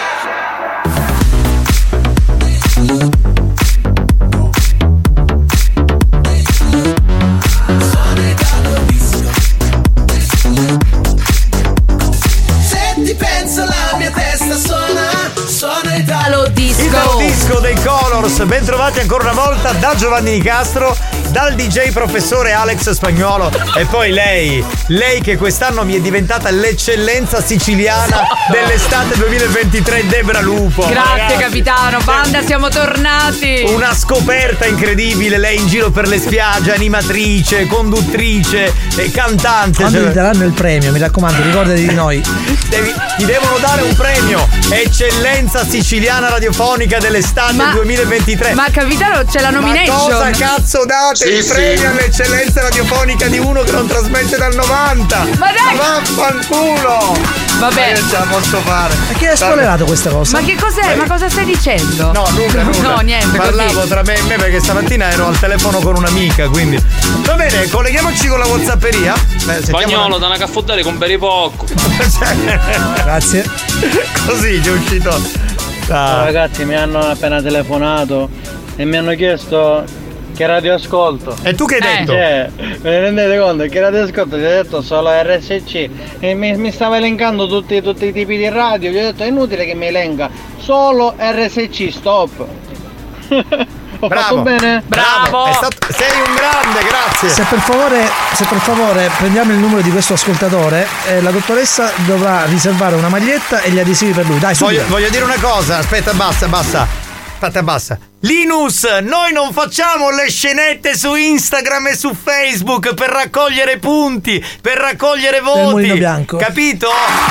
Se ti penso la mia testa suona Italo Disco. Italo Disco dei Colors, ben trovati ancora una volta da Giovanni Nicastro, dal DJ professore Alex Spagnuolo e poi lei che quest'anno mi è diventata l'eccellenza siciliana dell'estate 2023, Debra Lupo. Grazie ragazzi. capitano, banda, siamo tornati. Una scoperta incredibile, lei in giro per le spiagge, animatrice, conduttrice e cantante. Quando ti daranno il premio, mi raccomando, ricordati di noi. Ti devono dare un premio, eccellenza siciliana radiofonica dell'estate 2023. Ma capitano, c'è la nomination. Ma cosa cazzo date? Il premio all'eccellenza radiofonica di uno che non trasmette dal 90. Ma dai! Vaffanculo! Vabbè. Io ce la posso fare. Ma chi ha spoilerato questa cosa? Ma che cos'è? Ma cosa stai dicendo? No, nulla. No, niente. Parlavo così. tra me e me perché stamattina ero al telefono con un'amica, quindi. Va bene, colleghiamoci con la WhatsApperia. Spagnolo, da una caffotteria con beri poco. Grazie. Così ti è uscito. Ciao ragazzi, mi hanno appena telefonato e mi hanno chiesto che radio ascolto. E tu che hai detto? Me ne rendete conto? Che radio ascolto? Gli ho detto solo RSC e mi stava elencando tutti i tipi di radio. Gli ho detto è inutile che mi elenca, solo RSC, stop. Ho fatto bene? Bravo. Sei un grande, grazie. Se per favore prendiamo il numero di questo ascoltatore, la dottoressa dovrà riservare una maglietta e gli adesivi per lui. Dai, voglio dire una cosa, aspetta, basta. Linus, noi non facciamo le scenette su Instagram e su Facebook per raccogliere punti, per raccogliere voti. Mulino bianco. Capito?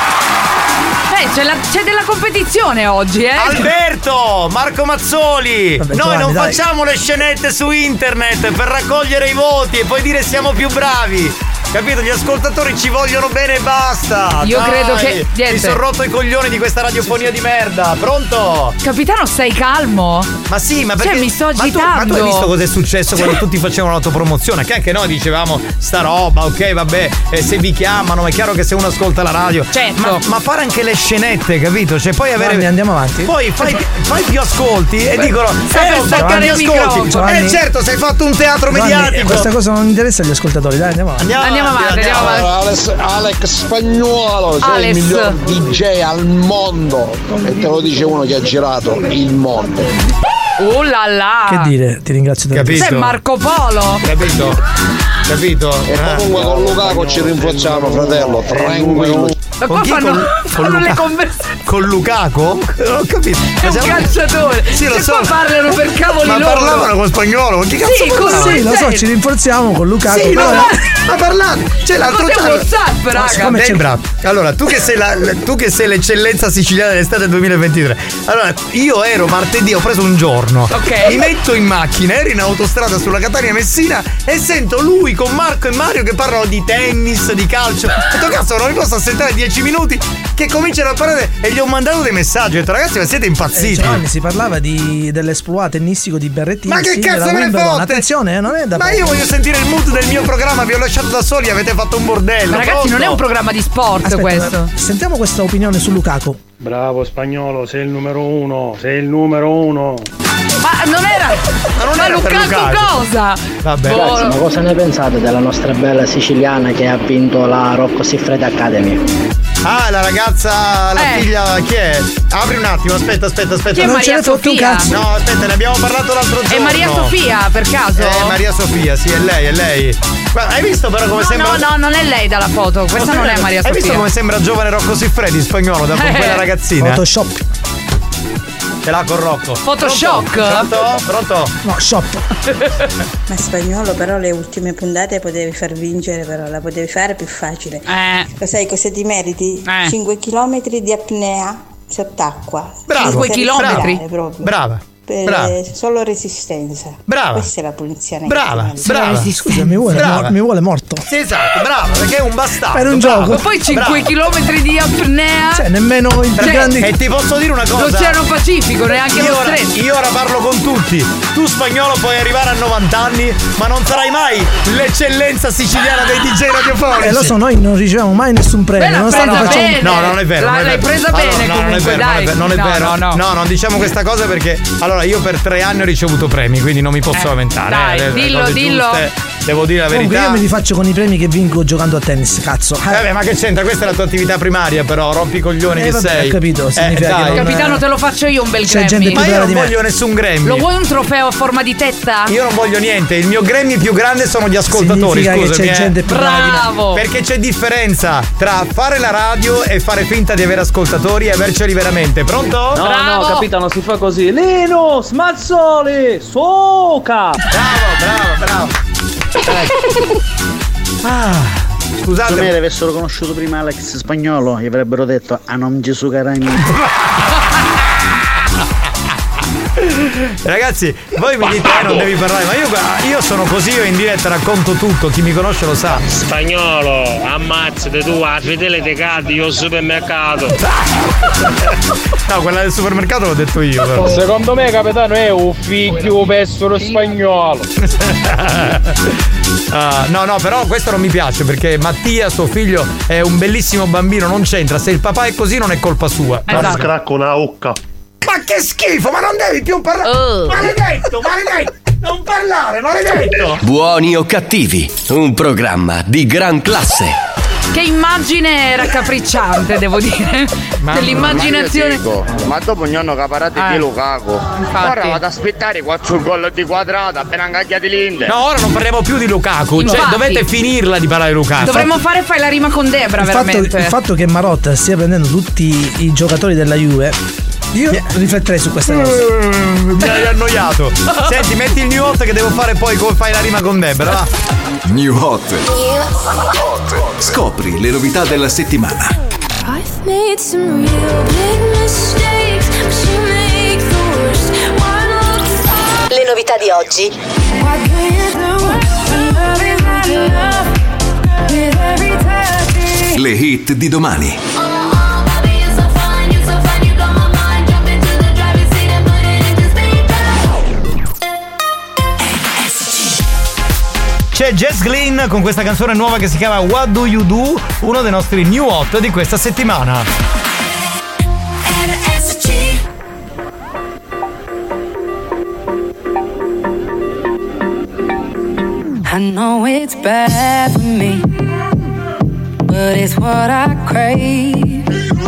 C'è della competizione oggi, Alberto, Marco Mazzoli, Vabbè, noi Giovanni, non dai. facciamo le scenette su internet per raccogliere i voti e poi dire siamo più bravi. Capito? Gli ascoltatori ci vogliono bene e basta. Io dai. credo che niente. Mi sono rotto i coglioni di questa radiofonia di merda. Pronto? Capitano, sei calmo? Ma sì, ma perché? Cioè, mi sto agitando. Ma tu hai visto cosa è successo quando tutti facevano l'autopromozione? Che anche noi dicevamo sta roba, ok, vabbè, se vi chiamano, è chiaro che se uno ascolta la radio. Certo. Ma fare anche le scenette, capito? Cioè poi avere. Giovanni, andiamo avanti. Poi fai più ascolti e dicono per staccare il microfono. Giovanni. Certo, sei fatto un teatro Giovanni, mediatico. questa cosa non interessa agli ascoltatori, dai, andiamo avanti. Andiamo avanti. Alex Spagnuolo, sei il miglior DJ al mondo e te lo dice uno che ha girato il mondo. Oh là là. Che dire, ti ringrazio Capito? Sei Marco Polo. Capito? E comunque con Lukaku ci rinfacciamo, fratello, tranquillo. Ma qua fanno le conversazioni. Con Lukaku? Non ho capito. È un calciatore. Sì, lo Che so. qua parlano per cavoli ma loro. parlavano con Spagnolo. Ma che cazzo Sì, parlavano? Sì, lo so, ci rinforziamo con Lukaku. Sì, però ma parlate. C'è l'altro Cos'è WhatsApp, raga? Debra, allora tu che sei l'eccellenza siciliana dell'estate 2023. Allora, io ero martedì, ho preso un giorno. Ok. Mi metto in macchina, ero in autostrada sulla Catania Messina e sento lui con Marco e Mario che parlano di tennis, di calcio. Ho detto cazzo, non mi posso aspettare 10 minuti che cominciano a parlare e gli ho mandato dei messaggi. Ho detto ragazzi, ma siete impazziti? Giovanni, si parlava dell'esploit tennistico di Berrettini. Ma che cazzo della me ne Wimbledon. fotte? Attenzione, non è da Ma poco. io voglio sentire il mood del mio programma, vi ho lasciato da soli, avete fatto un bordello. Ma ragazzi, pronto? non è un programma di sport. Aspetta, questo. Sentiamo questa opinione su Lukaku. Bravo Spagnolo, sei il numero uno, sei il numero uno. Ma non era. Ma era per Lukaku Lukaku. cosa? Vabbè. Ragazzi, ma cosa ne pensate della nostra bella siciliana che ha vinto la Rocco Siffredi Academy? Ah, la ragazza, la figlia, chi è? Apri un attimo, aspetta. Chi è non Maria ce ne fotte un Sofia? cazzo. No, aspetta, ne abbiamo parlato l'altro giorno. È Maria Sofia, per caso? Maria Sofia, sì, è lei. Guarda, hai visto però come sembra? No, non è lei dalla foto, questa non è Maria Sofia. Hai visto come sembra giovane Rocco Siffredi in spagnolo con quella ragazzina? Photoshop. Ce l'ha con Rocco. Photoshock? Pronto? No, shop. Ma spagnolo però le ultime puntate potevi far vincere, però la potevi fare più facile. Lo sai cosa ti meriti? 5 chilometri di apnea sott'acqua. Bravo. 5 chilometri? Brava. Solo resistenza. Brava. Questa è la punizione. Brava. Scusa, mi vuole morto. Sì, esatto, bravo, perché è un bastardo. Per un gioco. Ma poi 5 chilometri di apnea? Cioè, nemmeno i più grandi. E ti posso dire una cosa? L'Oceano Pacifico, neanche lo stretto. Io ora parlo con tutti. Tu spagnolo puoi arrivare a 90 anni, ma non sarai mai l'eccellenza siciliana dei DJ radiofonici. Lo so, noi non riceviamo mai nessun premio. L'hai presa bene. No, non è vero. L'hai presa bene comunque, dai. Non è vero. No, non diciamo questa cosa perché allora io per 3 anni ho ricevuto premi, quindi non mi posso lamentare. Dai, dillo. Devo dire la verità. Comunque io mi rifaccio con i premi che vinco giocando a tennis, cazzo. Vabbè, ma che c'entra? Questa è la tua attività primaria, però rompi i coglioni che vabbè, sei. Ho capito, significa che Capitano, te lo faccio io un bel c'è Grammy. gente più Ma io brava non di me. voglio nessun Grammy. Lo vuoi un trofeo a forma di tetta? Io non voglio niente. Il mio Grammy più grande sono gli ascoltatori. Significa Scusami, che c'è gente più brava di me. Bravo. Perché c'è differenza tra fare la radio e fare finta di avere ascoltatori e averceli veramente. Pronto? No, capitano, si fa così. Lino, Smazzoli, Soca. Bravo. Scusate. Se mi avessero conosciuto prima Alex Spagnolo, gli avrebbero detto a non Gesù Caragni. Ragazzi, voi mi dite non devi parlare, ma io sono così, io in diretta racconto tutto, chi mi conosce lo sa. Spagnolo, ammazzate tu, a fedele te cadi, io al supermercato. No, quella del supermercato l'ho detto io però. Secondo me capitano è un figlio pessero spagnolo. No, però questo non mi piace perché Mattia, suo figlio, è un bellissimo bambino, non c'entra, se il papà è così non è colpa sua. Ma scracco una occa. Ma che schifo, ma non devi più parlare. Maledetto, non parlare, maledetto. Buoni o cattivi, un programma di gran classe. Che immagine raccapricciante, devo dire. Dell'immaginazione. Ma dopo ogni anno caparate di Lukaku. Ora vado ad aspettare 4 gol di quadrato appena ingaggiati l'Inter. No, ora non parliamo più di Lukaku. Infatti. Cioè, dovete finirla di parlare di Lukaku. Dovremmo fare la rima con Debra, veramente. Il fatto che Marotta stia prendendo tutti i giocatori della Juve, io rifletterei su questa cosa. Mi hai annoiato. Senti, metti il New Hot che devo fare poi come fai la rima con Debra, va. New Hot. Scopri le novità della settimana. I've made some real big mistakes, but you make the worst one look fine. Le novità di oggi. What do you do when love is not enough? With every touch. Le hit di domani. C'è Jess Glynn con questa canzone nuova che si chiama What Do You Do, uno dei nostri New Hot di questa settimana. I know it's bad for me, but it's what I crave,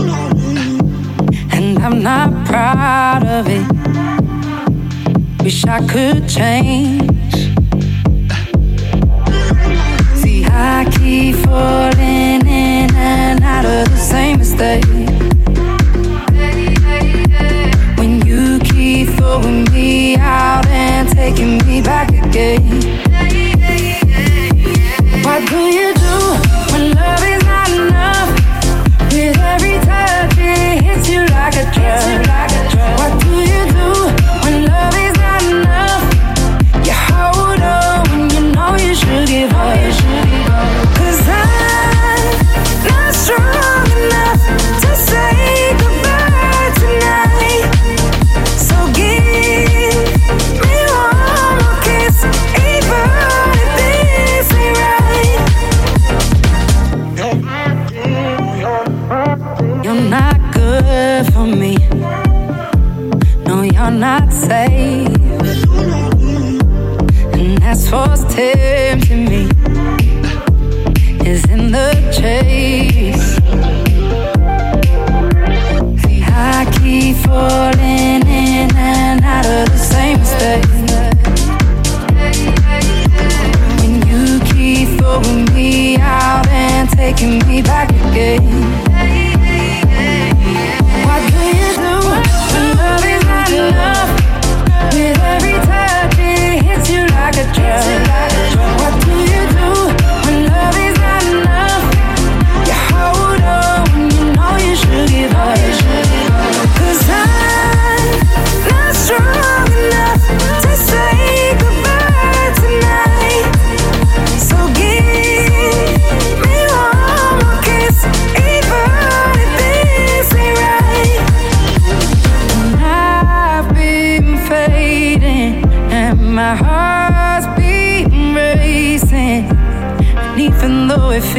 and I'm not proud of it. Wish I could change. See, I keep falling in and out of the same mistake. When you keep throwing me out and taking me back again. What do you do when love is not enough? With every touch it hits you like a drug. What do you do when love is not enough? You hold on when you know you should give up. 'Cause I'm not strong enough to say goodbye tonight. So give me one more kiss, even if this ain't right. You're not good for me. No, you're not safe. And that's what's tempting me, is in the chase.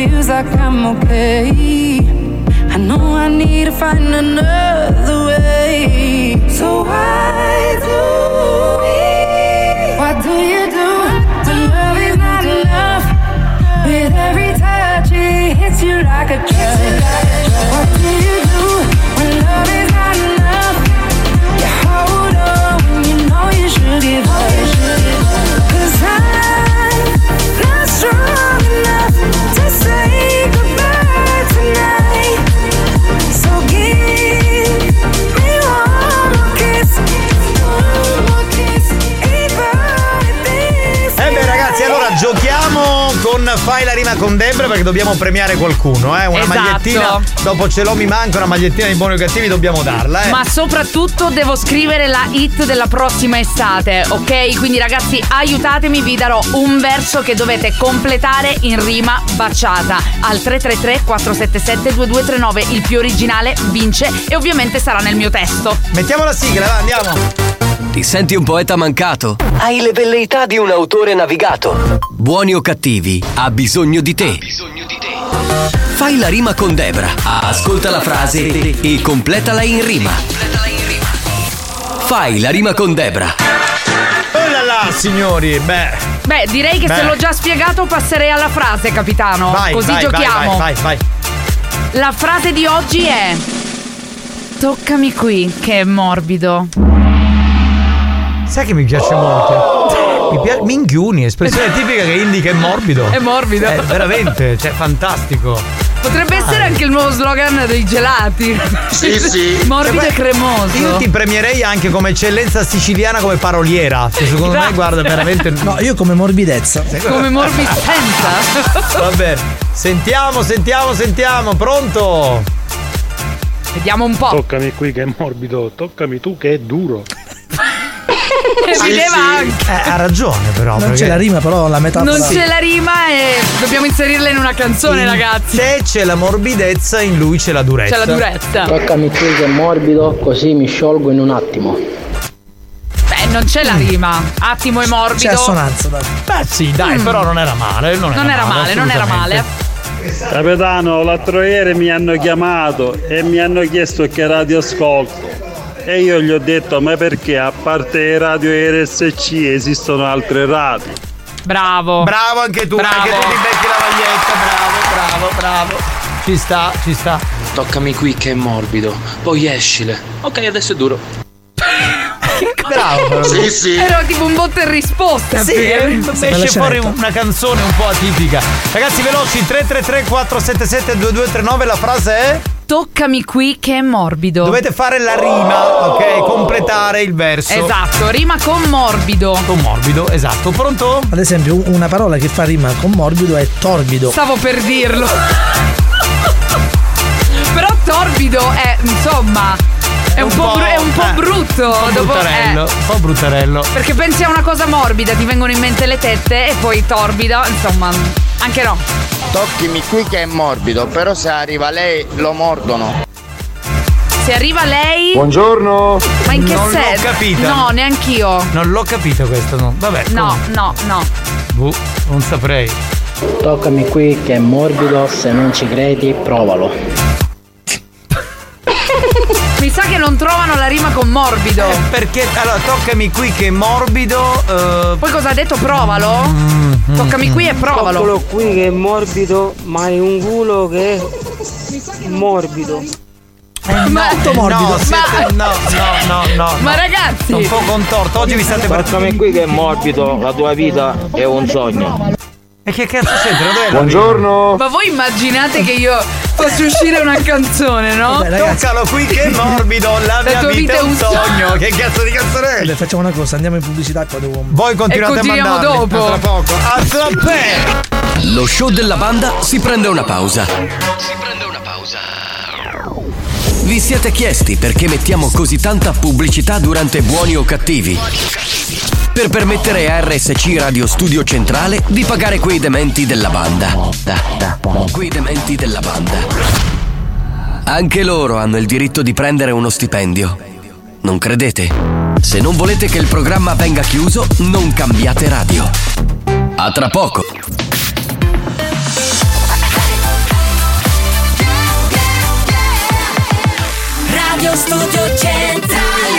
feels like I'm okay. I know I need to find another way. So why do you do when love is not enough? With every touch it hits you like a drug. What do you do when love is not enough? You hold on when you know you should give up. 'Cause I'm not strong enough to say goodbye tonight. So give me one more kiss, beh ragazzi, allora giochiamo con Fai la rima con Debra perché dobbiamo premiare qualcuno, Una Esatto. magliettina, dopo ce l'ho, mi manca una magliettina di Buoni o Cattivi, dobbiamo darla, Ma soprattutto devo scrivere la hit della prossima estate, ok? Quindi ragazzi aiutatemi, vi darò un verso che dovete completare in rima baciata al 333-477-2239. Il più originale vince e ovviamente sarà nel mio testo. Mettiamo la sigla, va, andiamo. Ti senti un poeta mancato? Hai le velleità di un autore navigato? Buoni o Cattivi ha bisogno di te. Fai la rima con Debra. Ascolta la frase e completala in rima. Fai la rima con Debra. Oh là là, signori, Beh, direi che se l'ho già spiegato passerei alla frase, capitano. Vai, Così vai, giochiamo. vai. La frase di oggi è: toccami qui che è morbido. Sai che mi piace molto? Minchiuni, espressione tipica che indica è morbido. È morbido. È veramente, cioè fantastico. Potrebbe essere anche il nuovo slogan dei gelati. Sì. Morbido e cremoso. Io ti premierei anche come eccellenza siciliana, come paroliera. Che secondo me, guarda, veramente. No, io come morbidezza. Come morbidenza. Va bene. Sentiamo. Pronto? Vediamo un po'. Toccami qui che è morbido, toccami tu che è duro. Rideva anche. Ha ragione però. Non c'è la rima, però la metafora. Non c'è la rima e dobbiamo inserirla in una canzone, ragazzi. Se c'è la morbidezza, in lui c'è la durezza. C'è la durezza. Toccami qui che è morbido, così mi sciolgo in un attimo. Beh, non c'è la rima. Attimo e morbido. C'è assonanza, dai. Beh sì, dai, però non era male. Non era male. Capitano, l'altro ieri mi hanno chiamato e mi hanno chiesto che radio ascolto. E io gli ho detto, ma perché a parte radio RSC esistono altre radio? Bravo anche tu, Bravo. anche tu ti becchi la maglietta, bravo. Ci sta. Toccami qui che è morbido, poi escile. Ok, adesso è duro. Bravo però. Sì. Era tipo un botta e risposta. Sì, esce fuori una canzone un po' atipica. Ragazzi, veloci, 333-477-2239, la frase è: toccami qui che è morbido. dovete fare la rima, ok? Completare il verso. Esatto, rima con morbido. Con morbido, esatto. Pronto? Ad esempio, una parola che fa rima con morbido è torbido. Stavo per dirlo. Però torbido è, insomma, è un po' brutto. Un po' bruttarello. Perché pensi a una cosa morbida, ti vengono in mente le tette, e poi torbida, insomma, anche no. Toccami qui che è morbido, però se arriva lei lo mordono. Se arriva lei. Buongiorno. Ma in che Non senso? l'ho capita. No, neanch'io. Non l'ho capito questo, no. Vabbè. No. Non saprei. Toccami qui che è morbido, se non ci credi, provalo. Mi sa che non trovano la rima con morbido. Perché allora toccami qui che è morbido. Poi cosa ha detto? Provalo? Toccami qui e provalo. Toccalo qui che è morbido, ma è un culo che è morbido. Molto morbido. No. Ma ragazzi, un po' contorto. Oggi vi state Toccami qui che è morbido, la tua vita è un sogno. E che cazzo c'entra? Dov'è? Buongiorno. ma voi immaginate che io faccio uscire una canzone, no? Vabbè, ragazzi, Toccalo qui che è morbido, la mia tua vita è un sogno. Che cazzo di canzone è? facciamo una cosa, andiamo in pubblicità e poi dopo. Voi continuate E continuiamo a mandarli. dopo. Tra poco. A tra pe. Lo show della banda si prende una pausa. Vi siete chiesti perché mettiamo così tanta pubblicità durante Buoni o Cattivi? Per permettere a RSC Radio Studio Centrale di pagare quei dementi della banda. Quei dementi della banda. Anche loro hanno il diritto di prendere uno stipendio. Non credete? Se non volete che il programma venga chiuso, non cambiate radio. A tra poco. studio centrale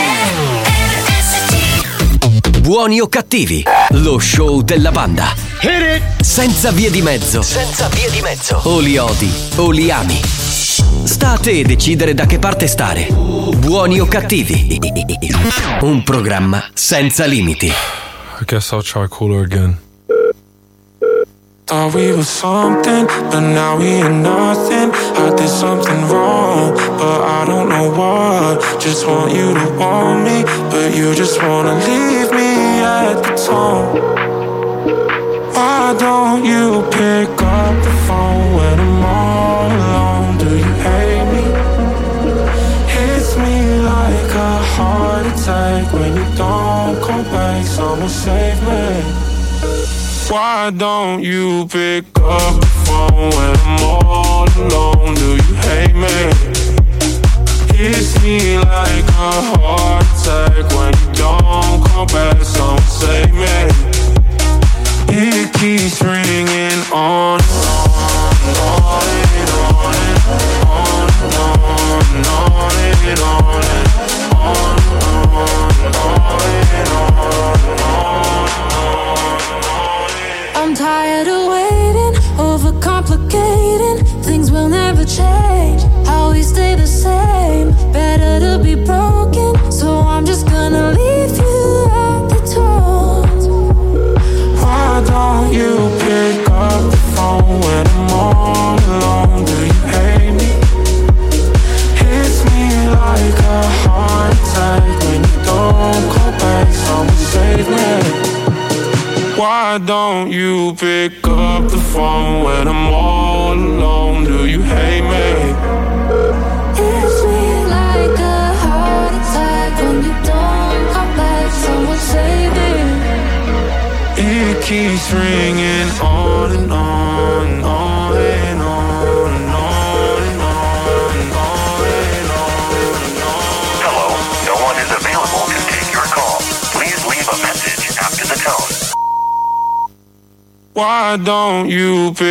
RSC. Buoni o cattivi, lo show della banda. Senza vie di mezzo. Senza vie di mezzo. O li odi o li ami. Sta a te decidere da che parte stare. Buoni o cattivi. Un programma senza limiti. I guess I'll try cooler again. Thought we were something, but now we are nothing. I did something wrong, but I don't know what. Just want you to want me, but you just wanna leave me at the tone. Why don't you pick up the phone when I'm all alone? Do you hate me? Hits me like a heart attack when you don't come back. Someone save me. Why don't you pick up the phone when I'm all alone? Do you hate me? Hits me like a heart attack when you don't come back. Someone save me. It keeps ringing on and on and on and on and on and on and on and on and on and on. I'm tired of waiting, overcomplicating. Things will never change, always stay the same. Better to be broken, so I'm just gonna leave you at the door. Why don't you pick up the phone when I'm all alone? Do you hate me? Hits me like a heart attack when you don't call back. Someone save me. Why don't you pick up the phone when I'm all alone? Do you hate me? Hits me like a heart attack when you don't come back. Someone save me. It keeps ringing on and on and on and on and on and on and on and on and on. Hello, no one is available to take your call. Please leave a message after the tone. Why don't you pick?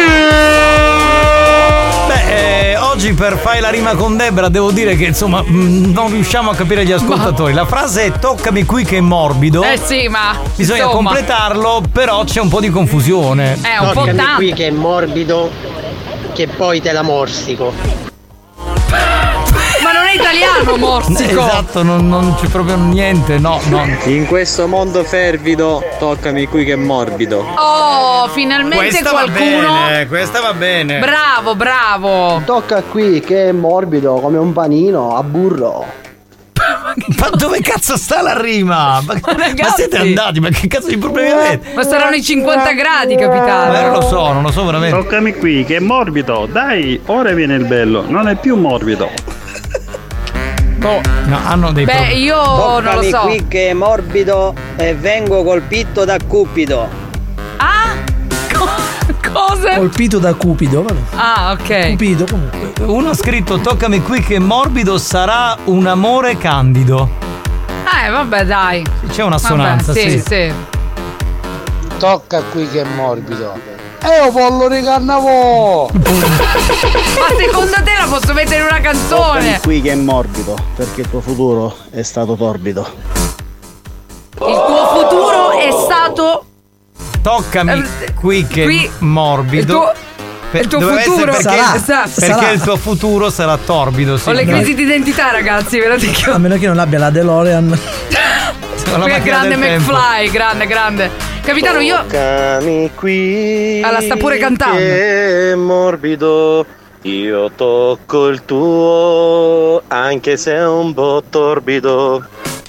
Beh, oggi per fare la rima con Debra devo dire che insomma non riusciamo a capire gli ascoltatori. La frase è toccami qui che è morbido. Sì, ma bisogna insomma completarlo, però c'è un po' di confusione. Un po' tanto. qui che è morbido, che poi te la morsico. Ma non è italiano, morsico. Esatto, non c'è proprio niente, no. In questo mondo fervido, toccami qui che è morbido. Oh, finalmente qualcuno. Questa va bene. Bravo. Tocca qui che è morbido come un panino a burro. Ma dove cazzo sta la rima? Ma siete andati? Ma che cazzo di problemi avete? Ma saranno i 50 gradi, capitano. Non lo so veramente. Toccami qui che è morbido. Dai, ora viene il bello. Non è più morbido. No, hanno dei problemi. Io non lo so. Toccami qui che è morbido e vengo colpito da Cupido. Cosa? Colpito da Cupido, vabbè. Ok. Cupido comunque. Uno ha scritto toccami qui che è morbido, sarà un amore candido. Vabbè, dai. C'è un'assonanza, sì. Tocca qui che è morbido. Io pollo di carnavò! Ma secondo te la posso mettere in una canzone? Toccami qui che è morbido, perché il tuo futuro è stato torbido. Il tuo futuro è stato. Toccami qui che è morbido. Il tuo futuro perché il tuo futuro sarà torbido. Sì. Ho le crisi di identità, ragazzi, ve lo dico. A meno che non abbia la DeLorean. Qui è grande McFly, grande. Capitano, io. Toccami qui. La sta pure cantando. Che è morbido. Io tocco il tuo, anche se è un po' torbido.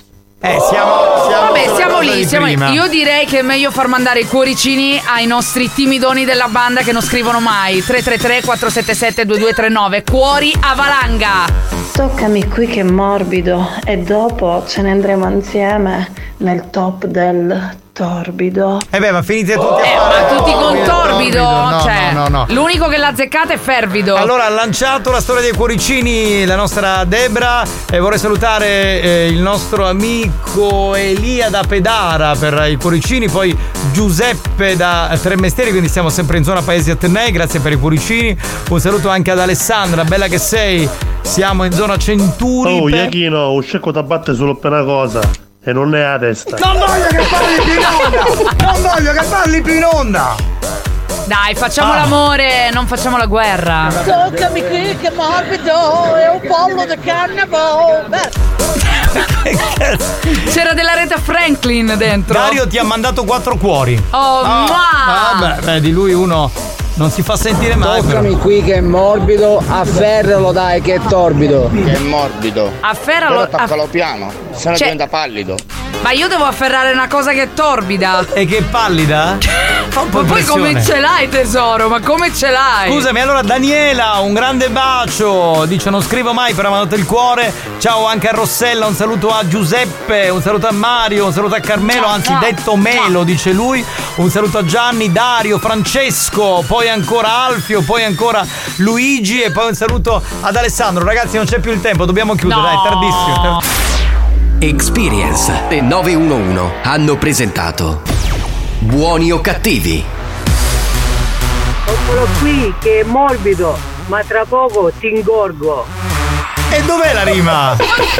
Siamo lì. Io direi che è meglio far mandare i cuoricini ai nostri timidoni della banda che non scrivono mai. 333-477-2239. Cuori a valanga. Toccami qui che è morbido e dopo ce ne andremo insieme nel top del torbido. Ma finite tutti a fare. Ma tutti con torbido? No. L'unico che l'ha azzeccata è fervido. Allora ha lanciato la storia dei cuoricini la nostra Debra e vorrei salutare il nostro amico Elia da Pedara per i cuoricini, poi Giuseppe da Tremestieri, quindi siamo sempre in zona Paesi Atenei, grazie per i cuoricini. Un saluto anche ad Alessandra, bella che sei, siamo in zona Centuripe. Oh, Iachino, un scecco da batte solo per una cosa. E non è a testa. Non voglio che parli più in onda! Non voglio che parli più in onda! Dai, facciamo l'amore, non facciamo la guerra. Toccami qui che morbido, è un pollo di carnevale. C'era della Reta Franklin dentro. Dario ti ha mandato 4 cuori. Oh, vabbè, di lui uno non si fa sentire mai. Toccami qui che è morbido, afferralo dai che è torbido. Che è morbido. Afferralo. Però toccalo piano, se no diventa pallido. Ma io devo afferrare una cosa che è torbida. E che è pallida? Ma poi come ce l'hai tesoro? Ma come ce l'hai? Scusami, allora Daniela, un grande bacio. Dice non scrivo mai però ha mandato il cuore. Ciao anche a Rossella, un saluto a Giuseppe, un saluto a Mario, un saluto a Carmelo, anzi detto Melo, dice lui. Un saluto a Gianni, Dario, Francesco, poi ancora Alfio, poi ancora Luigi e poi un saluto ad Alessandro. Ragazzi, non c'è più il tempo, dobbiamo chiudere, dai, tardissimo. Experience e 911 hanno presentato Buoni o cattivi? Eccolo qui che è morbido, ma tra poco ti ingorgo. E dov'è la rima?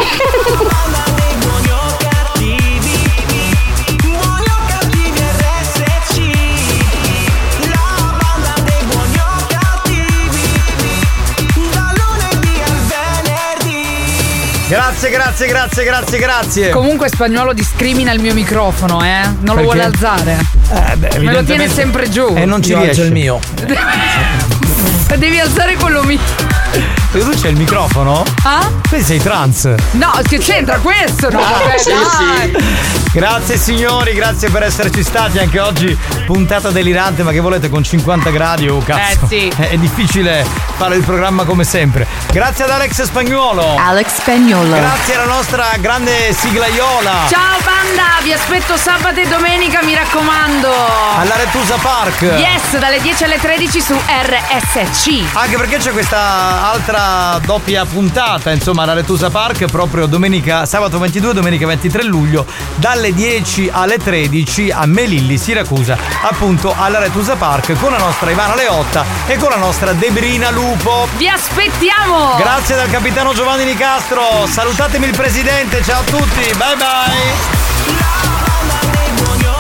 Grazie. Comunque Spagnuolo discrimina il mio microfono, Non lo vuole alzare. Me lo tiene sempre giù. E non ci riesce il mio. Devi alzare quello mio. E tu c'hai il microfono? Ah? Te sei trans. No, che c'entra questo? No, sì. Grazie signori, grazie per esserci stati anche oggi. Puntata delirante, ma che volete con 50 gradi? Oh cazzo. Sì. È difficile fare il programma come sempre. Grazie ad Alex Spagnuolo. Grazie alla nostra grande siglaiola. Ciao banda, vi aspetto sabato e domenica, mi raccomando. Alla Retusa Park. Yes, dalle 10 alle 13 su RSC. Anche perché c'è questa altra doppia puntata, insomma, alla Retusa Park proprio domenica, sabato 22 domenica 23 luglio dalle 10 alle 13 a Melilli, Siracusa, appunto alla Retusa Park con la nostra Ivana Leotta e con la nostra Debrina Lupo. Vi aspettiamo. Grazie dal capitano Giovanni Nicastro, salutatemi il presidente, ciao a tutti, bye bye.